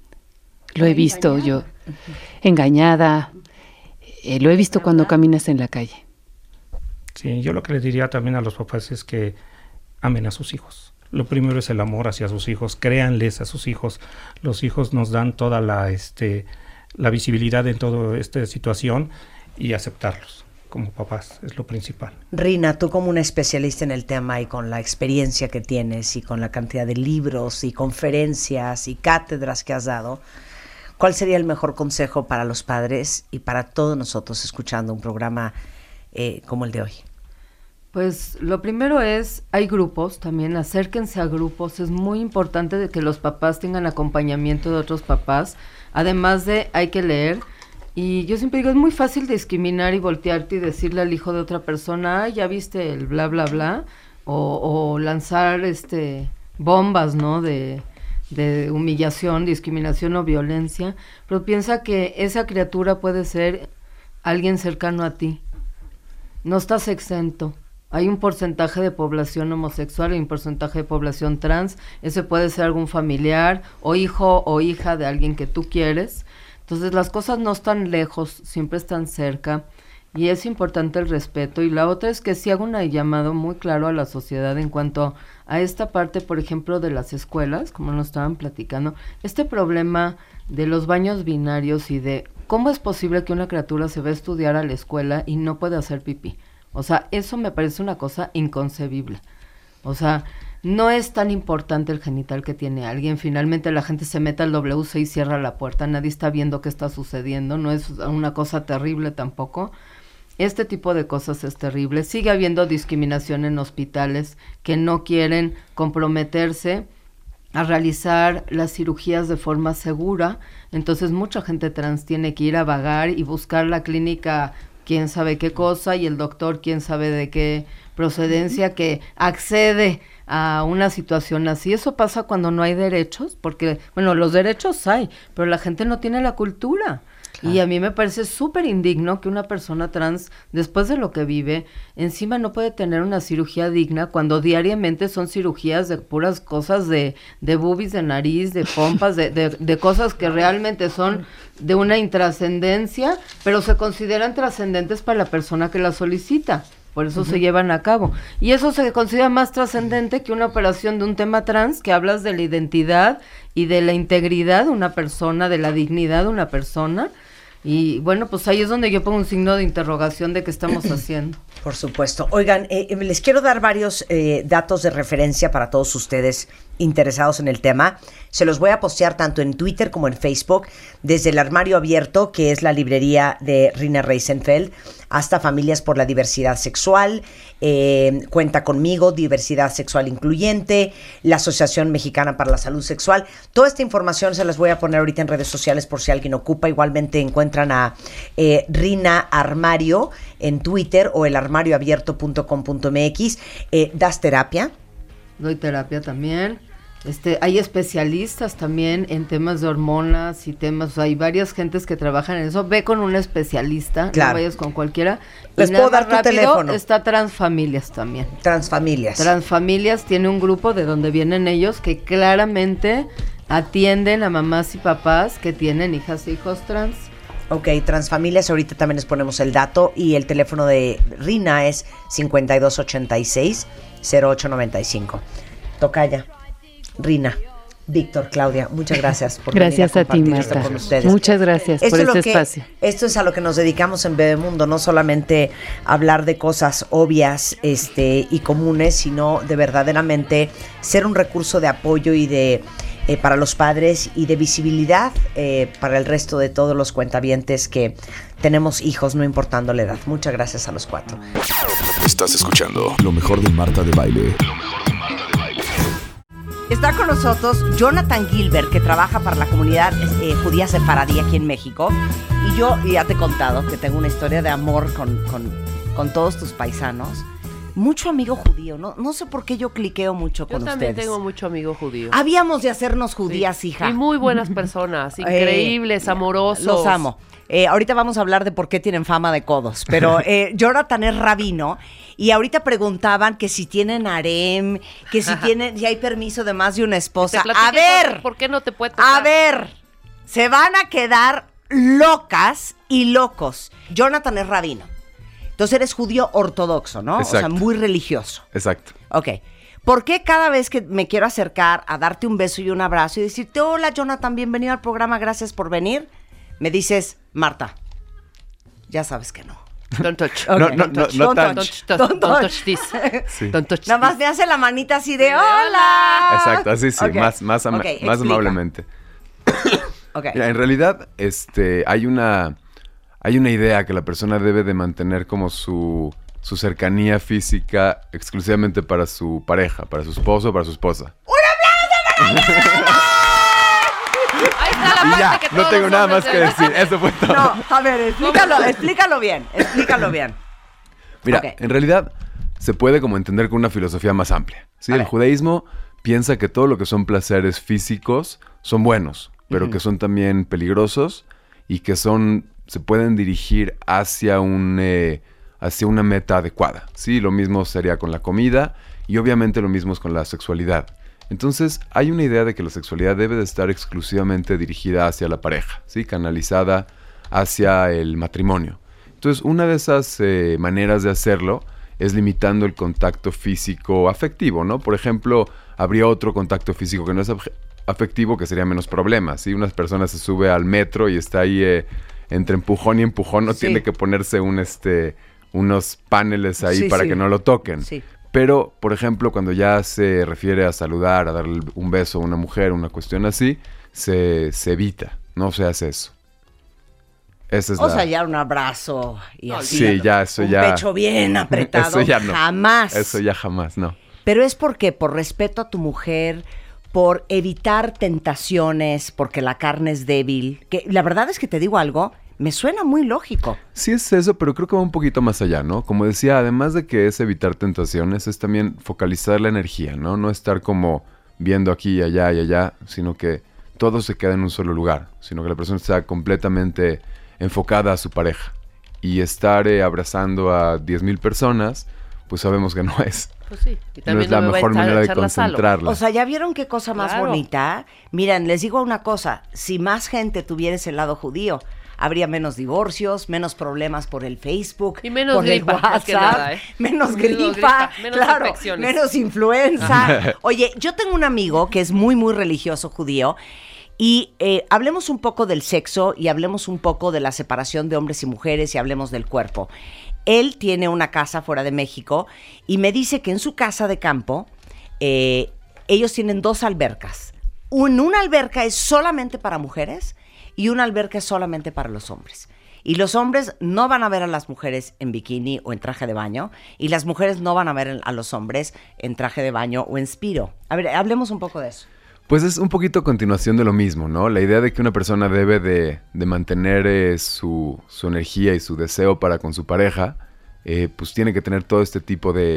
Lo he visto yo, engañada, lo he visto cuando caminas en la calle. Sí, yo lo que les diría también a los papás es que amen a sus hijos. Lo primero es el amor hacia sus hijos, créanles a sus hijos. Los hijos nos dan toda la visibilidad en toda esta situación, y aceptarlos como papás es lo principal. Rina, tú como una especialista en el tema y con la experiencia que tienes y con la cantidad de libros y conferencias y cátedras que has dado, ¿cuál sería el mejor consejo para los padres y para todos nosotros escuchando un programa como el de hoy? Pues lo primero es, hay grupos también, acérquense a grupos, es muy importante de que los papás tengan acompañamiento de otros papás, además de hay que leer, y yo siempre digo, es muy fácil discriminar y voltearte y decirle al hijo de otra persona, ya viste el bla bla bla, o lanzar bombas, ¿no?, de humillación, discriminación o violencia, pero piensa que esa criatura puede ser alguien cercano a ti, no estás exento. Hay un porcentaje de población homosexual y un porcentaje de población trans. Ese puede ser algún familiar o hijo o hija de alguien que tú quieres. Entonces las cosas no están lejos, siempre están cerca, y es importante el respeto. Y la otra es que sí hago un llamado muy claro a la sociedad en cuanto a esta parte, por ejemplo, de las escuelas, como nos estaban platicando, este problema de los baños binarios y de cómo es posible que una criatura se va a estudiar a la escuela y no puede hacer pipí. O sea, eso me parece una cosa inconcebible. O sea, no es tan importante el genital que tiene alguien. Finalmente la gente se mete al WC y cierra la puerta. Nadie está viendo qué está sucediendo. No es una cosa terrible tampoco. Este tipo de cosas es terrible. Sigue habiendo discriminación en hospitales que no quieren comprometerse a realizar las cirugías de forma segura. Entonces mucha gente trans tiene que ir a vagar y buscar la clínica quién sabe qué cosa y el doctor quién sabe de qué procedencia que accede a una situación así. Eso pasa cuando no hay derechos, porque, bueno, los derechos hay, pero la gente no tiene la cultura. Claro. Y a mí me parece súper indigno que una persona trans, después de lo que vive, encima no puede tener una cirugía digna cuando diariamente son cirugías de puras cosas de boobies, de nariz, de pompas, de cosas que realmente son de una intrascendencia, pero se consideran trascendentes para la persona que la solicita. Por eso se llevan a cabo. Y eso se considera más trascendente que una operación de un tema trans, que hablas de la identidad y de la integridad de una persona, de la dignidad de una persona. Y bueno, pues ahí es donde yo pongo un signo de interrogación de qué estamos haciendo. Por supuesto. Oigan, les quiero dar varios datos de referencia para todos ustedes interesados en el tema. Se los voy a postear tanto en Twitter como en Facebook, desde El Armario Abierto, que es la librería de Rina Reisenfeld, hasta Familias por la Diversidad Sexual, Cuenta Conmigo, Diversidad Sexual Incluyente, la Asociación Mexicana para la Salud Sexual. Toda esta información se las voy a poner ahorita en redes sociales por si alguien ocupa. Igualmente encuentran a Rina Armario en Twitter o elarmarioabierto.com.mx. ¿Das terapia? Doy terapia también. Hay especialistas también en temas de hormonas y temas, o sea, hay varias gentes que trabajan en eso. Ve con un especialista, no vayas con cualquiera. Les puedo dar tu teléfono. Está Transfamilias también. Transfamilias. Transfamilias tiene un grupo de donde vienen ellos que claramente atienden a mamás y papás que tienen hijas e hijos trans. Ok, Transfamilias, ahorita también les ponemos el dato y el teléfono de Rina es 5286-0895. Tocaya, Rina, Víctor, Claudia, muchas gracias por gracias venir a ti, compartir Marta. esto con ustedes. Muchas gracias por este espacio. Esto es a lo que nos dedicamos en Bebemundo, no solamente hablar de cosas obvias y comunes, sino de verdaderamente ser un recurso de apoyo y de para los padres y de visibilidad para el resto de todos los cuentavientes que tenemos hijos, no importando la edad. Muchas gracias a los 4. Estás escuchando lo mejor de Marta de Baile. Está con nosotros Jonathan Gilbert, que trabaja para la comunidad judía sefaradí aquí en México. Y yo ya te he contado que tengo una historia de amor con todos tus paisanos. Mucho amigo judío, no sé por qué yo cliqueo mucho con ustedes. Yo también tengo mucho amigo judío. Habíamos de hacernos judías, sí. hija. Y muy buenas personas, increíbles, amorosos. Los amo. Ahorita vamos a hablar de por qué tienen fama de codos, pero Jonathan es rabino y ahorita preguntaban que si tienen harem, que si hay permiso de más de una esposa. A ver, ¿por qué no te puede tocar? A ver, se van a quedar locas y locos. Jonathan es rabino. Entonces eres judío ortodoxo, ¿no? Exacto. O sea, muy religioso. Exacto. Ok. ¿Por qué cada vez que me quiero acercar a darte un beso y un abrazo y decirte, hola Jonathan, bienvenido al programa, gracias por venir, me dices, Marta, ya sabes que no? Don't touch. Okay. No touch. Don't touch this. Sí. Don't touch Nada más me hace la manita así de hola. Exacto, así sí, Okay. más amablemente. Okay. Mira, en realidad, hay una idea que la persona debe de mantener como su cercanía física exclusivamente para su pareja, para su esposo o para su esposa. ¡Un aplauso! Ahí está la Y parte ya, que no todos tengo los nada hombres más que deben decir, eso fue todo. No, a ver, explícalo bien. Mira, Okay. en realidad se puede como entender con una filosofía más amplia. ¿Sí? El judaísmo piensa que todo lo que son placeres físicos son buenos, pero que son también peligrosos y que se pueden dirigir hacia una meta adecuada. ¿Sí? Lo mismo sería con la comida y obviamente lo mismo es con la sexualidad. Entonces, hay una idea de que la sexualidad debe de estar exclusivamente dirigida hacia la pareja, ¿sí? Canalizada hacia el matrimonio. Entonces, una de esas maneras de hacerlo es limitando el contacto físico afectivo, ¿no? Por ejemplo, habría otro contacto físico que no es afectivo que sería menos problemas, ¿sí? Una persona se sube al metro y está ahí entre empujón y empujón, no tiene que ponerse unos paneles ahí para que no lo toquen. Sí. Pero, por ejemplo, cuando ya se refiere a saludar, a darle un beso a una mujer, una cuestión así, se evita, no se hace eso. Esa es sea, ya un abrazo y así. Sí, ya, eso ya. Un pecho bien apretado. Eso ya no. Jamás. Eso ya jamás, no. Pero es porque, por respeto a tu mujer, por evitar tentaciones, porque la carne es débil. Que la verdad es que te digo algo, me suena muy lógico. Sí es eso, pero creo que va un poquito más allá, ¿no? Como decía, además de que es evitar tentaciones, es también focalizar la energía, ¿no? No estar como viendo aquí y allá, sino que todo se queda en un solo lugar, sino que la persona está completamente enfocada a su pareja. Y estar abrazando a 10,000 personas, pues sabemos que no es. Pues sí, y también no es la mejor manera de concentrarla. O sea, ¿ya vieron qué cosa más bonita? Miren, les digo una cosa, si más gente tuviera ese lado judío, habría menos divorcios, menos problemas por el Facebook, y menos por gripa, el WhatsApp, más que nada, menos gripa, menos claro, infecciones. menos influenza. Oye, yo tengo un amigo que es muy, muy religioso judío y hablemos un poco del sexo y hablemos un poco de la separación de hombres y mujeres y hablemos del cuerpo. Él tiene una casa fuera de México y me dice que en su casa de campo ellos tienen 2 albercas. Una alberca es solamente para mujeres y una alberca es solamente para los hombres. Y los hombres no van a ver a las mujeres en bikini o en traje de baño, y las mujeres no van a ver a los hombres en traje de baño o en Speedo. A ver, hablemos un poco de eso. Pues es un poquito continuación de lo mismo, ¿no? La idea de que una persona debe de mantener su energía y su deseo para con su pareja, pues tiene que tener todo este tipo de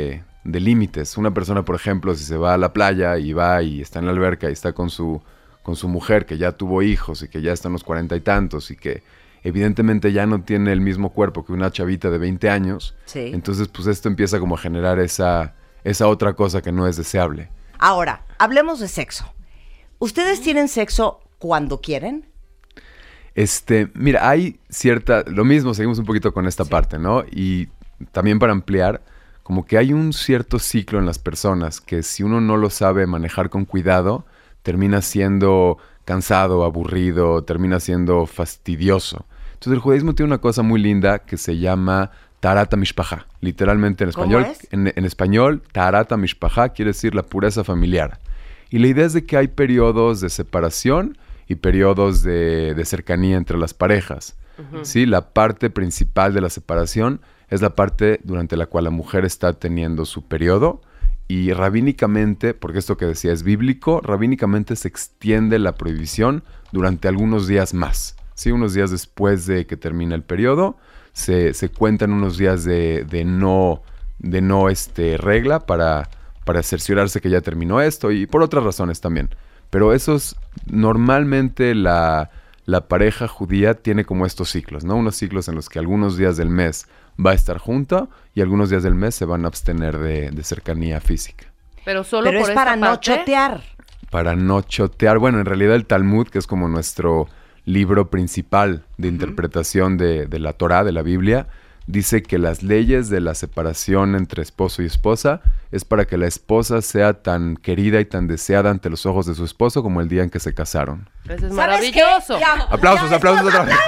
de límites. Una persona, por ejemplo, si se va a la playa y va y está en la alberca y está con su mujer que ya tuvo hijos y que ya está en los 40 y tantos y que evidentemente ya no tiene el mismo cuerpo que una chavita de 20 años, Sí. entonces pues esto empieza como a generar esa otra cosa que no es deseable. Ahora, hablemos de sexo. ¿Ustedes tienen sexo cuando quieren? Mira, hay lo mismo, seguimos un poquito con esta parte, ¿no? Y también para ampliar, como que hay un cierto ciclo en las personas que si uno no lo sabe manejar con cuidado, termina siendo cansado, aburrido, termina siendo fastidioso. Entonces el judaísmo tiene una cosa muy linda que se llama Taharat HaMishpacha. Literalmente en español. ¿Cómo es? En español, Taharat HaMishpacha quiere decir la pureza familiar. Y la idea es de que hay periodos de separación y periodos de cercanía entre las parejas. ¿Sí? La parte principal de la separación es la parte durante la cual la mujer está teniendo su periodo. Y rabínicamente, porque esto que decía es bíblico, rabínicamente se extiende la prohibición durante algunos días más. ¿Sí? Unos días después de que termina el periodo, se cuentan unos días de no regla para cerciorarse que ya terminó esto y por otras razones también. Pero normalmente la pareja judía tiene como estos ciclos, ¿no? Unos ciclos en los que algunos días del mes va a estar junto y algunos días del mes se van a abstener de cercanía física. Pero solo Pero por es para esta no parte. chotear. Para no chotear. Bueno, en realidad el Talmud, que es como nuestro libro principal de interpretación de la Torá, de la Biblia, dice que las leyes de la separación entre esposo y esposa es para que la esposa sea tan querida y tan deseada ante los ojos de su esposo como el día en que se casaron. Eso es maravilloso. Aplausos, aplausos otra vez.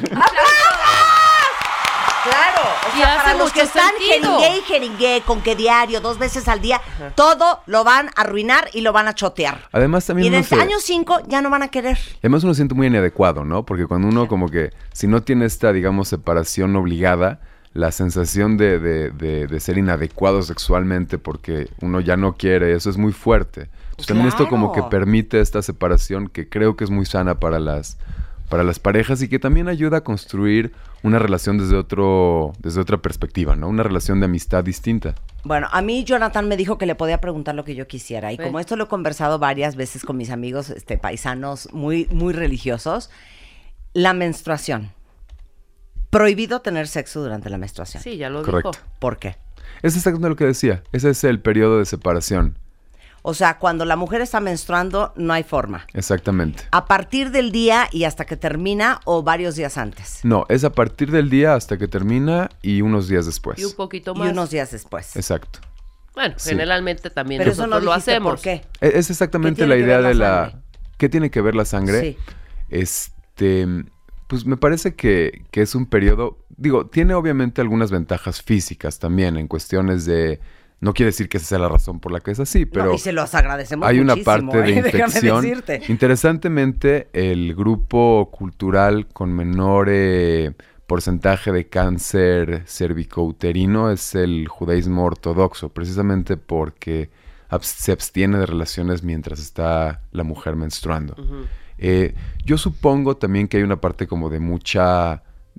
Claro, o Y sea, para hace los que mucho están sentido. jeringue, con que diario, 2 veces al día, todo lo van a arruinar y lo van a chotear. Además Y también en uno el año 5 ya no van a querer. además uno se siente muy inadecuado, ¿no? Porque cuando uno como que, si no tiene esta, digamos, separación obligada, la sensación de ser inadecuado sexualmente porque uno ya no quiere, eso es muy fuerte. Entonces también esto como que Claro. permite esta separación que creo que es muy sana para las parejas y que también ayuda a construir una relación desde otra perspectiva, ¿no? Una relación de amistad distinta. Bueno, a mí Jonathan me dijo que le podía preguntar lo que yo quisiera. Y Sí. como esto lo he conversado varias veces con mis amigos paisanos muy, muy religiosos, la menstruación. Prohibido tener sexo durante la menstruación. Sí, ya lo Correcto. dijo. ¿Por qué? Es exactamente lo que decía. Ese es el periodo de separación. O sea, cuando la mujer está menstruando, no hay forma. Exactamente. ¿A partir del día y hasta que termina o varios días antes? No, es a partir del día hasta que termina y unos días después. Y un poquito Y más. unos días después. Exacto. Bueno, Sí. generalmente también Pero eso no nosotros lo dijiste hacemos. por qué. Es exactamente ¿Qué la tiene que idea ver de la la... sangre? ¿Qué tiene que ver la sangre? Pues me parece que es un periodo... Digo, tiene obviamente algunas ventajas físicas también en cuestiones de... No quiere decir que esa sea la razón por la que es así, pero... No, y se los agradecemos hay una muchísimo, parte de déjame infección. decirte. Interesantemente, el grupo cultural con menor porcentaje de cáncer cervicouterino es el judaísmo ortodoxo, precisamente porque se abstiene de relaciones mientras está la mujer menstruando. Yo supongo también que hay una parte como de mucha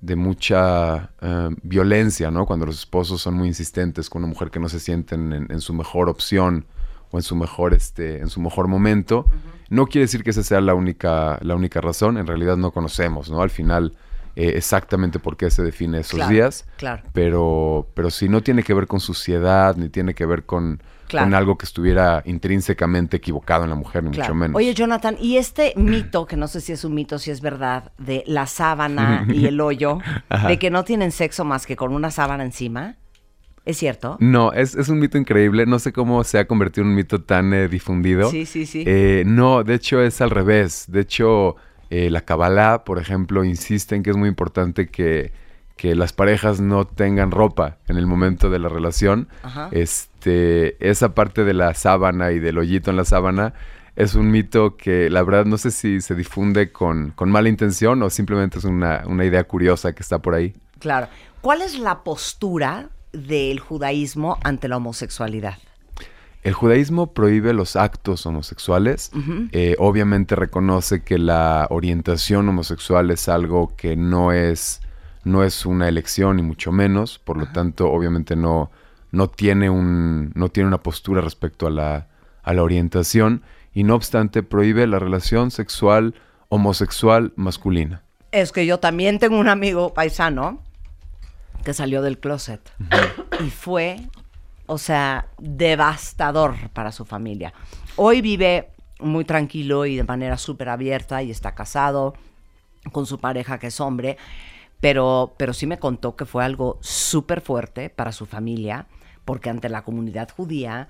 violencia, ¿no? Cuando los esposos son muy insistentes con una mujer que no se sienten en su mejor opción o en su mejor momento. No quiere decir que esa sea la única razón. En realidad no conocemos, ¿no? Al final exactamente por qué se define esos Claro, días. claro. Pero sí no tiene que ver con suciedad, ni tiene que ver con algo que estuviera intrínsecamente equivocado en la mujer, ni mucho menos. Oye, Jonathan, y este mito, que no sé si es un mito, si es verdad, de la sábana y el hoyo, Ajá. de que no tienen sexo más que con una sábana encima, ¿es cierto? No, es un mito increíble. No sé cómo se ha convertido en un mito tan difundido. Sí, sí, sí. No, de hecho es al revés. De hecho, la Kabbalah, por ejemplo, insiste en que es muy importante que las parejas no tengan ropa en el momento de la relación. Ajá. Esa parte de la sábana y del hoyito en la sábana es un mito que la verdad no sé si se difunde con mala intención o simplemente es una idea curiosa que está por ahí. Claro. ¿Cuál es la postura del judaísmo ante la homosexualidad? El judaísmo prohíbe los actos homosexuales. Ujú. Obviamente reconoce que la orientación homosexual es algo que no es una elección, ni mucho menos. Por lo tanto, obviamente no no tiene una postura respecto a la orientación y no obstante prohíbe la relación sexual homosexual masculina. Es que yo también tengo un amigo paisano que salió del closet y fue, o sea, devastador para su familia. Hoy vive muy tranquilo y de manera súper abierta y está casado con su pareja que es hombre, pero sí me contó que fue algo súper fuerte para su familia porque ante la comunidad judía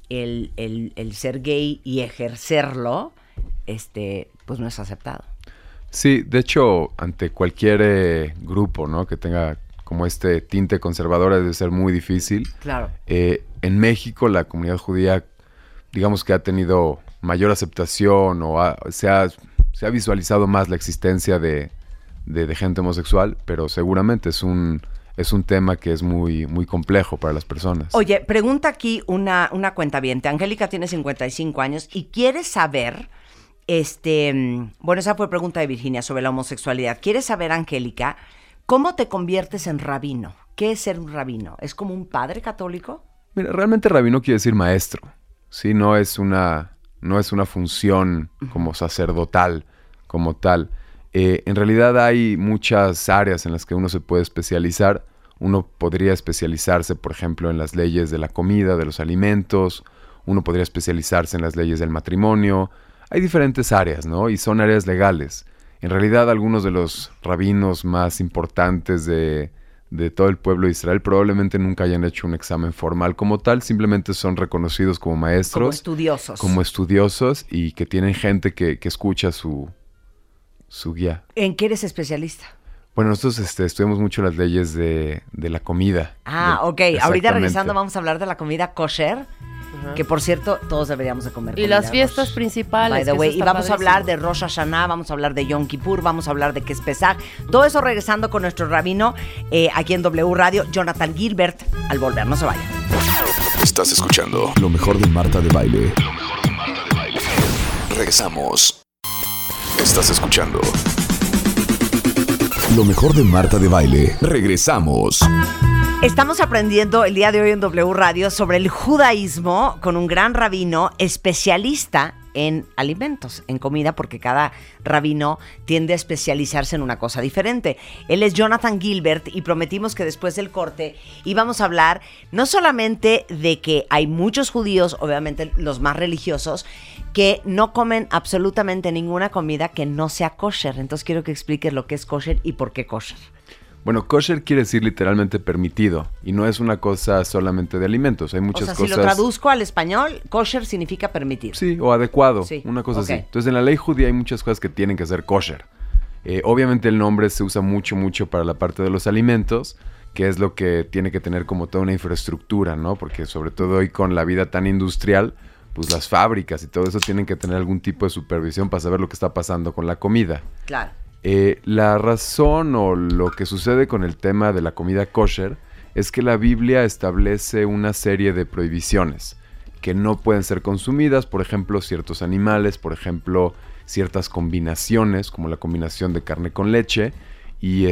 el ser gay y ejercerlo, pues no es aceptado. Sí, de hecho, ante cualquier grupo, ¿no? que tenga como este tinte conservador debe ser muy difícil. Claro. En México la comunidad judía, digamos que ha tenido mayor aceptación o se ha visualizado más la existencia de gente homosexual, pero seguramente es un tema que es muy, muy complejo para las personas. Oye, pregunta aquí una cuentaviente. Angélica tiene 55 años y quiere saber, bueno, esa fue pregunta de Virginia sobre la homosexualidad. Quiere saber, Angélica, ¿cómo te conviertes en rabino? ¿Qué es ser un rabino? ¿Es como un padre católico? Mira, realmente rabino quiere decir maestro, ¿sí? No es una función como sacerdotal, como tal. En realidad hay muchas áreas en las que uno se puede especializar. Uno podría especializarse, por ejemplo, en las leyes de la comida, de los alimentos. Uno podría especializarse en las leyes del matrimonio. Hay diferentes áreas, ¿no? Y son áreas legales. En realidad, algunos de los rabinos más importantes de todo el pueblo de Israel probablemente nunca hayan hecho un examen formal como tal. Simplemente son reconocidos como maestros. Como estudiosos. Como estudiosos y que tienen gente que escucha su guía. ¿En qué eres especialista? Bueno, nosotros estudiamos mucho las leyes de la comida. Ok. Ahorita regresando vamos a hablar de la comida kosher, que por cierto, todos deberíamos de comer. Y las fiestas principales. By the way, y vamos a hablar de Rosh Hashanah, vamos a hablar de Yom Kippur, vamos a hablar de qué es Pesach. Todo eso regresando con nuestro rabino aquí en W Radio, Jonathan Gilbert, al volver. No se vayan. Estás escuchando lo mejor de Marta de Baile. Regresamos. Estás escuchando lo mejor de Marta de Baile. Regresamos. Estamos aprendiendo el día de hoy en W Radio sobre el judaísmo con un gran rabino especialista en alimentos, en comida, porque cada rabino tiende a especializarse en una cosa diferente. Él es Jonathan Gilbert y prometimos que después del corte íbamos a hablar no solamente de que hay muchos judíos, obviamente los más religiosos, que no comen absolutamente ninguna comida que no sea kosher. Entonces quiero que expliques lo que es kosher y por qué kosher. Bueno, kosher quiere decir literalmente permitido y no es una cosa solamente de alimentos. Hay muchas cosas. Si lo traduzco al español, kosher significa permitido. Sí, o adecuado, sí. Una cosa así. Entonces, en la ley judía hay muchas cosas que tienen que ser kosher. Obviamente el nombre se usa mucho para la parte de los alimentos, que es lo que tiene que tener como toda una infraestructura, ¿no? Porque sobre todo hoy con la vida tan industrial, pues las fábricas y todo eso tienen que tener algún tipo de supervisión para saber lo que está pasando con la comida. Claro. La razón o lo que sucede con el tema de la comida kosher es que la Biblia establece una serie de prohibiciones que no pueden ser consumidas, por ejemplo, ciertos animales, por ejemplo, ciertas combinaciones, como la combinación de carne con leche, y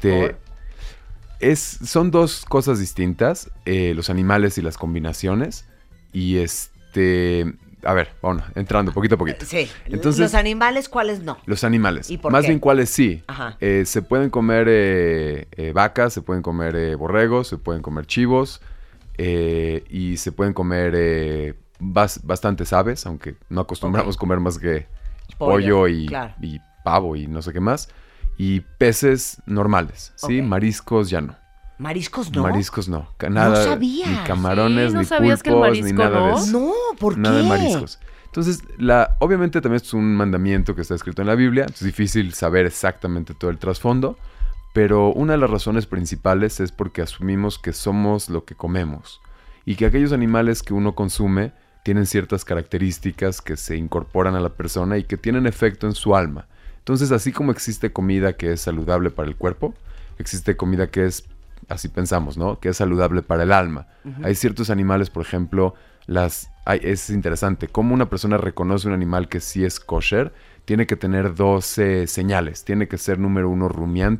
son dos cosas distintas, los animales y las combinaciones, y a ver, bueno, entrando poquito a poquito. Sí. Entonces, ¿los animales cuáles no? Los animales. ¿Y por Más qué? bien cuáles sí. Ajá. Se pueden comer vacas, se pueden comer borregos, se pueden comer chivos y se pueden comer bastantes aves, aunque no acostumbramos comer más que pollo y pavo y no sé qué más. Y peces normales, ¿sí? Mariscos ya no. ¿Mariscos no? Mariscos no. Nada, no sabía. Ni camarones, ¿no ni sabías pulpos, que el ni marisco nada de no? eso. No, ¿por Nada qué? de mariscos. Entonces, obviamente también es un mandamiento que está escrito en la Biblia. Es difícil saber exactamente todo el trasfondo. Pero una de las razones principales es porque asumimos que somos lo que comemos. Y que aquellos animales que uno consume tienen ciertas características que se incorporan a la persona y que tienen efecto en su alma. Entonces, así como existe comida que es saludable para el cuerpo, existe comida que es, así pensamos, ¿no? Que es saludable para el alma. Uh-huh. Hay ciertos animales, por ejemplo, es interesante, cómo una persona reconoce un animal que sí es kosher, tiene que tener 12 señales. Tiene que ser, número 1, rumiante,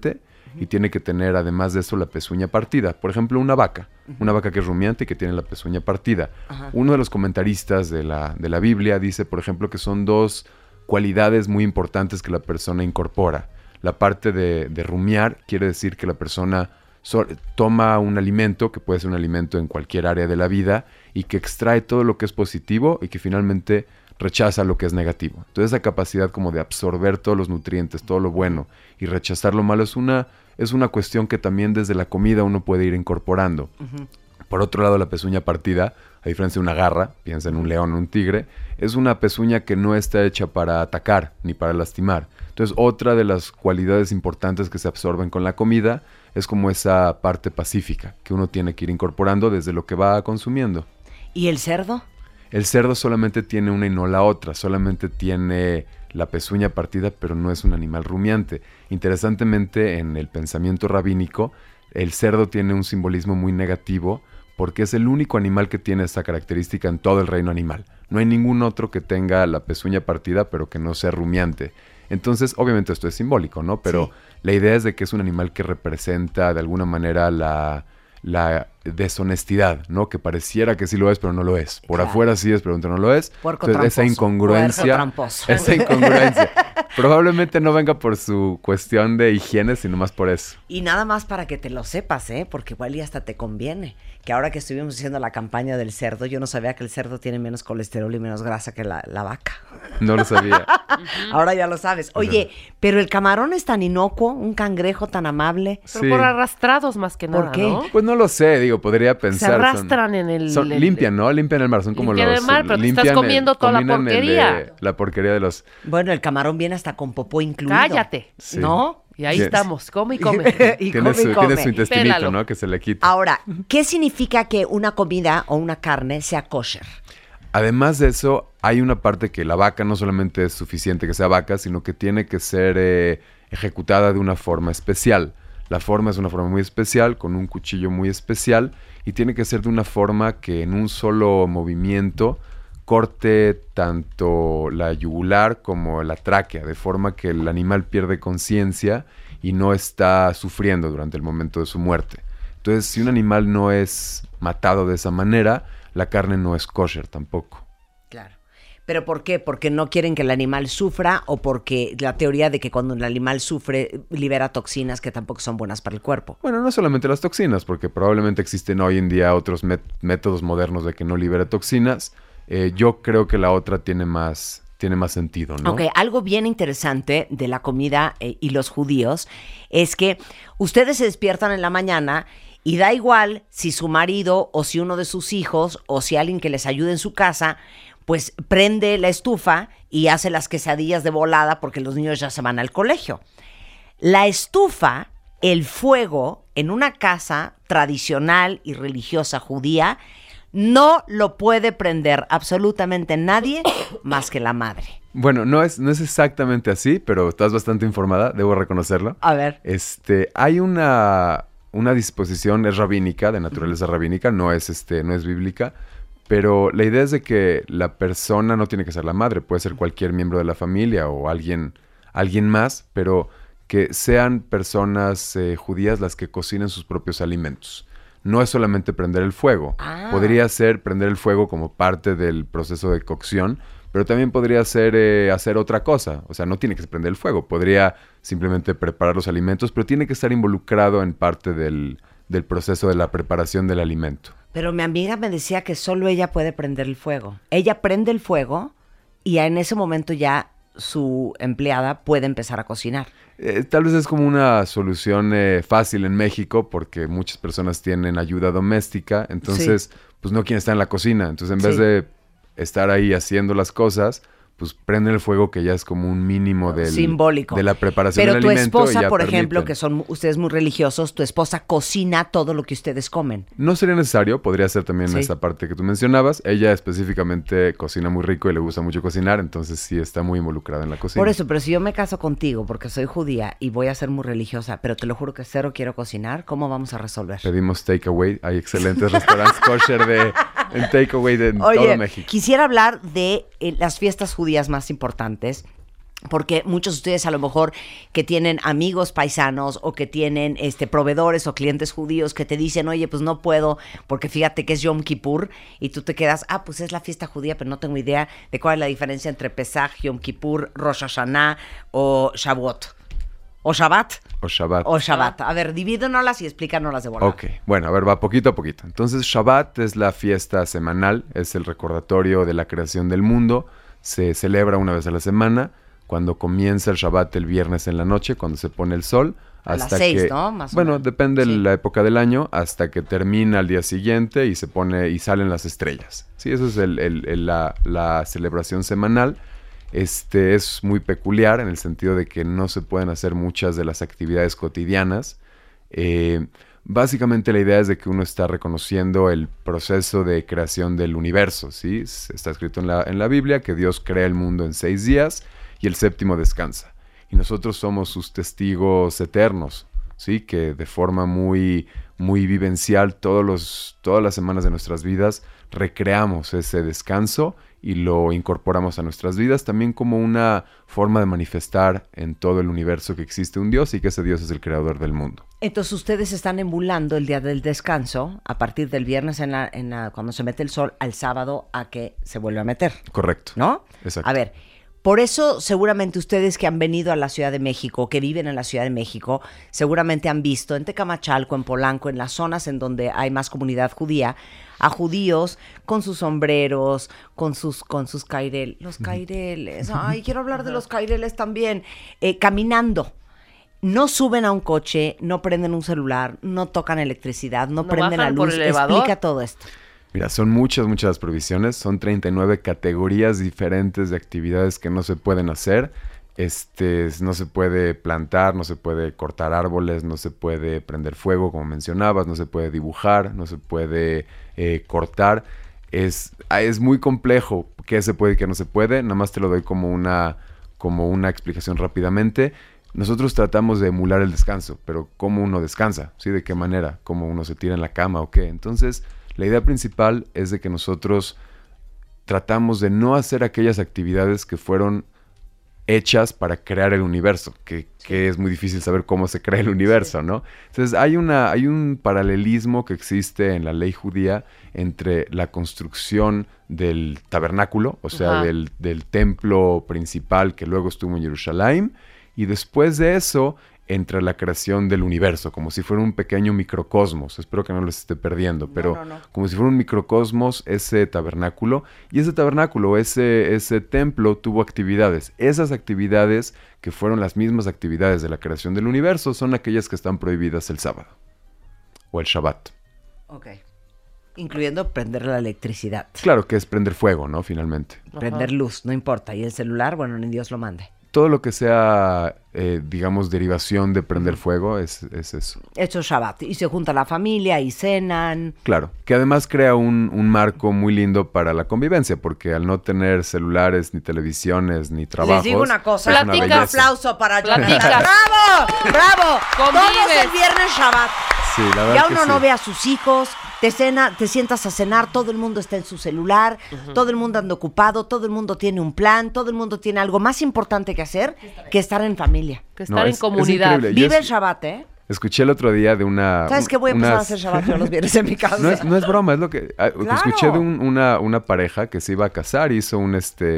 y tiene que tener además de eso la pezuña partida. Por ejemplo, una vaca que es rumiante y que tiene la pezuña partida. Uno de los comentaristas de la Biblia dice, por ejemplo, que son 2 cualidades muy importantes que la persona incorpora. La parte de rumiar quiere decir que la persona toma un alimento, que puede ser un alimento en cualquier área de la vida, y que extrae todo lo que es positivo y que finalmente rechaza lo que es negativo. Entonces esa capacidad como de absorber todos los nutrientes, todo lo bueno, y rechazar lo malo es una cuestión que también desde la comida uno puede ir incorporando. Por otro lado, la pezuña partida, a diferencia de una garra, piensa en un león o un tigre, es una pezuña que no está hecha para atacar ni para lastimar. Entonces, otra de las cualidades importantes que se absorben con la comida es como esa parte pacífica que uno tiene que ir incorporando desde lo que va consumiendo. ¿Y el cerdo? El cerdo solamente tiene una y no la otra, solamente tiene la pezuña partida, pero no es un animal rumiante. Interesantemente, en el pensamiento rabínico, el cerdo tiene un simbolismo muy negativo porque es el único animal que tiene esta característica en todo el reino animal. No hay ningún otro que tenga la pezuña partida, pero que no sea rumiante. Entonces, obviamente esto es simbólico, ¿no? Pero la idea es de que es un animal que representa de alguna manera la deshonestidad, ¿no? Que pareciera que sí lo es, pero no lo es. Por afuera sí es, pero dentro no lo es. Entonces, esa incongruencia, probablemente no venga por su cuestión de higiene, sino más por eso. Y nada más para que te lo sepas, porque igual y hasta te conviene. Que ahora que estuvimos haciendo la campaña del cerdo, yo no sabía que el cerdo tiene menos colesterol y menos grasa que la vaca. No lo sabía. Ahora ya lo sabes. Oye, pero el camarón es tan inocuo, un cangrejo tan amable. Pero por arrastrados más que nada, ¿Por qué? ¿no? Pues no lo sé, digo, podría pensar. Se arrastran en el... limpian, ¿no? Limpian el mar, son como limpian los... el mar, pero te estás comiendo toda la porquería. La porquería de los... Bueno, el camarón viene hasta con popó incluido. Cállate. Sí. ¿No? Y ahí estamos, come y come. Tiene su intestinito, Pélalo. ¿no? Que se le quita. Ahora, ¿qué significa que una comida o una carne sea kosher? Además de eso, hay una parte que la vaca no solamente es suficiente que sea vaca, sino que tiene que ser ejecutada de una forma especial. La forma es una forma muy especial, con un cuchillo muy especial, y tiene que ser de una forma que en un solo movimiento corte tanto la yugular como la tráquea, de forma que el animal pierde conciencia y no está sufriendo durante el momento de su muerte. Entonces, si un animal no es matado de esa manera, la carne no es kosher tampoco. Claro. ¿Pero por qué? ¿Porque no quieren que el animal sufra o porque la teoría de que cuando el animal sufre libera toxinas que tampoco son buenas para el cuerpo? Bueno, no solamente las toxinas, porque probablemente existen hoy en día otros métodos modernos de que no libere toxinas. Yo creo que la otra tiene más sentido, ¿no? Ok, algo bien interesante de la comida y los judíos es que ustedes se despiertan en la mañana y da igual si su marido o si uno de sus hijos o si alguien que les ayude en su casa, pues prende la estufa y hace las quesadillas de volada porque los niños ya se van al colegio. La estufa, el fuego en una casa tradicional y religiosa judía, no lo puede prender absolutamente nadie más que la madre. Bueno, no es exactamente así, pero estás bastante informada, debo reconocerlo. A ver. Hay una disposición, es rabínica, de naturaleza rabínica, no es bíblica, pero la idea es de que la persona no tiene que ser la madre, puede ser cualquier miembro de la familia o alguien más, pero que sean personas judías las que cocinen sus propios alimentos. No es solamente prender el fuego. Podría ser prender el fuego como parte del proceso de cocción, pero también podría ser hacer otra cosa. O sea, no tiene que prender el fuego. Podría simplemente preparar los alimentos, pero tiene que estar involucrado en parte del proceso de la preparación del alimento. Pero mi amiga me decía que solo ella puede prender el fuego. Ella prende el fuego y en ese momento ya su empleada puede empezar a cocinar. Tal vez es como una solución fácil en México porque muchas personas tienen ayuda doméstica, entonces pues no quieren estar en la cocina. Entonces en vez de estar ahí haciendo las cosas, pues prenden el fuego que ya es como un mínimo simbólico de la preparación del del alimento. Pero tu esposa, por permiten. ejemplo, que son ustedes muy religiosos, tu esposa cocina todo lo que ustedes comen. No sería necesario, podría ser también esta parte que tú mencionabas. Ella específicamente cocina muy rico y le gusta mucho cocinar, entonces sí está muy involucrada en la cocina. Por eso, pero si yo me caso contigo porque soy judía y voy a ser muy religiosa, pero te lo juro que cero quiero cocinar, ¿cómo vamos a resolver? Pedimos takeaway, hay excelentes restaurantes kosher en takeaway de todo México. Quisiera hablar de las fiestas judías más importantes. Porque muchos de ustedes a lo mejor que tienen amigos paisanos o que tienen proveedores o clientes judíos que te dicen, oye, pues no puedo porque fíjate que es Yom Kippur, y tú te quedas, pues es la fiesta judía, pero no tengo idea de cuál es la diferencia entre Pesach, Yom Kippur, Rosh Hashanah o Shavuot. ¿O Shabbat? O Shabbat. O Shabbat. A ver, divídenoslas y explícanoslas de volada. Ok, bueno, a ver, va poquito a poquito. Entonces, Shabbat es la fiesta semanal, es el recordatorio de la creación del mundo. Se celebra una vez a la semana, cuando comienza el Shabbat el viernes en la noche, cuando se pone el sol. A hasta las 6, que, ¿no? Más o bueno, menos. depende de la época del año, hasta que termina el día siguiente y se pone y salen las estrellas. Sí, eso es la celebración semanal. Es muy peculiar en el sentido de que no se pueden hacer muchas de las actividades cotidianas. Básicamente la idea es de que uno está reconociendo el proceso de creación del universo, ¿sí? Está escrito en la Biblia que Dios crea el mundo en 6 días y el séptimo descansa. Y nosotros somos sus testigos eternos, ¿sí? Que de forma muy, muy vivencial todas las semanas de nuestras vidas recreamos ese descanso y lo incorporamos a nuestras vidas también como una forma de manifestar en todo el universo que existe un Dios y que ese Dios es el creador del mundo. Entonces ustedes están emulando el día del descanso a partir del viernes cuando se mete el sol al sábado a que se vuelve a meter. Correcto. ¿No? Exacto. A ver, por eso seguramente ustedes que han venido a la Ciudad de México, que viven en la Ciudad de México, seguramente han visto en Tecamachalco, en Polanco, en las zonas en donde hay más comunidad judía, a judíos con sus sombreros, con sus caireles, los caireles, ay, quiero hablar de los caireles también, caminando. No suben a un coche, no prenden un celular, no tocan electricidad, no prenden la luz. Explica todo esto. Mira, son muchas provisiones, son 39 categorías diferentes de actividades que no se pueden hacer. No se puede plantar, no se puede cortar árboles, no se puede prender fuego, como mencionabas, no se puede dibujar, no se puede cortar. Es muy complejo qué se puede y qué no se puede. Nada más te lo doy como una explicación rápidamente. Nosotros tratamos de emular el descanso, pero ¿cómo uno descansa? ¿Sí? ¿De qué manera? ¿Cómo uno se tira en la cama o qué? Entonces, la idea principal es de que nosotros tratamos de no hacer aquellas actividades que fueron hechas para crear el universo, que es muy difícil saber cómo se crea el universo, ¿no? Entonces hay un paralelismo que existe en la ley judía entre la construcción del tabernáculo, o sea, del templo principal que luego estuvo en Jerusalén, y después de eso entre la creación del universo, como si fuera un pequeño microcosmos. Espero que no los esté perdiendo, pero no. Como si fuera un microcosmos ese tabernáculo. Y ese tabernáculo, ese templo tuvo actividades. Esas actividades, que fueron las mismas actividades de la creación del universo, son aquellas que están prohibidas el sábado o el Shabbat. Ok. Incluyendo prender la electricidad. Claro, que es prender fuego, ¿no? Finalmente. Prender luz, no importa. Y el celular, bueno, ni Dios lo mande. Todo lo que sea, digamos, derivación de prender fuego es eso. Esto es Shabbat. Y se junta la familia y cenan. Claro, que además crea un marco muy lindo para la convivencia, porque al no tener celulares, ni televisiones, ni trabajos... Les digo una cosa. Platica. Un aplauso para Jonathan. ¡Bravo! ¡Bravo! Convives. Todos el viernes Shabbat. Sí, la verdad Ya que uno sí. no ve a sus hijos, te sientas a cenar, todo el mundo está en su celular, todo el mundo anda ocupado, todo el mundo tiene un plan, todo el mundo tiene algo más importante que hacer que estar en familia. Que estar en comunidad. increíble. Vive el Shabbat, ¿eh? Escuché el otro día de una... ¿Sabes qué? Voy a empezar a hacer Shabbat yo los viernes en mi casa. No es broma, es lo que... Claro. Escuché de una pareja que se iba a casar, hizo un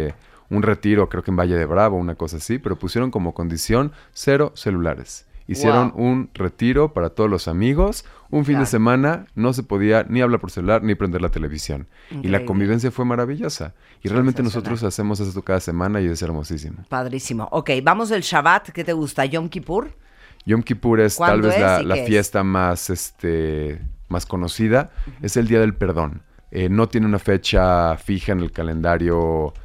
retiro, creo que en Valle de Bravo, una cosa así, pero pusieron como condición 0 celulares. Hicieron un retiro para todos los amigos. Un fin de semana no se podía ni hablar por celular ni prender la televisión. Increíble. Y la convivencia fue maravillosa. Y realmente nosotros hacemos esto cada semana y es hermosísimo. Padrísimo. Ok, vamos del Shabbat. ¿Qué te gusta? ¿Yom Kippur? Yom Kippur es tal vez la fiesta más conocida. Es el Día del Perdón. No tiene una fecha fija en el calendario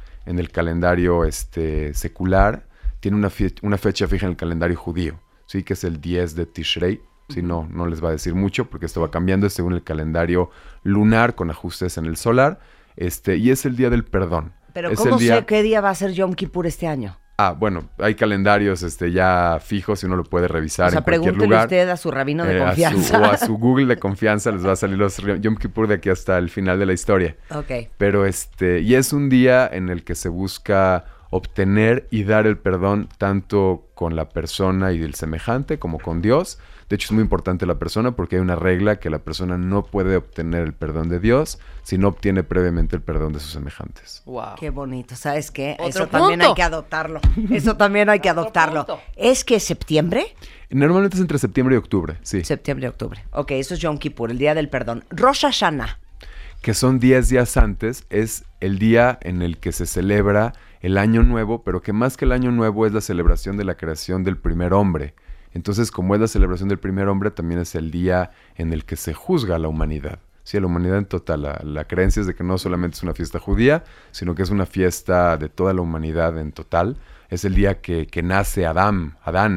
secular. Tiene una fecha fija en el calendario judío. Sí, que es el 10 de Tishrei. Sí, no les va a decir mucho porque esto va cambiando según el calendario lunar con ajustes en el solar. Y es el Día del Perdón. Pero ¿cómo sé qué día va a ser Yom Kippur este año? Bueno, hay calendarios ya fijos y uno lo puede revisar en cualquier lugar. Pregúntele usted a su rabino de confianza. O a su Google de confianza les va a salir los Yom Kippur de aquí hasta el final de la historia. Ok. Pero y es un día en el que se busca obtener y dar el perdón tanto con la persona y el semejante como con Dios. De hecho, es muy importante la persona porque hay una regla que la persona no puede obtener el perdón de Dios si no obtiene previamente el perdón de sus semejantes. Wow. Qué bonito, ¿sabes qué? Otro Eso también punto. hay que adoptarlo. Eso también hay que adoptarlo. punto. ¿Es que septiembre? Normalmente es entre septiembre y octubre, sí. Septiembre y octubre. Ok, eso es Yom Kippur, el día del perdón. Rosh Hashanah. Que son 10 días antes, es el día en el que se celebra el Año Nuevo, pero que más que el Año Nuevo es la celebración de la creación del primer hombre. Entonces, como es la celebración del primer hombre, también es el día en el que se juzga a la humanidad. Sí, a la humanidad en total. La creencia es de que no solamente es una fiesta judía, sino que es una fiesta de toda la humanidad en total. Es el día que nace Adán,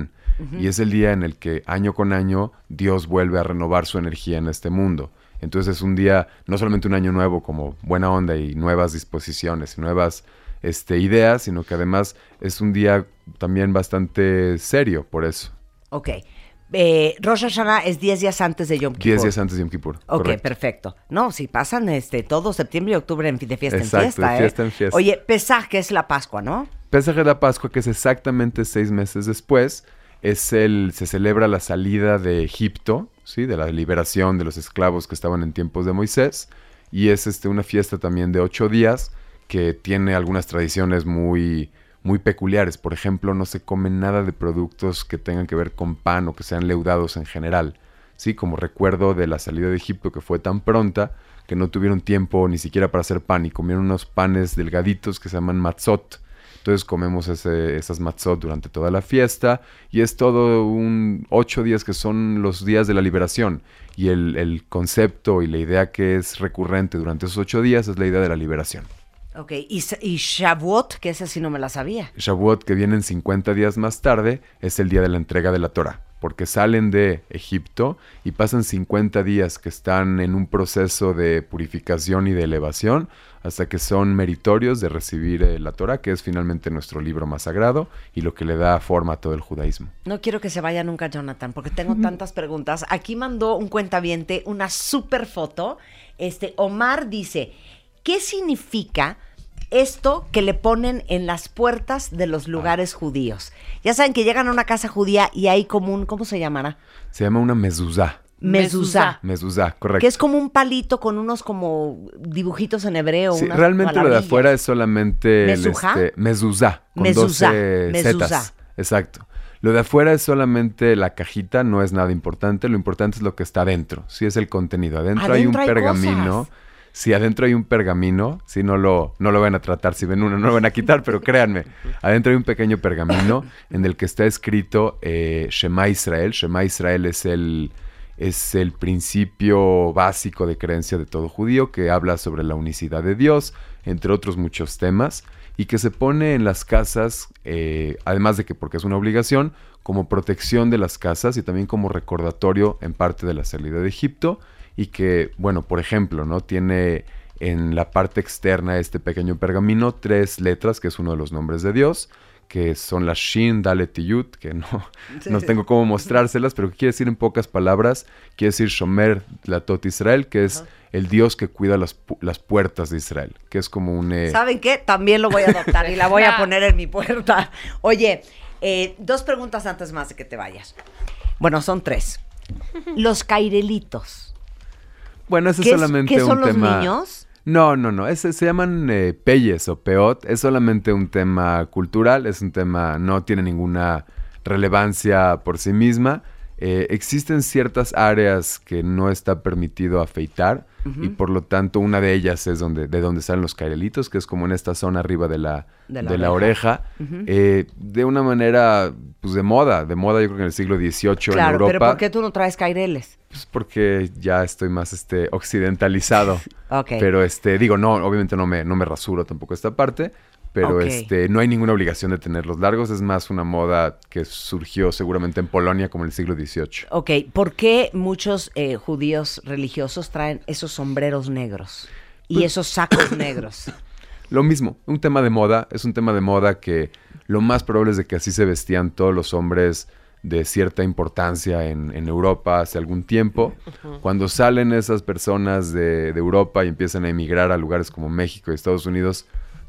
y es el día en el que año con año Dios vuelve a renovar su energía en este mundo. Entonces es un día, no solamente un año nuevo como buena onda y nuevas disposiciones y nuevas ideas, sino que además es un día también bastante serio por eso. Ok. Rosh Hashanah es 10 días antes de Yom Kippur. 10 días antes de Yom Kippur. Ok, correcto. perfecto. No, si pasan todo septiembre y octubre de fiesta Exacto, en fiesta, de fiesta en fiesta. Oye, Pesaj, que es la Pascua, ¿no? Pesaj de la Pascua, que es exactamente 6 meses después, se celebra la salida de Egipto, ¿sí? De la liberación de los esclavos que estaban en tiempos de Moisés, y es una fiesta también de 8 días que tiene algunas tradiciones muy peculiares. Por ejemplo, no se come nada de productos que tengan que ver con pan o que sean leudados en general, ¿sí? Como recuerdo de la salida de Egipto, que fue tan pronta que no tuvieron tiempo ni siquiera para hacer pan y comieron unos panes delgaditos que se llaman matzot. Entonces comemos esas matzot durante toda la fiesta y es todo 8 días que son los días de la liberación. Y el concepto y la idea que es recurrente durante esos 8 días es la idea de la liberación. Ok, y Shavuot, que esa sí no me la sabía. Shavuot, que vienen 50 días más tarde, es el día de la entrega de la Torah. Porque salen de Egipto y pasan 50 días que están en un proceso de purificación y de elevación hasta que son meritorios de recibir la Torah, que es finalmente nuestro libro más sagrado y lo que le da forma a todo el judaísmo. No quiero que se vaya nunca Jonathan, porque tengo tantas preguntas. Aquí mandó un cuentaviente una súper foto. Omar dice, ¿qué significa esto que le ponen en las puertas de los lugares judíos? Ya saben que llegan a una casa judía y hay como un, ¿cómo se llamará? Se llama una mezuzá. Mezuzá. Mezuzá, correcto. Que es como un palito con unos como dibujitos en hebreo. Sí, unas realmente lo de palabrillas. afuera es solamente ¿Mezuzá? Mezuzá, con Mezuzá, 12 mezuzá. zetas. Exacto. Lo de afuera es solamente la cajita, no es nada importante. Lo importante es lo que está adentro. Sí, es el contenido. Adentro hay un pergamino. Cosas. Si adentro hay un pergamino, si no lo van a tratar, si ven uno no lo van a quitar, pero créanme, adentro hay un pequeño pergamino en el que está escrito Shema Israel. Shema Israel es el principio básico de creencia de todo judío, que habla sobre la unicidad de Dios, entre otros muchos temas, y que se pone en las casas, además de que porque es una obligación, como protección de las casas y también como recordatorio en parte de la salida de Egipto. Y que, bueno, por ejemplo, ¿no? Tiene en la parte externa este pequeño pergamino 3 letras, que es uno de los nombres de Dios, que son las Shin, Dalet y Yud, que no tengo cómo mostrárselas, pero que quiere decir en pocas palabras, quiere decir Shomer Latot Israel, que es el Dios que cuida las puertas de Israel, que es como un... ¿Saben qué? También lo voy a adoptar y la voy a poner en mi puerta. Oye, 2 preguntas antes más de que te vayas. Bueno, son 3. Los cairelitos. Bueno, ese es solamente un tema... ¿Qué son los niños? No. Se llaman peyes o peot. Es solamente un tema cultural. Es un tema... No tiene ninguna relevancia por sí misma. Existen ciertas áreas que no está permitido afeitar. Y por lo tanto, una de ellas es de donde salen los cairelitos, que es como en esta zona arriba de la oreja. De una manera, pues de moda. De moda, yo creo que en el siglo XVIII en Europa. Pero ¿por qué tú no traes caireles? Pues porque ya estoy más occidentalizado. Okay. Pero digo, no, obviamente no me rasuro tampoco esta parte. Pero no hay ninguna obligación de tenerlos largos. Es más una moda que surgió seguramente en Polonia como en el siglo XVIII. Ok, ¿por qué muchos judíos religiosos traen esos sombreros negros y esos sacos negros? Lo mismo, un tema de moda. Es un tema de moda que lo más probable es de que así se vestían todos los hombres de cierta importancia en Europa hace algún tiempo. Cuando salen esas personas de Europa y empiezan a emigrar a lugares como México y Estados Unidos,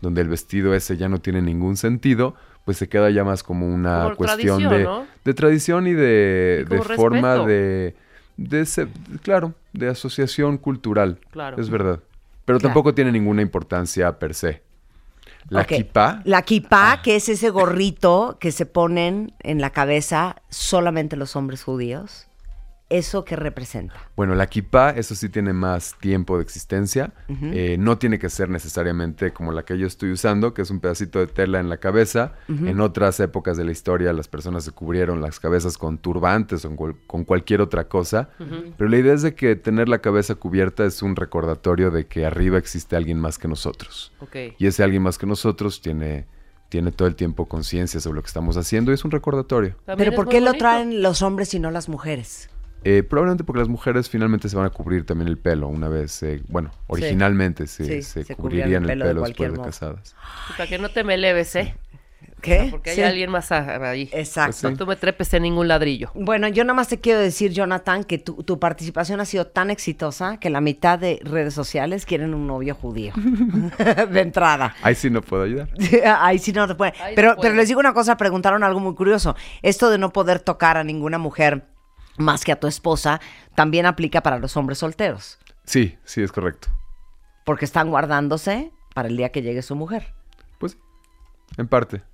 donde el vestido ese ya no tiene ningún sentido, pues se queda ya más como una Como cuestión tradición, ¿no? de tradición y de como forma respeto. claro, de asociación cultural. Claro. Es verdad. Pero tampoco tiene ninguna importancia per se. La kipá. La kipá, que es ese gorrito que se ponen en la cabeza solamente los hombres judíos. ¿Eso qué representa? Bueno, la kipá, eso sí tiene más tiempo de existencia. No tiene que ser necesariamente como la que yo estoy usando, que es un pedacito de tela en la cabeza. En otras épocas de la historia las personas se cubrieron las cabezas con turbantes o con cualquier otra cosa. Pero la idea es de que tener la cabeza cubierta es un recordatorio de que arriba existe alguien más que nosotros. Okay. Y ese alguien más que nosotros tiene todo el tiempo conciencia sobre lo que estamos haciendo y es un recordatorio. ¿Pero por qué lo traen los hombres y no las mujeres? Probablemente porque las mujeres finalmente se van a cubrir también el pelo una vez, originalmente se cubrirían el pelo después de casadas. Para que no te me eleves, ¿eh? ¿Qué? O sea, porque hay alguien más ahí. Exacto. No tú me trepes en ningún ladrillo. Bueno, yo nada más te quiero decir, Jonathan, que tu participación ha sido tan exitosa que la mitad de redes sociales quieren un novio judío. De entrada. Ahí sí no puedo ayudar. Ahí sí no te puede. Pero les digo una cosa, preguntaron algo muy curioso. Esto de no poder tocar a ninguna mujer más que a tu esposa, también aplica para los hombres solteros. Sí, es correcto. Porque están guardándose para el día que llegue su mujer. Pues, en parte.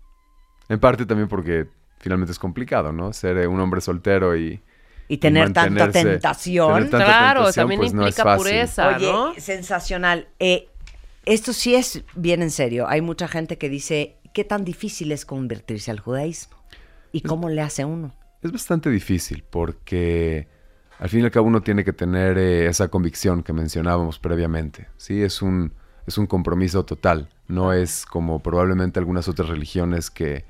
En parte también porque finalmente es complicado, ¿no? Ser un hombre soltero y tener tanta tentación. Claro, también pues implica no es pureza, ¿no? Oye, sensacional. Esto sí es bien en serio. Hay mucha gente que dice, ¿qué tan difícil es convertirse al judaísmo? ¿Y cómo le hace uno? Es bastante difícil porque al fin y al cabo uno tiene que tener esa convicción que mencionábamos previamente. Sí, es un compromiso total. No es como probablemente algunas otras religiones que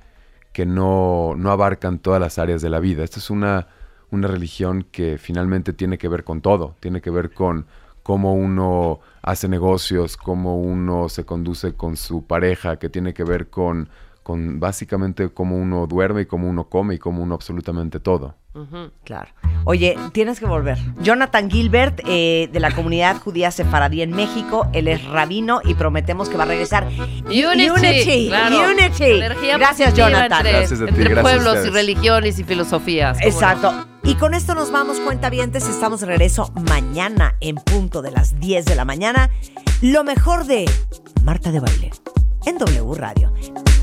no abarcan todas las áreas de la vida. Esta es una religión que finalmente tiene que ver con todo. Tiene que ver con cómo uno hace negocios, cómo uno se conduce con su pareja, que tiene que ver con básicamente cómo uno duerme y cómo uno come y cómo uno absolutamente todo. Claro. Oye, tienes que volver. Jonathan Gilbert, de la comunidad judía sefaradí en México. Él es rabino y prometemos que va a regresar. Unity. Claro. Energía Gracias, Jonathan. Gracias a ti, entre gracias pueblos a y ustedes. religiones y filosofías. Exacto. Y con esto nos vamos, cuentavientes. Estamos de regreso mañana en punto de las 10 de la mañana. Lo mejor de Marta de Baile en W Radio.